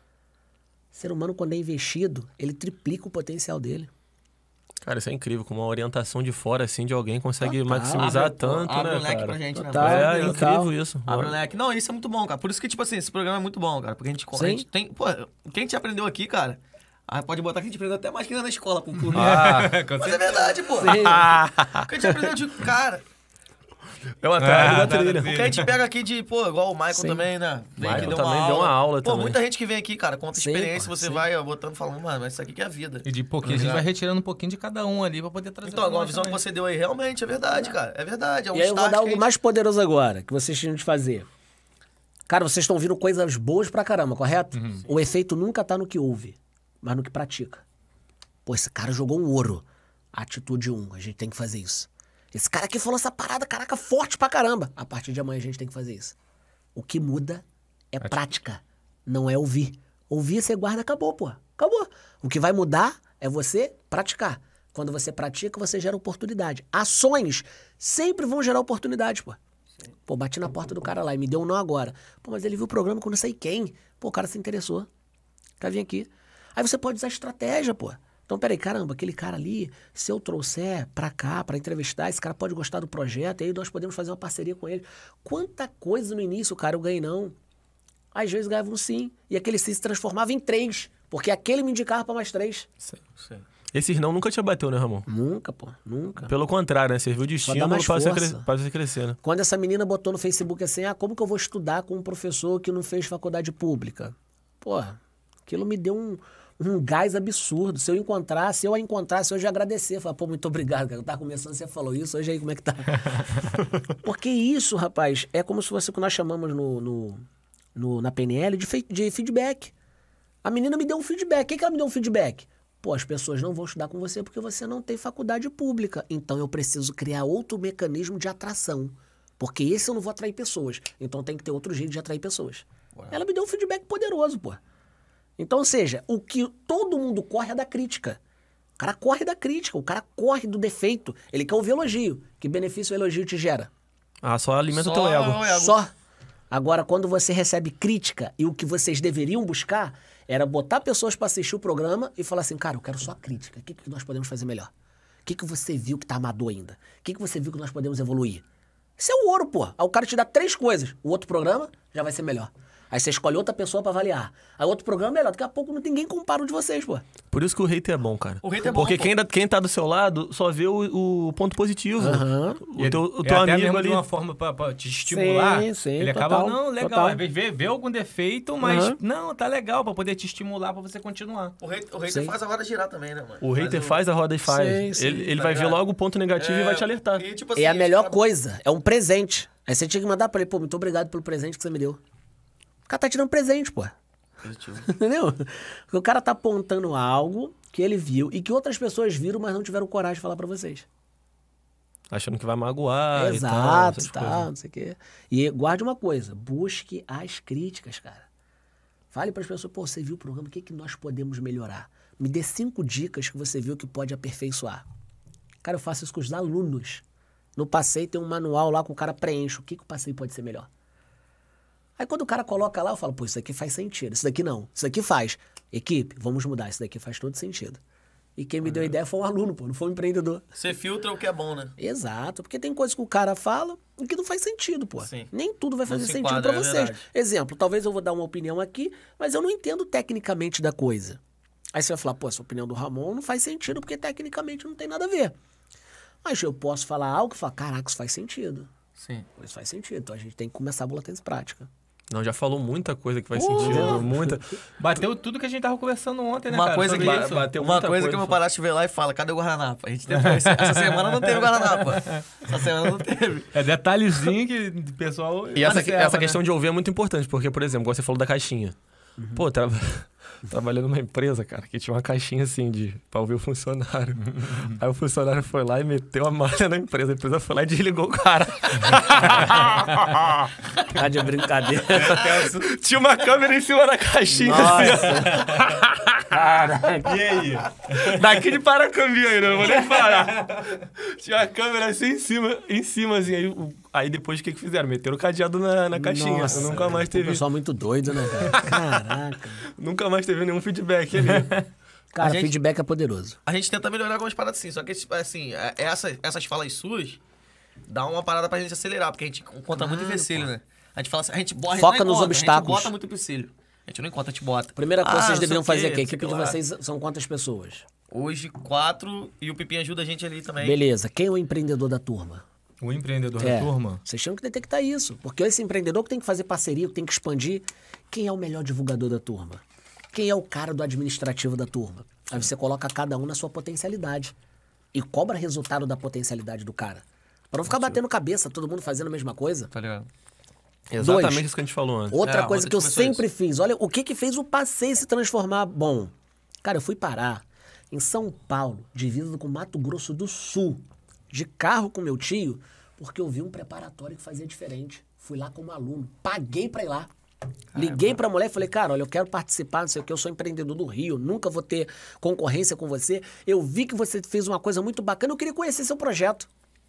O ser humano, quando é investido, ele triplica o potencial dele. Cara, isso é incrível, como uma orientação de fora, assim, de alguém consegue Total. maximizar Abre- tanto, abre né, um leque cara? pra gente, Total. né? É Total. incrível isso. Abre o leque. Não, isso é muito bom, cara. Por isso que, tipo assim, esse programa é muito bom, cara. Porque a gente tem... Pô, o que a gente aprendeu aqui, cara... pode botar que a gente aprendeu até mais que na escola, pô. Mas é verdade, pô. O que a gente aprendeu de... Cara... É uma tarde da O trilha. que a gente pega aqui de, pô, igual o Michael Sim. também, né? Veio aqui, Michael também deu uma aula Pô, também. muita gente que vem aqui, cara, conta Sim, experiência, pô, você sim. vai ó, botando, falando, mano, mas isso aqui que é a vida. E de pouquinho a gente vai retirando um pouquinho de cada um ali pra poder trazer. Então, pra agora a nós visão que também. você deu aí, realmente, é verdade, cara. É verdade. É um E aí eu vou start dar que a algo gente- mais poderoso agora, que vocês tinham de fazer. Cara, vocês estão ouvindo coisas boas pra caramba, correto? O efeito nunca tá no que ouve, mas no que pratica. Pô, esse cara jogou um ouro. Atitude 1, a gente tem que fazer isso. Esse cara aqui falou essa parada, caraca, forte pra caramba. A partir de amanhã a gente tem que fazer isso. O que muda é prática, não é ouvir. Ouvir, você guarda, acabou, pô. Acabou. O que vai mudar é você praticar. Quando você pratica, você gera oportunidade. Ações sempre vão gerar oportunidade, pô. Pô, bati na porta do cara lá e me deu um não agora. Pô, mas ele viu o programa com não sei quem. Pô, o cara se interessou. Quer vir aqui. Aí você pode usar estratégia, pô. Então, peraí, caramba, aquele cara ali, se eu trouxer pra cá, pra entrevistar, esse cara pode gostar do projeto, e aí nós podemos fazer uma parceria com ele. Quanta coisa no início, cara, eu ganhei não. Às vezes ganhava um sim, e aquele sim se transformava em 3, porque aquele me indicava pra mais 3. Sim. Esses não nunca te abateu, né, Ramon? Nunca, pô, nunca. Pelo contrário, né? Serviu de Só dá estímulo mais pra força. pra você crescer, né? Quando essa menina botou no Facebook assim, como que eu vou estudar com um professor que não fez faculdade pública? Pô, aquilo me deu um gás absurdo. Se eu a encontrasse, eu ia agradecer. Falar, pô, muito obrigado, cara. Eu tava começando, você falou isso, hoje aí como é que tá? Porque isso, rapaz, é como se fosse o que nós chamamos na PNL de feedback. A menina me deu um feedback. O que ela me deu um feedback? Pô, as pessoas não vão estudar com você porque você não tem faculdade pública. Então eu preciso criar outro mecanismo de atração. Porque esse eu não vou atrair pessoas. Então tem que ter outro jeito de atrair pessoas. Ela me deu um feedback poderoso, pô. Então, ou seja, o que todo mundo corre é da crítica. O cara corre da crítica, o cara corre do defeito. Ele quer ouvir elogio. Que benefício o elogio te gera? Ah, só alimenta o Só teu ego. o ego. Só. Agora, quando você recebe crítica e o que vocês deveriam buscar era botar pessoas para assistir o programa e falar assim, cara, eu quero só crítica. O que nós podemos fazer melhor? O que você viu que tá amador ainda? O que você viu que nós podemos evoluir? Isso é o ouro, pô. Aí o cara te dá 3 coisas. O outro programa já vai ser melhor. Aí você escolhe outra pessoa pra avaliar. Aí outro programa é melhor. Daqui a pouco ninguém compara o de vocês, pô. Por isso que o hater é bom, cara. O hater é bom, Porque pô. quem tá do seu lado só vê o ponto positivo. Aham. O teu até amigo mesmo ali. de uma forma pra te estimular. Sim, sim, ele total, acaba, não, legal. total. Às vezes vê algum defeito, mas Aham. não, tá legal pra poder te estimular pra você continuar. O hater Sim. faz a roda girar também, né, mano? O hater faz a roda e faz. Sim, sim, ele tá vai ver ligado? logo o ponto negativo e vai te alertar. E, tipo É a assim, melhor cara- coisa. É um presente. Aí você tinha que mandar pra ele, pô, muito obrigado pelo presente que você me deu. O cara tá te dando presente, pô. Positivo. Entendeu? Porque o cara tá apontando algo que ele viu e que outras pessoas viram, mas não tiveram coragem de falar pra vocês. Achando que vai magoar Exato, e tal, tal. essas coisas. não sei o quê. E guarde uma coisa, busque as críticas, cara. Fale para as pessoas, pô, você viu o programa, o que nós podemos melhorar? Me dê 5 dicas que você viu que pode aperfeiçoar. Cara, eu faço isso com os alunos. No passeio tem um manual lá que o cara preenche. O que o passeio pode ser melhor? Aí quando o cara coloca lá, eu falo, pô, isso daqui faz sentido, isso daqui não, isso daqui faz. Equipe, vamos mudar, isso daqui faz todo sentido. E quem me deu a ideia foi um aluno, pô, não foi um empreendedor. Você filtra o que é bom, né? Exato, porque tem coisas que o cara fala e que não faz sentido, pô. Sim. Nem tudo vai fazer Não se sentido enquadra, pra é vocês. verdade. Exemplo, talvez eu vou dar uma opinião aqui, mas eu não entendo tecnicamente da coisa. Aí você vai falar, pô, essa opinião do Ramon não faz sentido porque tecnicamente não tem nada a ver. Mas eu posso falar algo e falar, caraca, isso faz sentido. Sim. Isso faz sentido, então a gente tem que começar a botar isso em prática. Não, já falou muita coisa que faz sentido. Muita. Bateu tudo que a gente tava conversando ontem, né, Uma cara? coisa que, Sobre isso. bateu uma muita coisa que coisa. meu padrasto vê lá e fala, cadê o Guaraná? A gente teve, essa semana não teve Guaraná. Essa semana não teve. É detalhezinho que o pessoal... E essa observa, questão né? de ouvir é muito importante, porque, por exemplo, igual você falou da caixinha. Pô, trabalhando numa empresa, cara, que tinha uma caixinha assim pra ouvir o funcionário. Aí o funcionário foi lá e meteu a malha na empresa. A empresa foi lá e desligou o cara. Tá de brincadeira. Tinha uma câmera em cima da caixinha. Assim, Caraca. e aí? Daqui de Paracambi ainda, não vou nem parar. Tinha uma câmera assim em cima assim. Aí depois o que fizeram? Meteram o cadeado na caixinha. Nossa, Eu nunca mais O teve. pessoal muito doido, né, cara? Caraca. Nunca mais teve nenhum feedback ali. Cara, A gente- feedback é poderoso. A gente tenta melhorar algumas paradas assim, só que, assim, essas falas suas dá uma parada pra gente acelerar, porque a gente encontra muito empecilho, né? A gente fala assim, a gente bota... Foca nos obstáculos. A gente bota muito empecilho. A gente não encontra, a gente bota. Primeira coisa que vocês não sei deveriam o fazer quê, aqui. A não sei equipe o de que lá. vocês são quantas pessoas? Hoje, 4, e o Pipim ajuda a gente ali também. Beleza. Quem é o empreendedor da turma? O empreendedor da turma... Vocês tinham que detectar isso. Porque esse empreendedor que tem que fazer parceria, que tem que expandir. Quem é o melhor divulgador da turma? Quem é o cara do administrativo da turma? Aí você coloca cada um na sua potencialidade. E cobra resultado da potencialidade do cara. Pra não ficar batendo cabeça, todo mundo fazendo a mesma coisa. Tá ligado? Exatamente isso que a gente falou antes. Outra É, coisa ontem que eu começou sempre fiz. Olha, o que fez o passeio se transformar bom? Cara, eu fui parar em São Paulo, divisa com Mato Grosso do Sul, de carro com meu tio, porque eu vi um preparatório que fazia diferente. Fui lá como aluno, paguei pra ir lá. Liguei pra mulher e falei, cara, olha, eu quero participar, não sei o que, eu sou empreendedor do Rio, nunca vou ter concorrência com você. Eu vi que você fez uma coisa muito bacana, eu queria conhecer seu projeto.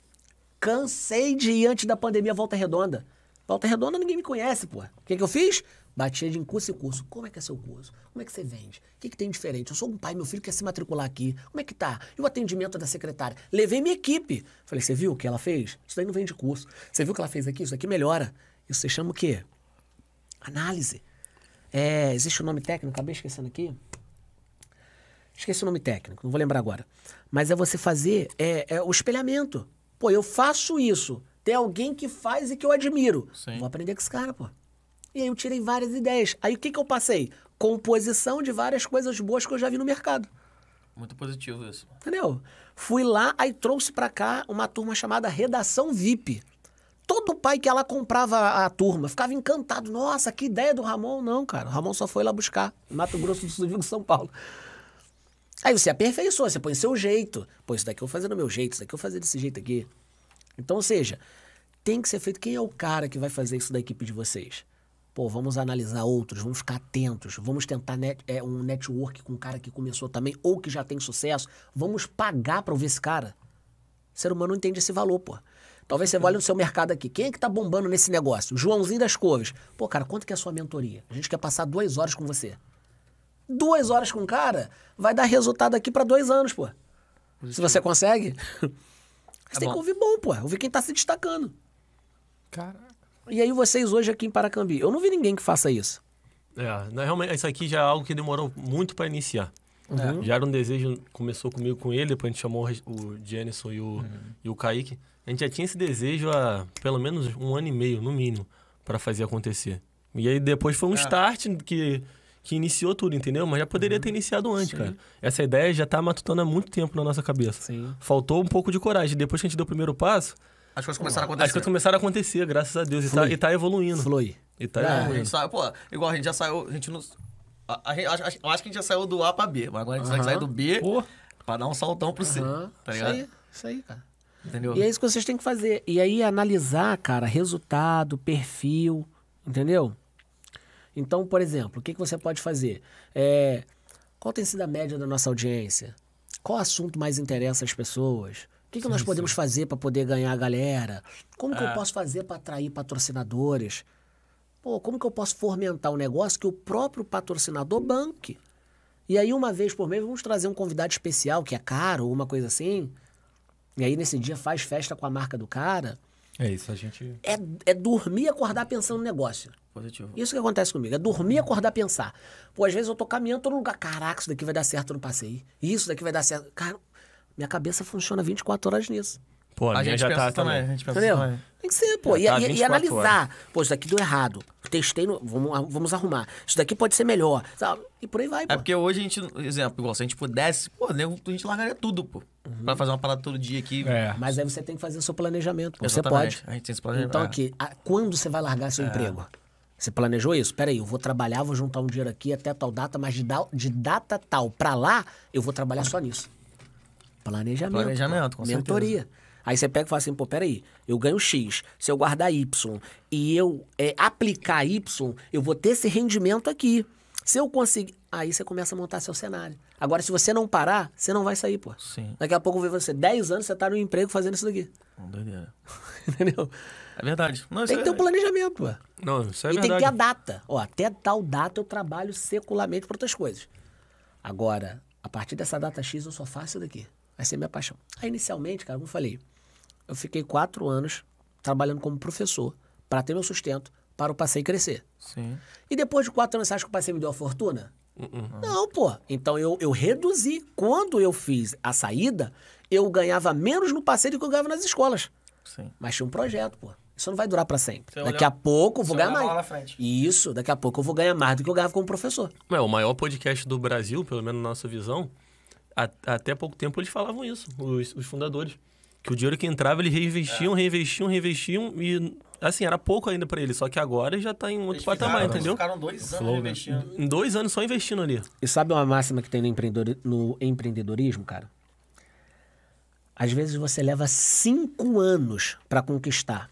Cansei de ir antes da pandemia à Volta Redonda. Volta Redonda ninguém me conhece, pô. O que eu fiz? Batia de curso em curso. Como é que é seu curso? Como é que você vende? O que tem diferente? Eu sou um pai, meu filho quer se matricular aqui. Como é que tá? E o atendimento da secretária? Levei minha equipe. Falei, você viu o que ela fez? Isso daí não vem de curso. Você viu o que ela fez aqui? Isso aqui melhora. Isso você chama o quê? Análise. Existe um nome técnico, acabei esquecendo aqui. Esqueci o nome técnico, não vou lembrar agora. Mas é você fazer o espelhamento. Pô, eu faço isso. Tem alguém que faz e que eu admiro. Sim. Vou aprender com esse cara, pô. E aí eu tirei várias ideias. Aí o que eu passei? Composição de várias coisas boas que eu já vi no mercado. Muito positivo isso. Entendeu? Fui lá, aí trouxe pra cá uma turma chamada Redação VIP. Todo pai que ela comprava a turma ficava encantado. Nossa, que ideia do Ramon. Não, cara. O Ramon só foi lá buscar. Em Mato Grosso do Sul, em São Paulo. Aí você aperfeiçoa, você põe seu jeito. Pô, isso daqui eu vou fazer do meu jeito, isso daqui eu vou fazer desse jeito aqui. Então, ou seja, tem que ser feito. Quem é o cara que vai fazer isso da equipe de vocês? Pô, vamos analisar outros, vamos ficar atentos, vamos tentar um network com um cara que começou também ou que já tem sucesso. Vamos pagar pra ouvir esse cara. O ser humano não entende esse valor, pô. Talvez você olhe no seu mercado aqui. Quem é que tá bombando nesse negócio? Joãozinho das Couves. Pô, cara, quanto que é a sua mentoria? A gente quer passar 2 horas com você. 2 horas com o cara vai dar resultado aqui pra 2 anos, pô. Se você consegue. Você tem que ouvir bom, pô. Ouvir quem tá se destacando. Caraca. E aí vocês hoje aqui em Paracambi. Eu não vi ninguém que faça isso. Realmente, isso aqui já é algo que demorou muito para iniciar. Já era um desejo, começou comigo com ele, depois a gente chamou o Jenison e o Kaique. A gente já tinha esse desejo há pelo menos 1 ano e meio, no mínimo, para fazer acontecer. E aí depois foi um start que iniciou tudo, entendeu? Mas já poderia ter iniciado antes, cara. Essa ideia já tá matutando há muito tempo na nossa cabeça. Sim. Faltou um pouco de coragem. Depois que a gente deu o primeiro passo, As coisas começaram a acontecer. as coisas começaram a acontecer, graças a Deus. E tá evoluindo. Flui. E tá A evoluindo. gente sai, pô, igual a gente já saiu, a gente não... eu acho que a gente já saiu do A pra B, mas agora a gente vai sair do B pra dar um saltão pro C, tá ligado? Isso aí, cara. Entendeu? E é isso que vocês têm que fazer. E aí analisar, cara, resultado, perfil, entendeu? Então, por exemplo, o que você pode fazer? Qual tem sido a média da nossa audiência? Qual assunto mais interessa as pessoas? O que nós podemos fazer para poder ganhar a galera? Como que eu posso fazer para atrair patrocinadores? Pô, como que eu posso fomentar um negócio que o próprio patrocinador banque? E aí, uma vez por mês, vamos trazer um convidado especial, que é caro, ou uma coisa assim. E aí, nesse dia, faz festa com a marca do cara. É isso, a gente... É dormir e acordar pensando no negócio. Positivo. Isso que acontece comigo. É dormir, acordar, pensar. Pô, às vezes eu tô caminhando, tô num lugar. Caraca, isso daqui vai dar certo no passeio. Isso daqui vai dar certo. Cara, minha cabeça funciona 24 horas nisso. Pô, a minha já pensa tá também. A gente pensa Entendeu? também. Tem que ser, pô. Já tá E 24 analisar. Pô, isso daqui deu errado. Testei, vamos arrumar. Isso daqui pode ser melhor. Sabe? E por aí vai, pô. É porque hoje a gente, exemplo, igual, se a gente pudesse, pô, a gente largaria tudo, pô. Pra fazer uma parada todo dia aqui. Mas aí você tem que fazer o seu planejamento. Pô. Você Exatamente. pode. A gente tem esse planejamento. Então aqui, quando você vai largar seu emprego? Você planejou isso? Peraí, eu vou trabalhar, vou juntar um dinheiro aqui até tal data, mas de data tal pra lá, eu vou trabalhar só nisso. Planejamento, com mentoria. certeza. Aí você pega e fala assim, pô, peraí, eu ganho X, se eu guardar Y e eu aplicar Y, eu vou ter esse rendimento aqui. Se eu conseguir... Aí você começa a montar seu cenário. Agora, se você não parar, você não vai sair, pô. Sim. Daqui a pouco eu vejo você, 10 anos, você tá no emprego fazendo isso daqui. Doideira. Entendeu? É verdade. Não, Tem que ter um planejamento, pô. Não, isso é E verdade. tem que ter a data. Ó, até tal data eu trabalho secularmente para outras coisas. Agora, a partir dessa data X eu só faço isso daqui. Vai ser minha paixão. Aí, inicialmente, cara, como eu falei, eu fiquei 4 anos trabalhando como professor para ter meu sustento, para o passeio crescer. Sim. E depois de 4 anos, você acha que o passeio me deu a fortuna? Não, pô. Então eu reduzi. Quando eu fiz a saída, eu ganhava menos no passeio do que eu ganhava nas escolas. Sim. Mas tinha um projeto, pô. Isso não vai durar para sempre. Você Daqui olhou- a pouco eu vou você ganhar olhava mais. lá na frente. Isso, daqui a pouco eu vou ganhar mais do que eu ganhava como professor. O maior podcast do Brasil, pelo menos na nossa visão, até pouco tempo eles falavam isso, os fundadores. Que o dinheiro que entrava, eles reinvestiam e, assim, era pouco ainda pra eles. Só que agora já tá em outro patamar, entendeu? Ficaram 2 anos investindo. Em 2 anos só investindo ali. E sabe uma máxima que tem no empreendedorismo, cara? Às vezes você leva 5 anos para conquistar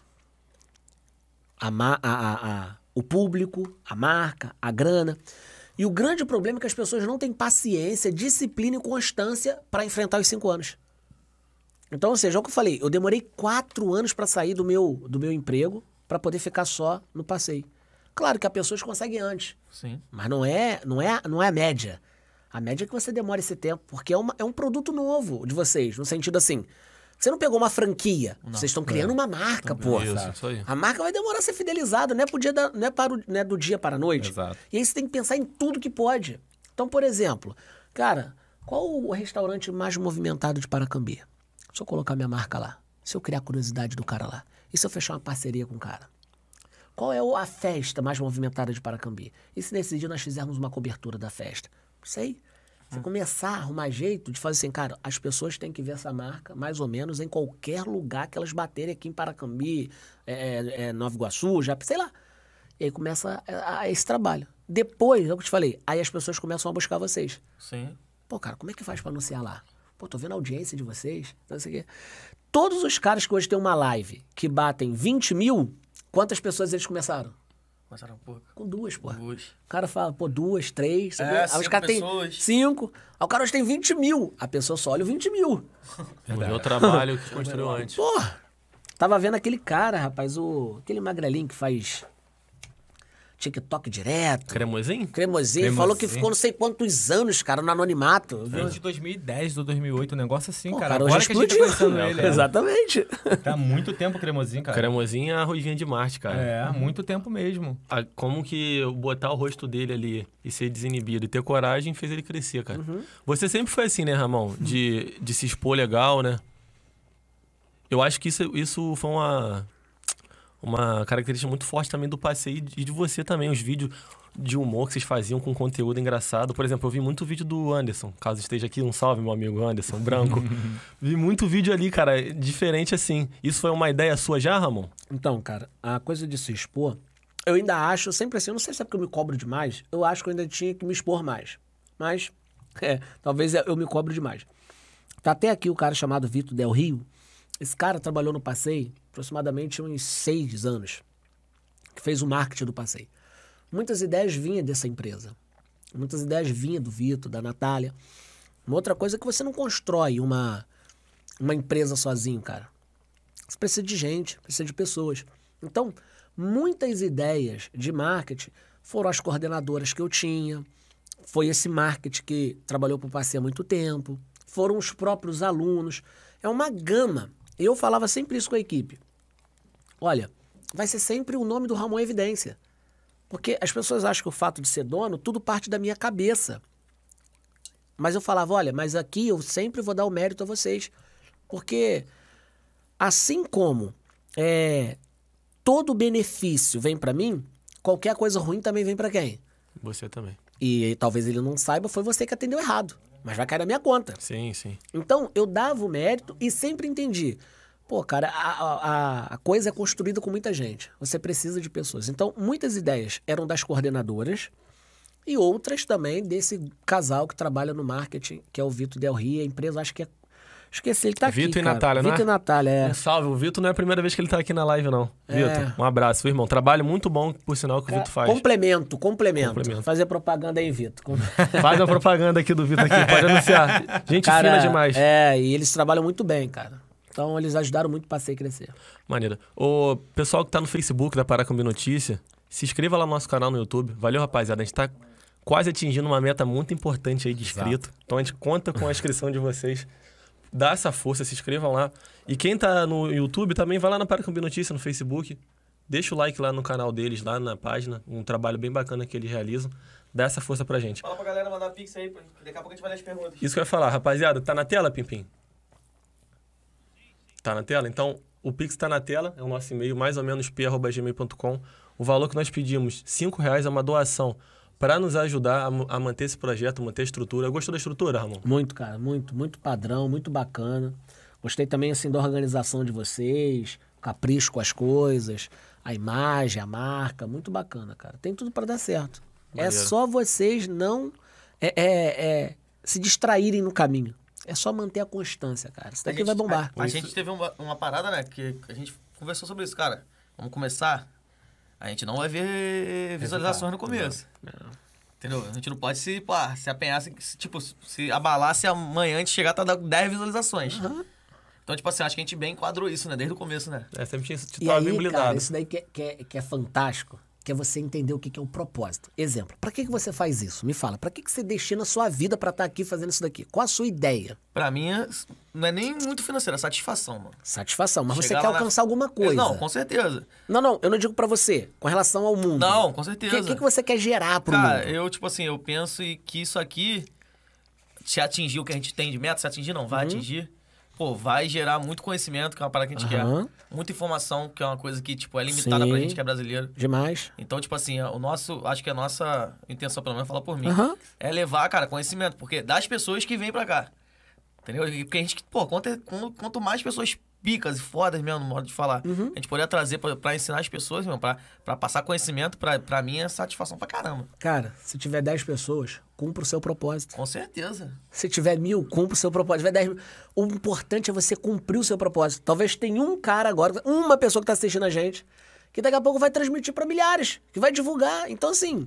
o público, a marca, a grana. E o grande problema é que as pessoas não têm paciência, disciplina e constância para enfrentar os 5 anos. Então, ou seja, é o que eu falei, eu demorei 4 anos para sair do meu emprego para poder ficar só no passeio. Claro que há pessoas que conseguem antes, Sim. mas não é a média. A média é que você demora esse tempo, porque é um produto novo de vocês, no sentido assim, você não pegou uma franquia, vocês estão criando uma marca, pô. Isso aí. A marca vai demorar a ser fidelizada, não é do dia para a noite. Exato. E aí você tem que pensar em tudo que pode. Então, por exemplo, cara, qual o restaurante mais movimentado de Paracambi? Se eu colocar minha marca lá, se eu criar a curiosidade do cara lá, e se eu fechar uma parceria com o cara? Qual é a festa mais movimentada de Paracambi? E se nesse dia nós fizermos uma cobertura da festa? Sei. Você começar a arrumar jeito de fazer assim, cara, as pessoas têm que ver essa marca mais ou menos em qualquer lugar que elas baterem aqui em Paracambi, Nova Iguaçu, já, sei lá. E aí começa esse trabalho. Depois, é o que eu te falei, aí as pessoas começam a buscar vocês. Sim. Pô, cara, como é que faz pra anunciar lá? Pô, tô vendo a audiência de vocês, não sei o quê. Todos os caras que hoje têm uma live que batem 20 mil, quantas pessoas eles começaram? Começaram um pouco. Com 2, pô. 2. O cara fala, pô, 2, 3. É, Aí os 5 caras têm pessoas. 5. Aí o cara hoje tem 20 mil. A pessoa só olha o 20 mil. O meu trabalho que construiu antes. Pô, tava vendo aquele cara, rapaz, aquele magrelinho que faz TikTok direto. Cremosinho. Falou que ficou não sei quantos anos, cara, no anonimato. Desde 2010 ou 2008, um negócio assim, Pô, cara. cara, hoje Agora que a gente tá explodiu. conhecendo ele. Exatamente. Tá há muito tempo cremosinho, cara. Cremosinho é a Ruivinha de Marte, cara. É, há muito tempo mesmo. Como que botar o rosto dele ali e ser desinibido e ter coragem fez ele crescer, cara. Você sempre foi assim, né, Ramon? De se expor legal, né? Eu acho que isso foi uma característica muito forte também do passeio e de você também. Os vídeos de humor que vocês faziam com conteúdo engraçado. Por exemplo, eu vi muito vídeo do Anderson. Caso esteja aqui, um salve, meu amigo Anderson Branco. Vi muito vídeo ali, cara, diferente assim. Isso foi uma ideia sua já, Ramon? Então, cara, a coisa de se expor, eu ainda acho, sempre assim, eu não sei se é porque eu me cobro demais, eu acho que eu ainda tinha que me expor mais. Mas, talvez eu me cobro demais. Tá até aqui o cara chamado Vitor Del Rio. Esse cara trabalhou no passeio aproximadamente uns 6 anos, que fez o marketing do passeio. Muitas ideias vinham dessa empresa. Muitas ideias vinham do Vitor, da Natália. Uma outra coisa é que você não constrói uma empresa sozinho, cara. Você precisa de gente, precisa de pessoas. Então, muitas ideias de marketing foram as coordenadoras que eu tinha, foi esse marketing que trabalhou para o Passei há muito tempo, foram os próprios alunos. É uma gama. Eu falava sempre isso com a equipe. Olha, vai ser sempre o nome do Ramon em evidência. Porque as pessoas acham que o fato de ser dono, tudo parte da minha cabeça. Mas eu falava, olha, mas aqui eu sempre vou dar o mérito a vocês. Porque assim como todo benefício vem para mim, qualquer coisa ruim também vem para quem? Você também. E talvez ele não saiba, foi você que atendeu errado. Mas vai cair na minha conta. Sim, sim. Então, eu dava o mérito e sempre entendi. Pô, cara, a coisa é construída com muita gente. Você precisa de pessoas. Então, muitas ideias eram das coordenadoras e outras também desse casal que trabalha no marketing, que é o Vitor Del Rio, a empresa, acho que é... Esqueci, ele tá aqui, Vitor e cara. Natália, né? Vitor e Natália, é. Um salve. O Vitor não é a primeira vez que ele tá aqui na live, não. Vitor, um abraço, irmão. Trabalho muito bom, por sinal, que o Vitor faz. Complemento. Complemento. Fazer propaganda aí, Vitor. Faz uma propaganda aqui do Vitor aqui, pode anunciar. Gente fina demais. E eles trabalham muito bem, cara. Então, eles ajudaram muito o Passei a crescer. Maneiro. O pessoal que tá no Facebook da Paracambi Notícia, se inscreva lá no nosso canal no YouTube. Valeu, rapaziada. A gente tá quase atingindo uma meta muito importante aí de inscrito. Então, a gente conta com a inscrição de vocês. Dá essa força, se inscrevam lá. E quem tá no YouTube também vai lá na Paracambi Notícia, no Facebook. Deixa o like lá no canal deles, lá na página. Um trabalho bem bacana que eles realizam. Dá essa força pra gente. Fala pra galera mandar pix aí, daqui a pouco a gente vai ler as perguntas. Isso que eu ia falar. Rapaziada, tá na tela, Pimpim? Tá na tela? Então, o pix tá na tela. É o nosso e-mail, mais ou menos p@gmail.com. O valor que nós pedimos, R$5, é uma doação para nos ajudar a manter esse projeto, manter a estrutura. Gostou da estrutura, Ramon? Muito, cara. Muito padrão, muito bacana. Gostei também, assim, da organização de vocês, capricho com as coisas, a imagem, a marca. Muito bacana, cara. Tem tudo para dar certo. Maneiro. É só vocês não se distraírem no caminho. É só manter a constância, cara. Isso daqui vai bombar. A gente teve uma parada, né? Que a gente conversou sobre isso, cara. Vamos começar. A gente não vai ver visualizações no começo. Não. Entendeu? A gente não pode se apenhar, se abalar se amanhã a gente chegar a dar 10 visualizações. Uhum. Então, tipo assim, acho que a gente bem enquadrou isso, né? Desde o começo, né? Sempre tinha E tava aí, bem blindado. cara, isso daí que é fantástico, que é você entender o que é o propósito. Exemplo, pra que você faz isso? Me fala, pra que você destina a sua vida pra estar aqui fazendo isso daqui? Qual a sua ideia? Pra mim, não é nem muito financeira, é satisfação, mano. Satisfação, mas você Chegar quer lá alcançar alguma coisa. Não, com certeza. Não, eu não digo pra você, com relação ao mundo. Não, com certeza. O que você quer gerar pro mundo? Cara, eu, tipo assim, eu penso que isso aqui, se atingir o que a gente tem de meta, se atingir não, vai atingir, pô, vai gerar muito conhecimento, que é uma parada que a gente quer. Muita informação, que é uma coisa que, tipo, é limitada pra gente que é brasileiro. Demais. Então, tipo assim, acho que a nossa intenção, pelo menos, falar por mim, é levar, cara, conhecimento, porque das pessoas que vêm pra cá. Entendeu? Porque a gente, pô, quanto mais pessoas picas e fodas mesmo, no modo de falar, a gente poder trazer pra ensinar as pessoas, mesmo, pra passar conhecimento, pra mim é satisfação pra caramba. Cara, se tiver 10 pessoas, cumpra o seu propósito. Com certeza. Se tiver 1000, cumpra o seu propósito. Se tiver 10 mil, o importante é você cumprir o seu propósito. Talvez tenha um cara agora, uma pessoa que tá assistindo a gente, que daqui a pouco vai transmitir pra milhares, que vai divulgar. Então, assim,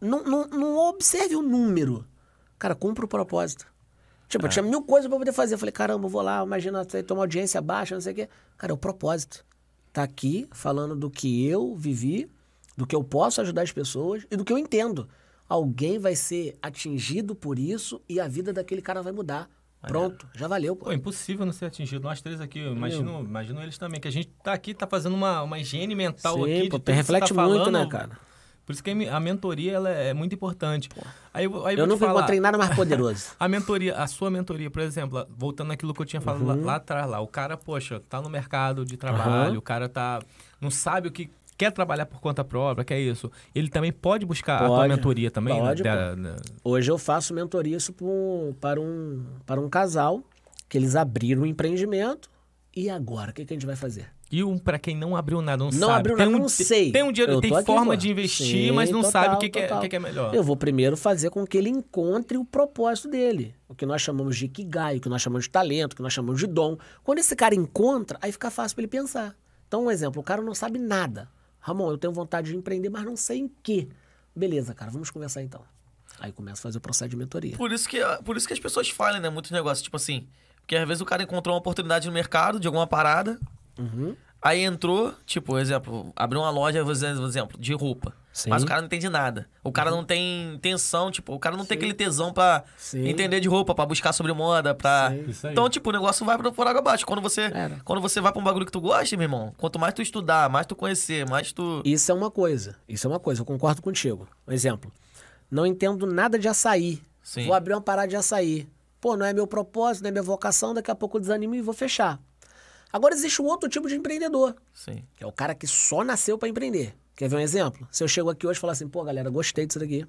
não observe o número. Cara, cumpra o propósito. Tipo, eu tinha 1000 coisas pra poder fazer. Eu falei, caramba, eu vou lá, imagina, ter uma audiência baixa, não sei o quê. Cara, é o propósito. Tá aqui falando do que eu vivi, do que eu posso ajudar as pessoas e do que eu entendo. Alguém vai ser atingido por isso e a vida daquele cara vai mudar. Pronto, já valeu, pô. Pô, impossível não ser atingido. Nós três aqui, eu imagino eles também, que a gente tá aqui, tá fazendo uma higiene mental. Sim, aqui. Pô, de tudo reflete que você tá muito, falando. né, cara? Por isso que a mentoria ela é muito importante. Aí Eu nunca encontrei nada mais poderoso. A sua mentoria, por exemplo, voltando naquilo que eu tinha falado lá atrás, o cara, poxa, tá no mercado de trabalho, o cara não sabe o que quer trabalhar por conta própria, que é isso. Ele também pode buscar a tua mentoria também? Pode, Hoje eu faço mentoria isso para um casal, que eles abriram um empreendimento. E agora, o que a gente vai fazer? E pra quem não abriu nada, não sabe. Não abriu nada, não sei. Tem um dinheiro, tem forma de investir, mas não sabe o que é melhor. Eu vou primeiro fazer com que ele encontre o propósito dele. O que nós chamamos de ikigai, o que nós chamamos de talento, o que nós chamamos de dom. Quando esse cara encontra, aí fica fácil para ele pensar. Então, um exemplo, o cara não sabe nada. Ramon, eu tenho vontade de empreender, mas não sei em quê. Beleza, cara, vamos conversar então. Aí começa a fazer o processo de mentoria. Por isso que as pessoas falem, né? Muitos negócios, tipo assim... Porque às vezes o cara encontrou uma oportunidade no mercado de alguma parada. Aí entrou, tipo, exemplo, abriu uma loja, vou dizer um exemplo, de roupa. Sim. Mas o cara não entende nada. O cara não tem intenção, tipo, o cara não tem aquele tesão pra entender de roupa, pra buscar sobre moda, pra... Isso aí. Então, tipo, o negócio vai por água abaixo. Quando você vai pra um bagulho que tu gosta, meu irmão, quanto mais tu estudar, mais tu conhecer, mais tu... Isso é uma coisa, eu concordo contigo. Um exemplo, não entendo nada de açaí, Sim. vou abrir uma parada de açaí. Pô, não é meu propósito, não é minha vocação, daqui a pouco eu desanimo e vou fechar. Agora existe um outro tipo de empreendedor, Sim. que é o cara que só nasceu pra empreender. Quer ver um exemplo? Se eu chego aqui hoje e falar assim, pô, galera, gostei disso daqui.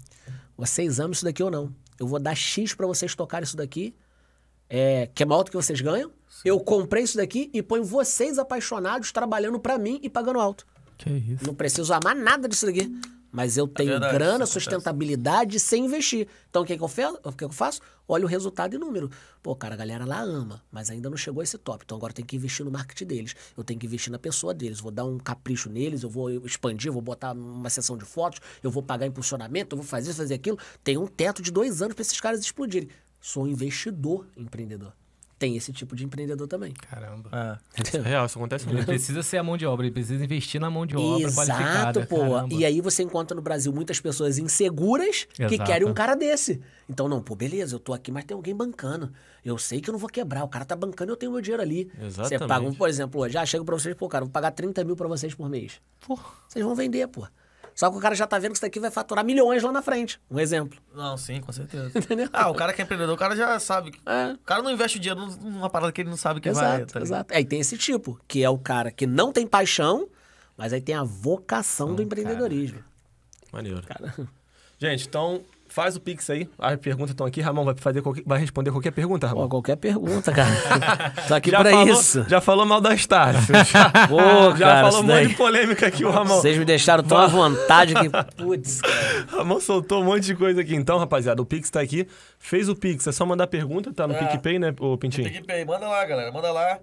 Vocês amam isso daqui ou não? Eu vou dar X pra vocês tocarem isso daqui, que é maior do que vocês ganham. Sim. Eu comprei isso daqui e ponho vocês apaixonados trabalhando pra mim e pagando alto. Que isso? Não preciso amar nada disso daqui. Mas eu tenho verdade, grana, isso sustentabilidade sem investir. Então o que eu faço? Olho o resultado e número. Pô, cara, a galera lá ama, mas ainda não chegou a esse top. Então agora eu tenho que investir no marketing deles. Eu tenho que investir na pessoa deles. Vou dar um capricho neles, eu vou expandir, vou botar uma sessão de fotos, eu vou pagar impulsionamento, eu vou fazer isso, fazer aquilo. Tem um teto de 2 anos para esses caras explodirem. Sou um investidor empreendedor. Tem esse tipo de empreendedor também. Caramba. Isso é real, isso acontece Ele muito. precisa ser a mão de obra, ele precisa investir na mão de obra qualificada. Exato, pô. Caramba. E aí você encontra no Brasil muitas pessoas inseguras que Exato. querem um cara desse. Então, não, pô, beleza, eu tô aqui, mas tem alguém bancando. Eu sei que eu não vou quebrar, o cara tá bancando e eu tenho meu dinheiro ali. Exatamente. Você paga, por exemplo, hoje, chego pra vocês, pô, cara, vou pagar 30 mil pra vocês por mês. Pô, vocês vão vender, pô. Só que o cara já tá vendo que isso daqui vai faturar milhões lá na frente. Um exemplo. Não, sim, com certeza. Entendeu? O cara que é empreendedor, o cara já sabe. O cara não investe o dinheiro numa parada que ele não sabe que vai. Exato, exato. Aí tem esse tipo, que é o cara que não tem paixão, mas aí tem a vocação do empreendedorismo. Maneiro. Cara. Gente, então faz o Pix aí. As perguntas estão aqui. Ramon vai responder qualquer pergunta, Ramon. Pô, qualquer pergunta, cara. Tô aqui Já pra falou, isso. Já falou mal da Estácio. Pô, Já cara, falou um isso daí. monte de polêmica aqui, o Ramon. Vocês me deixaram tão à vontade que... Putz, cara. Ramon soltou um monte de coisa aqui. Então, rapaziada, o Pix tá aqui. Fez o Pix, é só mandar pergunta, tá no PicPay, né, ô Pintinho? PicPay, manda lá, galera. Manda lá.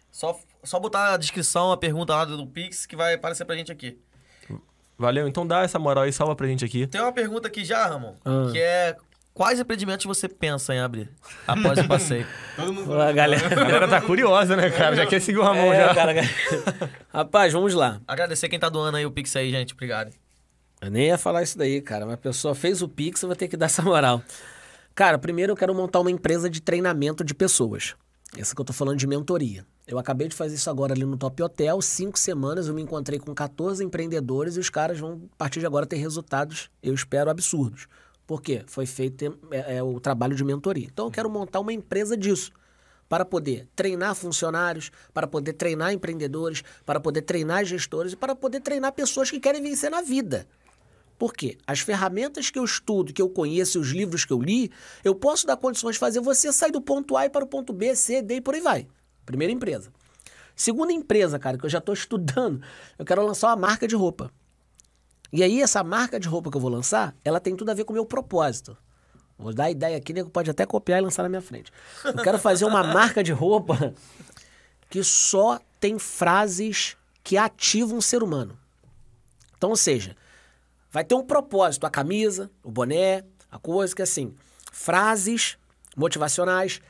Só botar na descrição a pergunta lá do Pix que vai aparecer pra gente aqui. Valeu, então dá essa moral aí, salva pra gente aqui. Tem uma pergunta aqui já, Ramon, que é... Quais empreendimentos você pensa em abrir após o passeio? Pô, a galera... A galera tá curiosa, né, cara? Já quer seguir o Ramon já. Cara. Rapaz, vamos lá. Agradecer quem tá doando aí o Pix aí, gente. Obrigado. Eu nem ia falar isso daí, cara. Uma pessoa fez o Pix, eu vou ter que dar essa moral. Cara, primeiro eu quero montar uma empresa de treinamento de pessoas. Essa que eu tô falando de mentoria. Eu acabei de fazer isso agora ali no Top Hotel. 5 semanas eu me encontrei com 14 empreendedores e os caras vão, a partir de agora, ter resultados, eu espero, absurdos. Por quê? Foi feito o trabalho de mentoria. Então eu quero montar uma empresa disso. Para poder treinar funcionários, para poder treinar empreendedores, para poder treinar gestores e para poder treinar pessoas que querem vencer na vida. Por quê? As ferramentas que eu estudo, que eu conheço, os livros que eu li, eu posso dar condições de fazer você sair do ponto A e para o ponto B, C, D e por aí vai. Primeira empresa. Segunda empresa, cara, que eu já estou estudando, eu quero lançar uma marca de roupa. E aí essa marca de roupa que eu vou lançar, ela tem tudo a ver com o meu propósito. Vou dar a ideia aqui, nego pode até copiar e lançar na minha frente. Eu quero fazer uma marca de roupa que só tem frases que ativam o ser humano. Então, ou seja, vai ter um propósito, a camisa, o boné, a coisa que assim, frases motivacionais,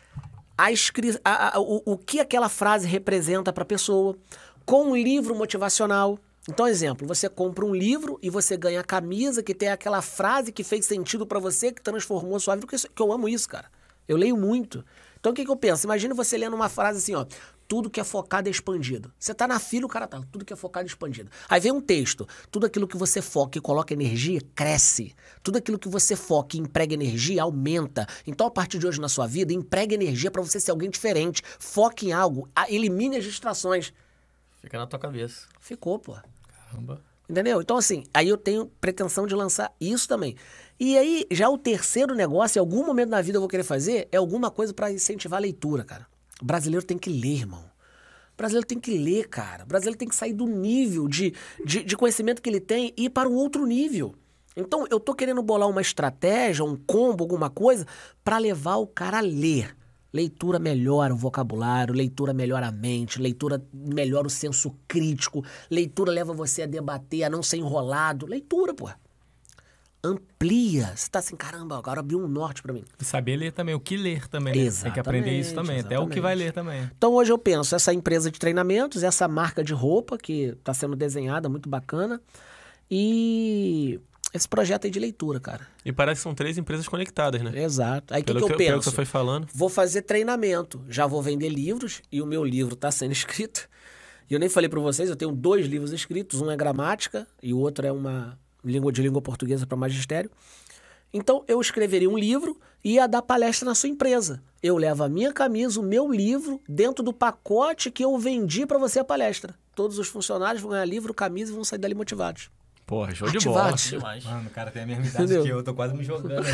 o que aquela frase representa para a pessoa, com um livro motivacional. Então, exemplo, você compra um livro e você ganha a camisa que tem aquela frase que fez sentido pra você, que transformou a sua vida, que eu amo isso, cara. Eu leio muito. Então, o que eu penso? Imagina você lendo uma frase assim, ó, tudo que é focado é expandido. Você tá na fila, o cara tá, tudo que é focado é expandido. Aí vem um texto, tudo aquilo que você foca e coloca energia, cresce. Tudo aquilo que você foca e emprega energia, aumenta. Então, a partir de hoje na sua vida, emprega energia pra você ser alguém diferente. Foque em algo, elimine as distrações. Fica na tua cabeça. Ficou, pô. Caramba. Entendeu? Então, assim, aí eu tenho pretensão de lançar isso também. E aí, já o terceiro negócio, em algum momento na vida eu vou querer fazer, é alguma coisa pra incentivar a leitura, cara. O brasileiro tem que ler, irmão. O brasileiro tem que ler, cara. O brasileiro tem que sair do nível de conhecimento que ele tem e ir para um outro nível. Então, eu tô querendo bolar uma estratégia, um combo, alguma coisa, pra levar o cara a ler. Leitura melhora o vocabulário, leitura melhora a mente, leitura melhora o senso crítico, leitura leva você a debater, a não ser enrolado. Leitura, pô. amplia. Você tá assim, caramba, agora abriu um norte pra mim. E saber ler também, o que ler também, né? Tem que aprender isso também, até o que vai ler também. Então hoje eu penso, essa empresa de treinamentos, essa marca de roupa que tá sendo desenhada, muito bacana, e esse projeto aí de leitura, cara. E parece que são 3 empresas conectadas, né? Exato. Aí o que eu Pelo penso? que você foi falando. Vou fazer treinamento, já vou vender livros, e o meu livro tá sendo escrito. E eu nem falei para vocês, eu tenho 2 livros escritos, um é gramática e o outro é uma língua portuguesa para magistério. Então, eu escreveria um livro e ia dar palestra na sua empresa. Eu levo a minha camisa, o meu livro, dentro do pacote que eu vendi para você a palestra. Todos os funcionários vão ganhar livro, camisa e vão sair dali motivados. Porra, show de bola. Ativados. Demais. Mano, o cara tem a mesma idade Entendeu? que eu tô quase me jogando.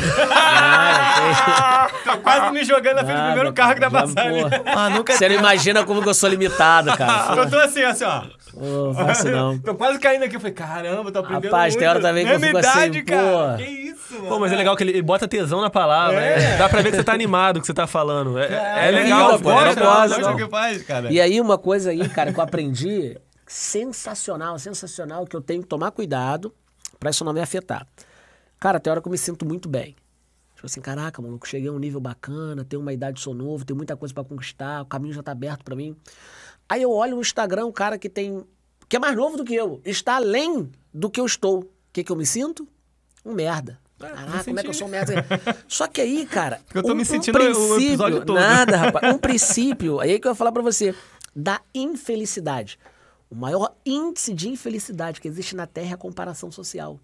Ah, Tô quase me jogando na frente do primeiro carro que dá passar ali. Ah, nunca... Você não imagina como que eu sou limitado, cara. Eu tô assim, ó. Ô, faço não. Tô quase caindo aqui. Eu falei, caramba, tô aprendendo Rapaz, muito. tem hora também que eu Mesma fico assim, idade, cara. pô. Que isso, mano. Pô, mas é legal que ele bota tesão na palavra, né? Dá pra ver que você tá animado com o que você tá falando. É legal, vida, pô. pô, É gosto, legal, gosto. legal. o que faz, cara. E aí, uma coisa aí, cara, que eu aprendi, sensacional, que eu tenho que tomar cuidado pra isso não me afetar. Cara, tem hora que eu me sinto muito bem. Tipo assim, caraca, maluco, cheguei a um nível bacana, tenho uma idade, sou novo, tenho muita coisa pra conquistar, o caminho já tá aberto pra mim. Aí eu olho no Instagram um cara que é mais novo do que eu, está além do que eu estou. O que eu me sinto? Um merda. Caraca, como é que eu sou um merda? Só que aí, cara, Eu tô me sentindo o episódio todo. Nada, rapaz. Um princípio, aí que eu ia falar pra você, da infelicidade. O maior índice de infelicidade que existe na Terra é a comparação social.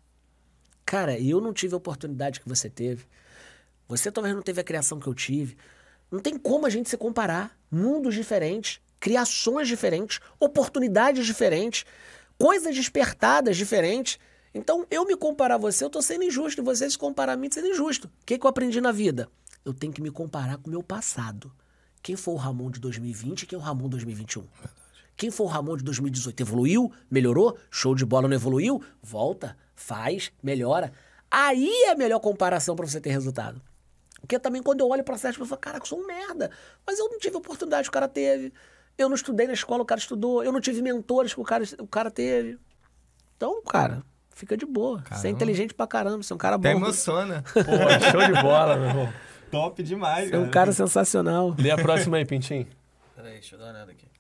Cara, eu não tive a oportunidade que você teve. Você talvez não teve a criação que eu tive. Não tem como a gente se comparar. Mundos diferentes, criações diferentes, oportunidades diferentes, coisas despertadas diferentes. Então, eu me comparar a você, eu tô sendo injusto. E você se comparar a mim, sendo injusto. O que eu aprendi na vida? Eu tenho que me comparar com o meu passado. Quem foi o Ramon de 2020 e quem é o Ramon de 2021? Quem foi o Ramon de 2018? Evoluiu? Melhorou? Show de bola, não evoluiu? Volta, faz, melhora. Aí é a melhor comparação pra você ter resultado. Porque também quando eu olho pra certas pessoas, eu falo, caraca, eu sou um merda. Mas eu não tive a oportunidade que o cara teve. Eu não estudei na escola, o cara estudou. Eu não tive mentores que o cara teve. Então, cara, fica de boa. Caramba. Você é inteligente pra caramba, você é um cara bom. Até emociona. Pô, show de bola, meu irmão. Top demais, Você é um cara sensacional. Lê a próxima aí, Pintinho. Peraí, deixa eu dar uma olhada aqui.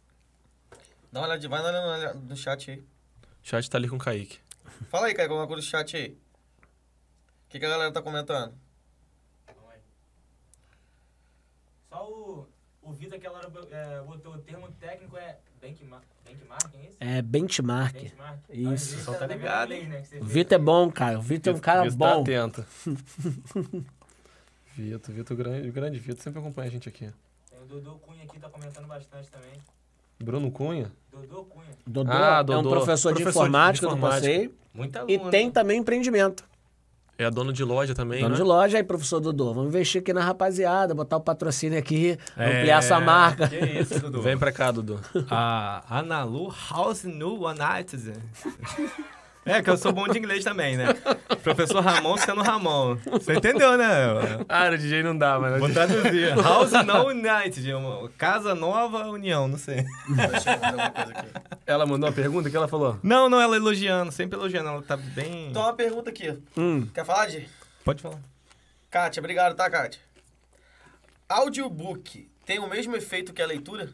Dá uma olhada, vai dar uma olhada no chat aí. O chat tá ali com o Kaique. Fala aí, cara, alguma coisa do chat aí. O que a galera tá comentando? Só o Vitor aquela hora botou o termo técnico benchmarking, é isso? É benchmark. Benchmark. Isso. Só tá ligado, hein? Né, que você O fez. Vitor é bom, cara. O Vitor é um cara Vitor bom. tá atento. Vitor, grande Vitor, sempre acompanha a gente aqui. Tem o Dodô Cunha aqui, tá comentando bastante também. Bruno Cunha? Dodô Cunha. Dodô Ah, é um Dodô. professor de Professor de informática do informática. passeio. Muita E aluna. tem também empreendimento. É dono de loja também, Dono né? de loja aí, professor Dodô. Vamos investir aqui na rapaziada, botar o patrocínio aqui, ampliar essa marca. Que isso, Dudu. Vem pra cá, Dudu. A Analu House New United. É, que eu sou bom de inglês também, né? Professor Ramon sendo Ramon. Você entendeu, né? Ah, no DJ não dá, mas... Vou traduzir. House No United. Casa Nova União, não sei. Deixa eu ver alguma coisa aqui. Ela mandou uma pergunta que ela falou. Não, ela elogiando. Sempre elogiando. Ela tá bem... Então, uma pergunta aqui. Quer falar, Di? Pode falar. Kátia, obrigado, tá, Kátia? Audiobook tem o mesmo efeito que a leitura?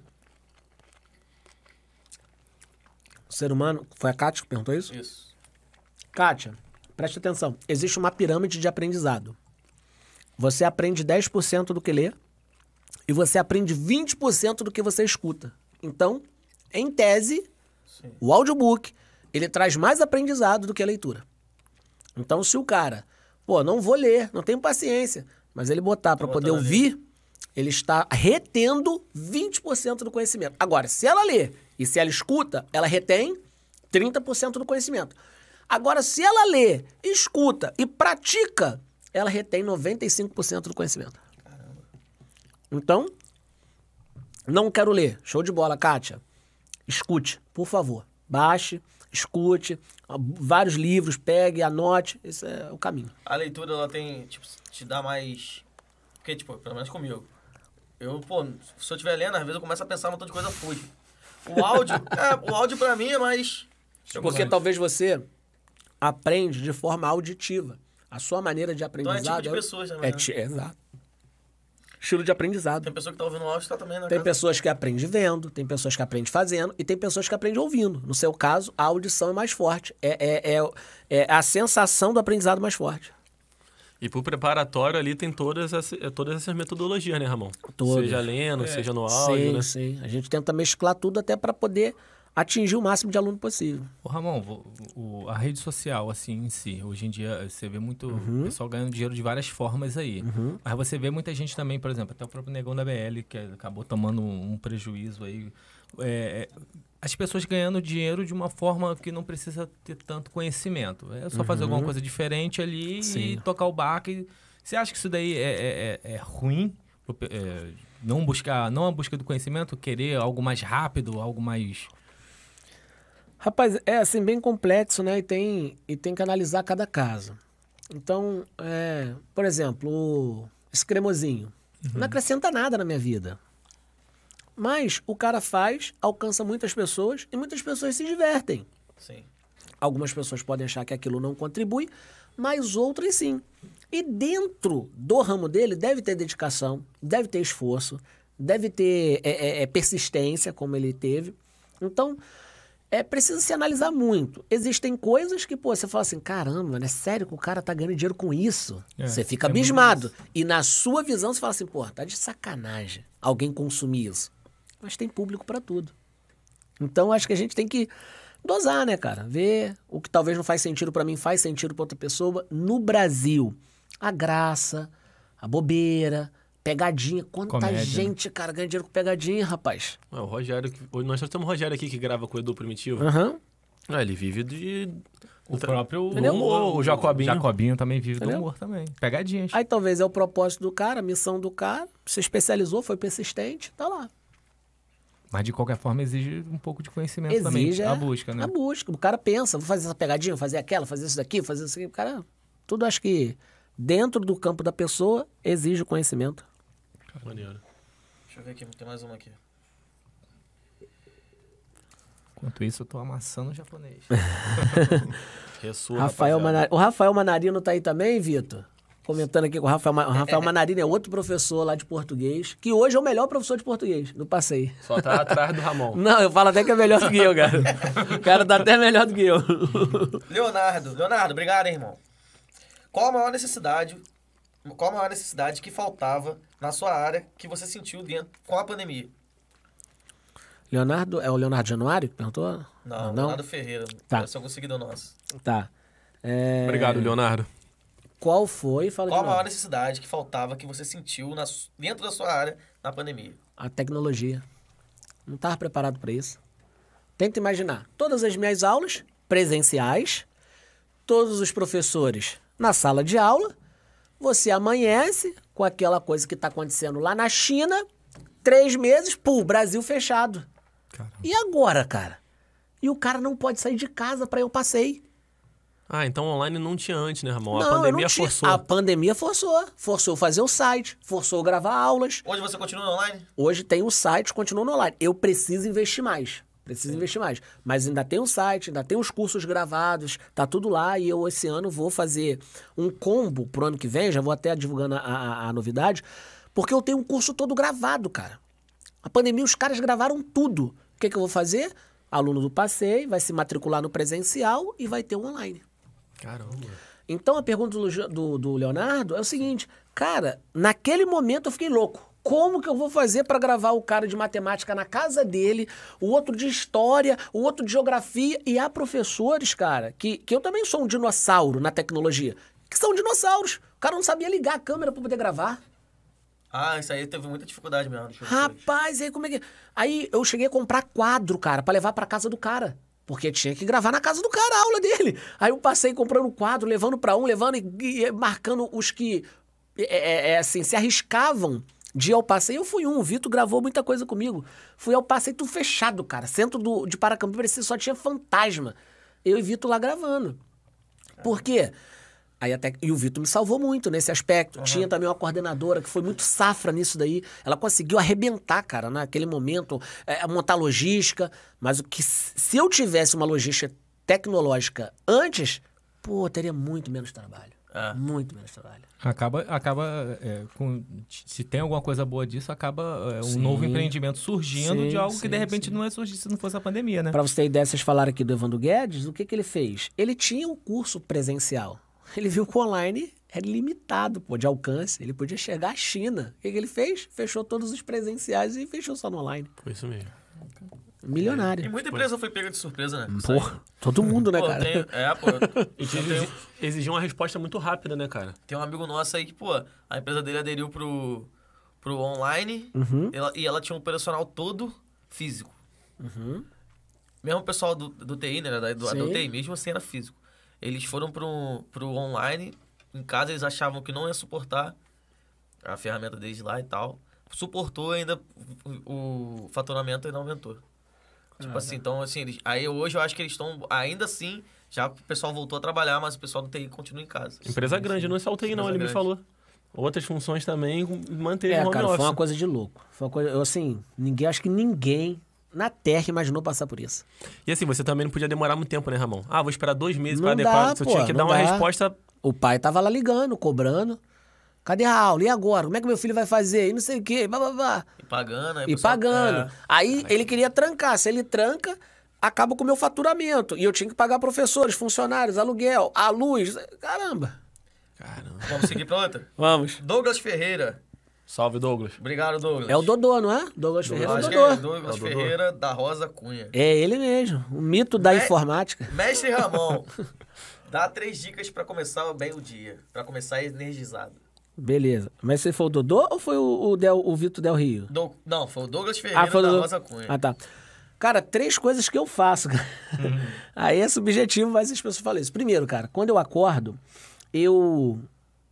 O ser humano... Foi a Kátia que perguntou isso? Isso. Kátia, preste atenção. Existe uma pirâmide de aprendizado. Você aprende 10% do que lê e você aprende 20% do que você escuta. Então, em tese, Sim. o audiobook, ele traz mais aprendizado do que a leitura. Então, se o cara, não vou ler, não tenho paciência, mas ele botar para poder botando ouvir, ele está retendo 20% do conhecimento. Agora, se ela lê e se ela escuta, ela retém 30% do conhecimento. Agora, se ela lê, escuta e pratica, ela retém 95% do conhecimento. Caramba. Então, não quero ler. Show de bola, Kátia. Escute, por favor. Baixe, escute, vários livros, pegue, anote. Esse é o caminho. A leitura, ela tem, te dá mais... Porque, pelo menos comigo. Eu, se eu estiver lendo, às vezes eu começo a pensar um montão de coisa, fuge. O áudio pra mim é mais... Porque talvez você aprende de forma auditiva. A sua maneira de Então aprendizado... é tipo de pessoas também, né? Exato. Estilo de aprendizado. Tem pessoa que tá ouvindo o áudio e tá também na Tem casa. pessoas que aprendem vendo, tem pessoas que aprendem fazendo e tem pessoas que aprendem ouvindo. No seu caso, a audição é mais forte. É a sensação do aprendizado mais forte. E pro preparatório ali tem todas essas metodologias, né, Ramon? Todas. Seja lendo, seja no áudio, Sim, né? sim. A gente tenta mesclar tudo até para poder atingir o máximo de aluno possível. Ô, Ramon, a rede social, assim, em si, hoje em dia você vê muito o pessoal ganhando dinheiro de várias formas aí. Mas você vê muita gente também, por exemplo, até o próprio Negão da BL, que acabou tomando um prejuízo aí. As pessoas ganhando dinheiro de uma forma que não precisa ter tanto conhecimento. É só fazer alguma coisa diferente ali e tocar o barco. Você acha que isso daí é ruim? Não a busca do conhecimento, querer algo mais rápido, algo mais... Rapaz, é assim, bem complexo, né? E tem que analisar cada caso. Então, por exemplo, esse cremosinho. Não acrescenta nada na minha vida. Mas o cara faz, alcança muitas pessoas e muitas pessoas se divertem. Sim. Algumas pessoas podem achar que aquilo não contribui, mas outras sim. E dentro do ramo dele deve ter dedicação, deve ter esforço, deve ter persistência, como ele teve. Então, precisa se analisar muito. Existem coisas que, você fala assim, caramba, é sério que o cara tá ganhando dinheiro com isso? Você fica abismado. E na sua visão, você fala assim, tá de sacanagem alguém consumir isso. Mas tem público para tudo. Então, acho que a gente tem que dosar, né, cara? Ver o que talvez não faz sentido para mim, faz sentido para outra pessoa. No Brasil, a graça, a bobeira, pegadinha. Quanta Comédia, gente, cara, ganha dinheiro com pegadinha, rapaz. O Rogério, nós só temos o Rogério aqui que grava com o Edu Primitivo. Ele vive de... O próprio o Jacobinho. Jacobinho também vive do humor também. Pegadinhas. Aí talvez é o propósito do cara, a missão do cara, se especializou, foi persistente, tá lá. Mas de qualquer forma exige um pouco de conhecimento também. A busca, né? A busca. O cara pensa, vou fazer essa pegadinha, vou fazer aquela, fazer isso daqui, fazer isso aqui. O cara, tudo acho que dentro do campo da pessoa exige o conhecimento. Maneiro. Deixa eu ver aqui, tem mais uma aqui. Enquanto isso, eu tô amassando o japonês. O Rafael Manarino tá aí também, Vitor? Comentando aqui com o Rafael Manarino, é outro professor lá de português, que hoje é o melhor professor de português do passeio. Só tá atrás do Ramon. Não, eu falo até que é melhor do que eu, cara. O cara tá até melhor do que eu. Leonardo, obrigado, hein, irmão. Qual a maior necessidade que faltava na sua área que você sentiu com a pandemia? Leonardo, é o Leonardo Januário que perguntou? Não, Leonardo Ferreira. Tá. Esse é algum seguidor nosso. Tá. Obrigado, Leonardo. Qual foi? Fala Qual a de novo. maior necessidade que faltava que você sentiu dentro da sua área na pandemia? A tecnologia. Não estava preparado para isso. Tenta imaginar. Todas as minhas aulas presenciais, todos os professores na sala de aula, você amanhece com aquela coisa que está acontecendo lá na China, 3 meses, Brasil fechado. Caramba. E agora, cara? E o cara não pode sair de casa para eu passei. Então online não tinha antes, né, Ramon? Não, A pandemia eu não tinha. forçou. A pandemia forçou. Forçou fazer o site, forçou gravar aulas. Hoje você continua online? Hoje tem o site, continua no online. Eu preciso investir mais. Mas ainda tem o site, ainda tem os cursos gravados, tá tudo lá. E eu, esse ano, vou fazer um combo pro ano que vem, já vou até divulgando a novidade, porque eu tenho um curso todo gravado, cara. A pandemia, os caras gravaram tudo. O que eu vou fazer? Aluno do passeio vai se matricular no presencial e vai ter o online. Caramba. Então, a pergunta do Leonardo é o seguinte, cara, naquele momento eu fiquei louco. Como que eu vou fazer para gravar o cara de matemática na casa dele, o outro de história, o outro de geografia? E há professores, cara, que eu também sou um dinossauro na tecnologia, que são dinossauros. O cara não sabia ligar a câmera para poder gravar. Isso aí teve muita dificuldade mesmo. Rapaz, aí como é que... Aí eu cheguei a comprar quadro, cara, para levar para casa do cara. Porque tinha que gravar na casa do cara a aula dele. Aí eu passei comprando quadro, levando para levando e marcando os que, assim, se arriscavam de ir ao passeio. Eu fui o Vitor gravou muita coisa comigo. Fui ao passeio tudo fechado, cara. Centro de Paracambi parecia só tinha fantasma. Eu e Vitor lá gravando. Por quê? E o Vitor me salvou muito nesse aspecto. Tinha também uma coordenadora que foi muito safra nisso daí. Ela conseguiu arrebentar, cara, naquele momento, montar logística. Mas se eu tivesse uma logística tecnológica antes, pô, teria muito menos trabalho. Muito menos trabalho. Se tem alguma coisa boa disso, acaba um Sim. novo empreendimento surgindo Sim, de algo que de sim, repente sim. não ia surgir se não fosse a pandemia, né? Pra você ter ideia, vocês falaram aqui do Evandro Guedes, o que ele fez? Ele tinha um curso presencial. Ele viu que o online era limitado, pô, de alcance. Ele podia chegar à China. O que ele fez? Fechou todos os presenciais e fechou só no online. Foi isso mesmo. Milionário. E muita empresa foi pega de surpresa, né? Porra, todo mundo, né, Pô, cara? E exigiu uma resposta muito rápida, né, cara? Tem um amigo nosso aí que, pô, a empresa dele aderiu pro online e ela tinha um operacional todo físico. Mesmo o pessoal do TI, né? Da UTI, mesmo assim era físico. Eles foram pro online, em casa eles achavam que não ia suportar a ferramenta deles lá e tal. Suportou ainda, o faturamento ainda aumentou. Tipo assim, então assim, aí hoje eu acho que eles estão, ainda assim, já o pessoal voltou a trabalhar, mas o pessoal do TI continua em casa. Empresa grande, não é só o TI não, ele me falou. Outras funções também manteve home cara, office. foi uma coisa de louco. Foi uma coisa, acho que ninguém na Terra imaginou passar por isso. E assim, você também não podia demorar muito tempo, né, Ramon? Vou esperar 2 meses para Não adequar. dá, Você pô, tinha que dar não uma dá. resposta. O pai tava lá ligando, cobrando. Cadê a aula? E agora? Como é que meu filho vai fazer? E não sei o quê. Blá, blá, blá. E pagando. Aí o E pessoal- pagando. Aí ele queria trancar. Se ele tranca, acaba com o meu faturamento. E eu tinha que pagar professores, funcionários, aluguel, a luz. Caramba. Vamos seguir pra outra? Vamos. Douglas Ferreira. Salve, Douglas. Obrigado, Douglas. É o Dodô, não é? Douglas Ferreira é o Acho que Dodô. é Douglas Ferreira da Rosa Cunha. É ele mesmo. O mito da informática. Mestre Ramon, dá 3 dicas pra começar bem o dia. Pra começar energizado. Beleza. Mas você foi o Dodô ou foi o Vitor Del Rio? Não, foi o Douglas Ferreira foi o da Dodô. Rosa Cunha. Ah, tá. Cara, 3 coisas que eu faço. Cara. Aí é subjetivo, mas as pessoas falam isso. Primeiro, cara, quando eu acordo, eu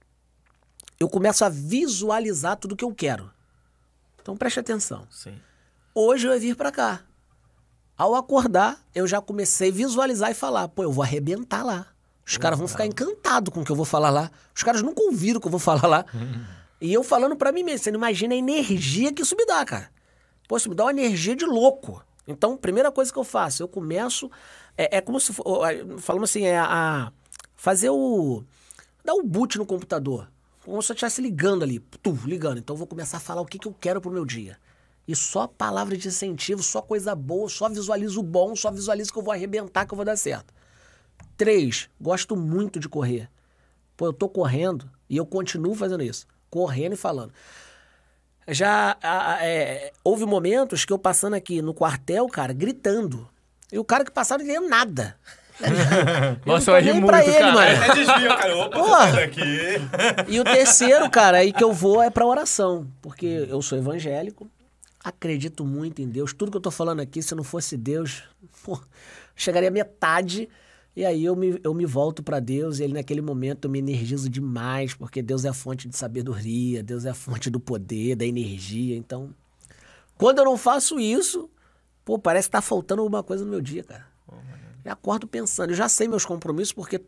começo a visualizar tudo que eu quero. Então preste atenção. Sim. Hoje eu ia vir pra cá. Ao acordar, eu já comecei a visualizar e falar, pô, eu vou arrebentar lá. Os caras vão ficar encantados com o que eu vou falar lá. Os caras nunca ouviram o que eu vou falar lá. E eu falando pra mim mesmo, você não imagina a energia que isso me dá, cara. Pô, isso me dá uma energia de louco. Então, primeira coisa que eu faço, eu começo... É como se... Falando assim, fazer dar o boot no computador. Como se eu estivesse ligando ali. Ligando. Então, eu vou começar a falar o que eu quero pro meu dia. E só palavra de incentivo, só coisa boa, só visualizo o bom, só visualizo que eu vou arrebentar, que eu vou dar certo. 3, gosto muito de correr. Pô, eu tô correndo e eu continuo fazendo isso. Correndo e falando. Já houve momentos que eu passando aqui no quartel, cara, gritando. E o cara que passava não entendeu nada. Nossa, não eu tô ri nem muito, pra ele, cara. mano. Até desvio, cara. Opa, Porra. sai daqui. E o terceiro, cara, aí que eu vou é pra oração. Porque eu sou evangélico, acredito muito em Deus. Tudo que eu tô falando aqui, se não fosse Deus, pô, chegaria a metade. E aí eu me volto pra Deus e ele naquele momento eu me energizo demais, porque Deus é a fonte de sabedoria, Deus é a fonte do poder, da energia. Então, quando eu não faço isso, pô, parece que tá faltando alguma coisa no meu dia, cara. Eu acordo pensando, eu já sei meus compromissos, porque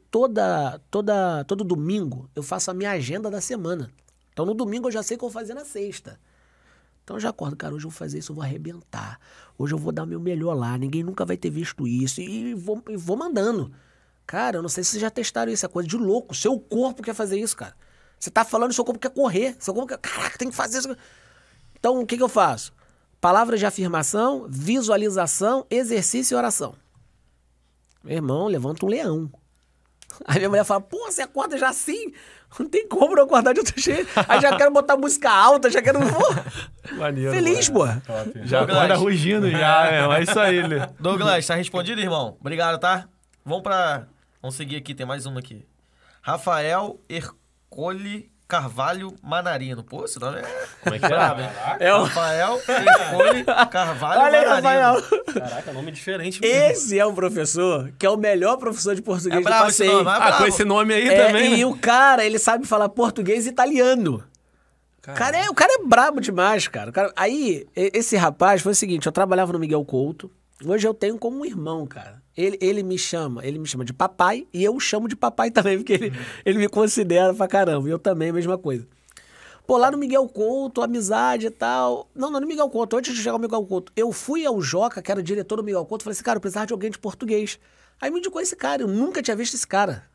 todo domingo eu faço a minha agenda da semana. Então no domingo eu já sei o que eu vou fazer na sexta. Então eu já acordo, cara, hoje eu vou fazer isso, eu vou arrebentar. Hoje eu vou dar o meu melhor lá, ninguém nunca vai ter visto isso. E vou mandando. Cara, eu não sei se vocês já testaram isso, é coisa de louco. Seu corpo quer fazer isso, cara. Você tá falando, seu corpo quer correr. Seu corpo quer, caraca, tem que fazer isso. Então o que eu faço? Palavras de afirmação, visualização, exercício e oração. Meu irmão, levanta um leão. Aí minha mulher fala, pô, você acorda já assim? Não tem como não acordar de outro jeito. Aí já quero botar música alta, já quero... Maneiro, Feliz, pô. Já Douglas. acorda rugindo já, é isso aí, Lê. Douglas, tá respondido, irmão? Obrigado, tá? Vamos seguir aqui, tem mais uma aqui. Rafael Ercole Carvalho Manarino. Pô, esse nome é... Como é que brabo, hein? É o... Rafael Ercole Carvalho Olha aí, Manarino. Rafael. Caraca, nome diferente mesmo. Esse é um professor que é o melhor professor de português É do brabo esse passeio. nome, é brabo. Com esse nome aí também, E né? o cara, ele sabe falar português e italiano. O cara é brabo demais, cara. Aí, esse rapaz foi o seguinte, eu trabalhava no Miguel Couto, hoje eu tenho como um irmão, cara. Ele me chama de papai e eu o chamo de papai também, porque ele me considera pra caramba. E eu também, a mesma coisa. Pô, lá no Miguel Couto, amizade e tal. Não, no Miguel Couto, antes de chegar ao Miguel Couto, eu fui ao Joca, que era o diretor do Miguel Couto, falei assim, cara, eu precisava de alguém de português. Aí me indicou esse cara, eu nunca tinha visto esse cara.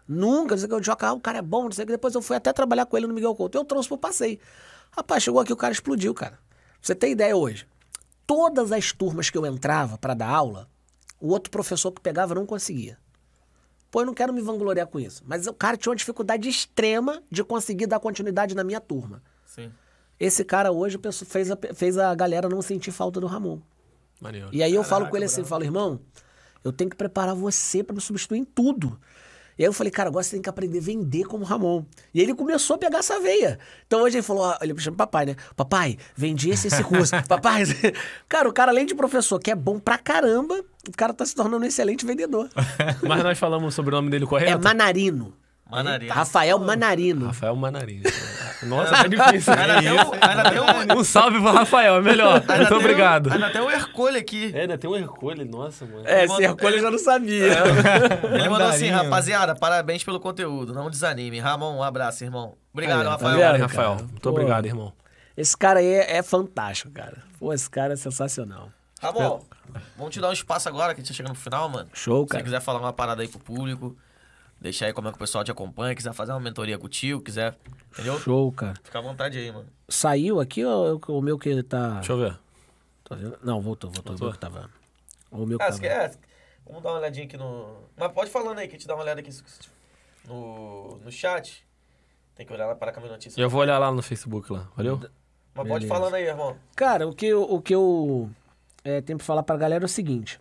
Nunca, não sei o que, eu jogo, o cara é bom, não sei o que. Depois eu fui até trabalhar com ele no Miguel Couto. Eu trouxe pro passeio. Rapaz, chegou aqui, o cara explodiu, cara. Pra você ter ideia hoje. Todas as turmas que eu entrava pra dar aula, o outro professor que pegava não conseguia. Pô, eu não quero me vangloriar com isso. Mas o cara tinha uma dificuldade extrema de conseguir dar continuidade na minha turma. Sim. Esse cara hoje fez a galera não sentir falta do Ramon. Maneiro. E aí eu falo com ele assim, falo, irmão, eu tenho que preparar você pra me substituir em tudo. E aí eu falei, cara, agora você tem que aprender a vender como Ramon. E ele começou a pegar essa veia. Então hoje ele falou, ele chama papai, né? Papai, vendi esse curso. Papai, cara, o cara além de professor, que é bom pra caramba, o cara tá se tornando um excelente vendedor. Mas nós falamos sobre o nome dele correto? É Manarino. Manarino. Rafael Manarino. Rafael Manarino. Nossa, tá difícil. Ainda tem um... Um salve pro Rafael, é melhor. Muito obrigado. Ainda tem o Hercule aqui. Ainda tem um Hercule, nossa, mano. Esse Hercule eu já não sabia. Ele mandou assim, rapaziada, parabéns pelo conteúdo, não desanime. Ramon, um abraço, irmão. Obrigado, Aí, Rafael. tá vendo, Rafael. cara? Muito Pô, obrigado, irmão. Esse cara aí é fantástico, cara. Pô, esse cara é sensacional. Ramon, vamos te dar um espaço agora, que a gente tá chegando no final, mano. Show, Se você cara. quiser falar uma parada aí pro público, deixar aí como é que o pessoal te acompanha, quiser fazer uma mentoria contigo, quiser, entendeu? Show, cara. Fica à vontade aí, mano. Saiu aqui ou o meu que tá... Deixa eu ver. Tá vendo? Não, voltou. O meu que tava... O meu que Ah, tava... vamos dar uma olhadinha aqui no... Mas pode falando aí, que a gente dá uma olhada aqui no chat. Tem que olhar lá para a câmera notícia. Eu vou olhar lá no Facebook lá, valeu? Mas pode falando aí, irmão. Cara, o que eu tenho pra falar pra galera é o seguinte.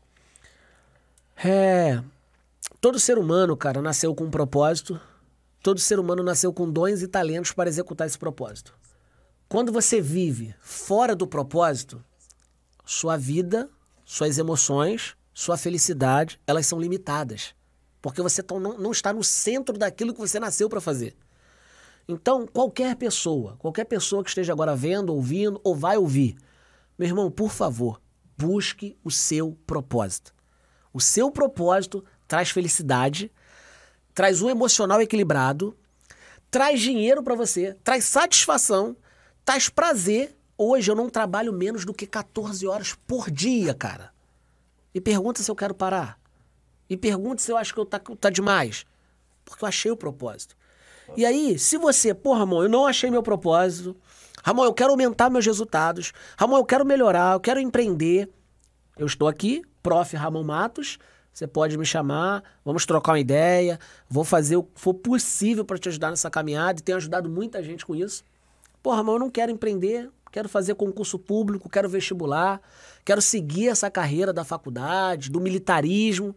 Todo ser humano, cara, nasceu com um propósito. Todo ser humano nasceu com dons e talentos para executar esse propósito. Quando você vive fora do propósito, sua vida, suas emoções, sua felicidade, elas são limitadas. Porque você não está no centro daquilo que você nasceu para fazer. Então, qualquer pessoa que esteja agora vendo, ouvindo ou vai ouvir, meu irmão, por favor, busque o seu propósito. O seu propósito traz felicidade, traz um emocional equilibrado, traz dinheiro para você, traz satisfação, traz prazer. Hoje eu não trabalho menos do que 14 horas por dia, cara. E pergunta se eu quero parar. E pergunta se eu acho que tá demais. Porque eu achei o propósito. E aí, se você, pô, Ramon, eu não achei meu propósito. Ramon, eu quero aumentar meus resultados. Ramon, eu quero melhorar, eu quero empreender. Eu estou aqui, Prof. Ramon Matos. Você pode me chamar, vamos trocar uma ideia. Vou fazer o que for possível para te ajudar nessa caminhada. E tenho ajudado muita gente com isso. Pô, Ramon, eu não quero empreender. Quero fazer concurso público, quero vestibular. Quero seguir essa carreira da faculdade, do militarismo.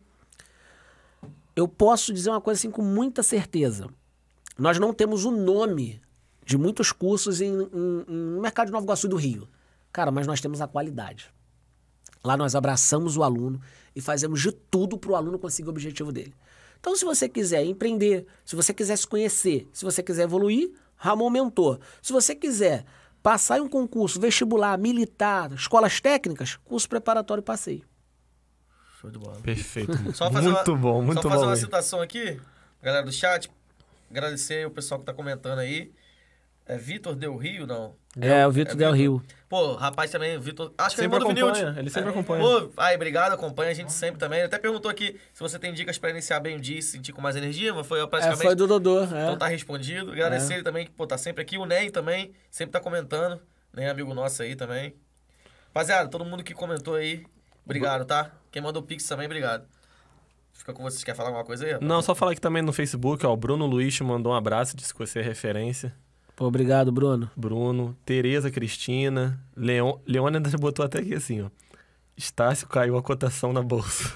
Eu posso dizer uma coisa assim com muita certeza. Nós não temos o nome de muitos cursos no mercado de Nova Iguaçu e do Rio. Cara, mas nós temos a qualidade. Lá nós abraçamos o aluno e fazemos de tudo para o aluno conseguir o objetivo dele. Então, se você quiser empreender, se você quiser se conhecer, se você quiser evoluir, Ramon Mentor. Se você quiser passar em um concurso, vestibular, militar, escolas técnicas, curso preparatório passeio. Show de bola. Perfeito. Só fazer Muito bom. Só fazer uma mesmo. citação aqui, galera do chat. Agradecer aí o pessoal que tá comentando aí. É Vitor Del Rio, não? O Vitor Del Rio. Pô, rapaz também, Vitor... Acho que Sempre ele manda o acompanha, vinil. ele sempre acompanha. Pô, aí, obrigado, acompanha a gente sempre também. Ele até perguntou aqui se você tem dicas pra iniciar bem o dia e se sentir com mais energia, mas foi praticamente... Foi do Dodô, Então tá respondido. Agradecer ele também, que pô, tá sempre aqui. O Ney também, sempre tá comentando. Ney, amigo nosso aí também. Rapaziada, todo mundo que comentou aí, obrigado, tá? Quem mandou o Pix também, obrigado. Fica com vocês. Quer falar alguma coisa aí, rapaz? Não, só falar aqui também no Facebook, ó, o Bruno Luiz te mandou um abraço, disse que você é referência. Pô, obrigado, Bruno. Bruno, Tereza Cristina, Leônia ainda botou até aqui assim, ó. Estácio caiu a cotação na bolsa.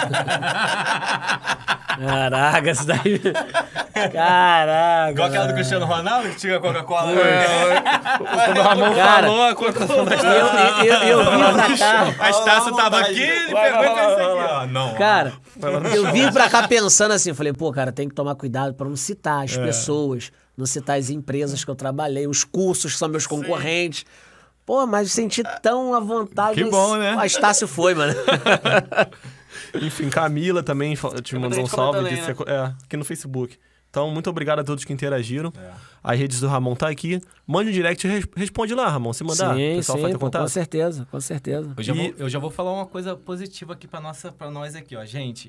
Caraca, isso daí... Caraca. Igual aquela do Cristiano Ronaldo, que tira a Coca-Cola. Quando o Ramon falou a cotação da Eu vim pra cá... A Estácio tava aqui, ele pegou e fez isso aqui, ó. Não. Cara, eu vim pra cá pensando assim, falei, pô, cara, tem que tomar cuidado pra não citar as pessoas, não citar as empresas que eu trabalhei, os cursos que são meus concorrentes. Pô, mas senti tão à vontade. Que bom, né? A Estácio foi, mano. Enfim, Camila também te mandou um gente salve. comentando Disse, aí, aqui no Facebook. Então, muito obrigado a todos que interagiram. As redes do Ramon tá aqui. Mande um direct e responde lá, Ramon. Se mandar, o pessoal vai ter contato. com certeza, com certeza. Eu já vou falar uma coisa positiva aqui pra nós aqui, ó. Gente,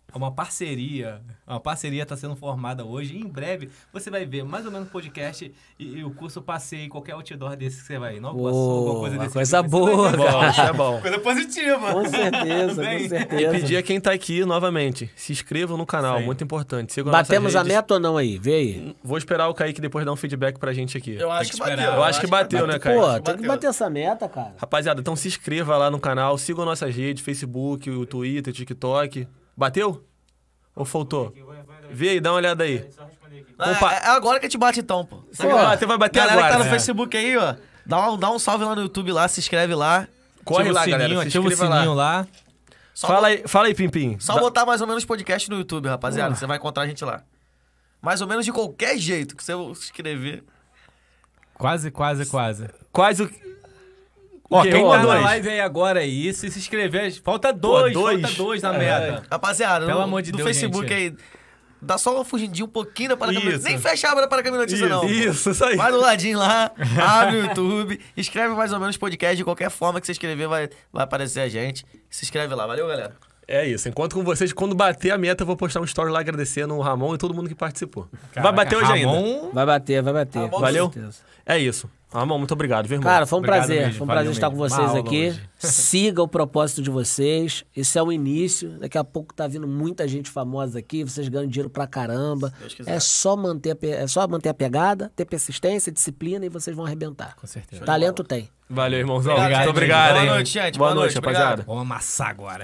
uma parceria. Uma parceria está sendo formada hoje. E em breve você vai ver mais ou menos o podcast e o curso passeio, qualquer outdoor desse que você vai. Nova Iguaçu, alguma coisa desse coisa tipo. boa, cara. Isso é bom. Coisa positiva. Com certeza, Bem, com E certeza. pedir a quem tá aqui novamente, se inscrevam no canal, Isso aí. muito importante. Sigam Batemos a nossas redes. meta ou não aí? Vê aí. Vou esperar o Kaique depois dar um feedback pra gente aqui. Eu acho que esperar. bateu. Eu acho que bateu, né, Kaique? Pô, tem que bater essa meta, cara. Rapaziada, então se inscreva lá no canal, sigam nossas redes, Facebook, o Twitter, TikTok. Bateu? Ou faltou? Vê aí, dá uma olhada aí. É agora que a gente bate então, pô. Você vai bater Galera agora. que tá no né? Facebook aí, ó. Dá um salve lá no YouTube lá, se inscreve lá. Corre Ativa lá, o sininho, galera. Se ativa o inscreva sininho lá. Só Fala aí, Pimpim. Só botar mais ou menos podcast no YouTube, rapaziada. Você vai encontrar a gente lá. Mais ou menos de qualquer jeito que você se inscrever. Quase. Quase o... Ó, quê? quem Um tá ou na dois? live aí agora aí, se inscrever, falta dois na meta. Rapaziada, Pelo amor de no Deus, Facebook gente. aí, dá só uma fugidinha um pouquinho para a Isso. Nem fecha a aba para a notícia, não. pô. Isso aí. Vai do ladinho lá, abre o YouTube, escreve mais ou menos podcast. De qualquer forma que você escrever, vai aparecer a gente. Se inscreve lá. Valeu, galera. É isso. Enquanto com vocês, quando bater a meta, eu vou postar um story lá agradecendo o Ramon e todo mundo que participou. Vai Caraca, bater hoje ainda. Ramon, Vai bater. bom, Valeu? com certeza. É isso. Ramon, muito obrigado, viu, irmão? Cara, foi um Obrigado prazer. mesmo, Foi um valeu prazer estar com mesmo. vocês Uma aula aqui. hoje. Siga o propósito de vocês. Esse é o início. Daqui a pouco tá vindo muita gente famosa aqui. Vocês ganham dinheiro pra caramba. Deus quiser. É só manter a pegada, ter persistência, disciplina e vocês vão arrebentar. com certeza. Talento tem. Valeu, irmãozão. Obrigado, muito gente. obrigado, Boa hein? noite, gente. Boa Boa noite, noite, rapaziada. Vamos amassar agora.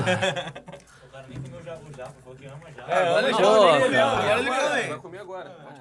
Agora ele ganhou. Pô, Agora ele ganhou. Vai comer agora.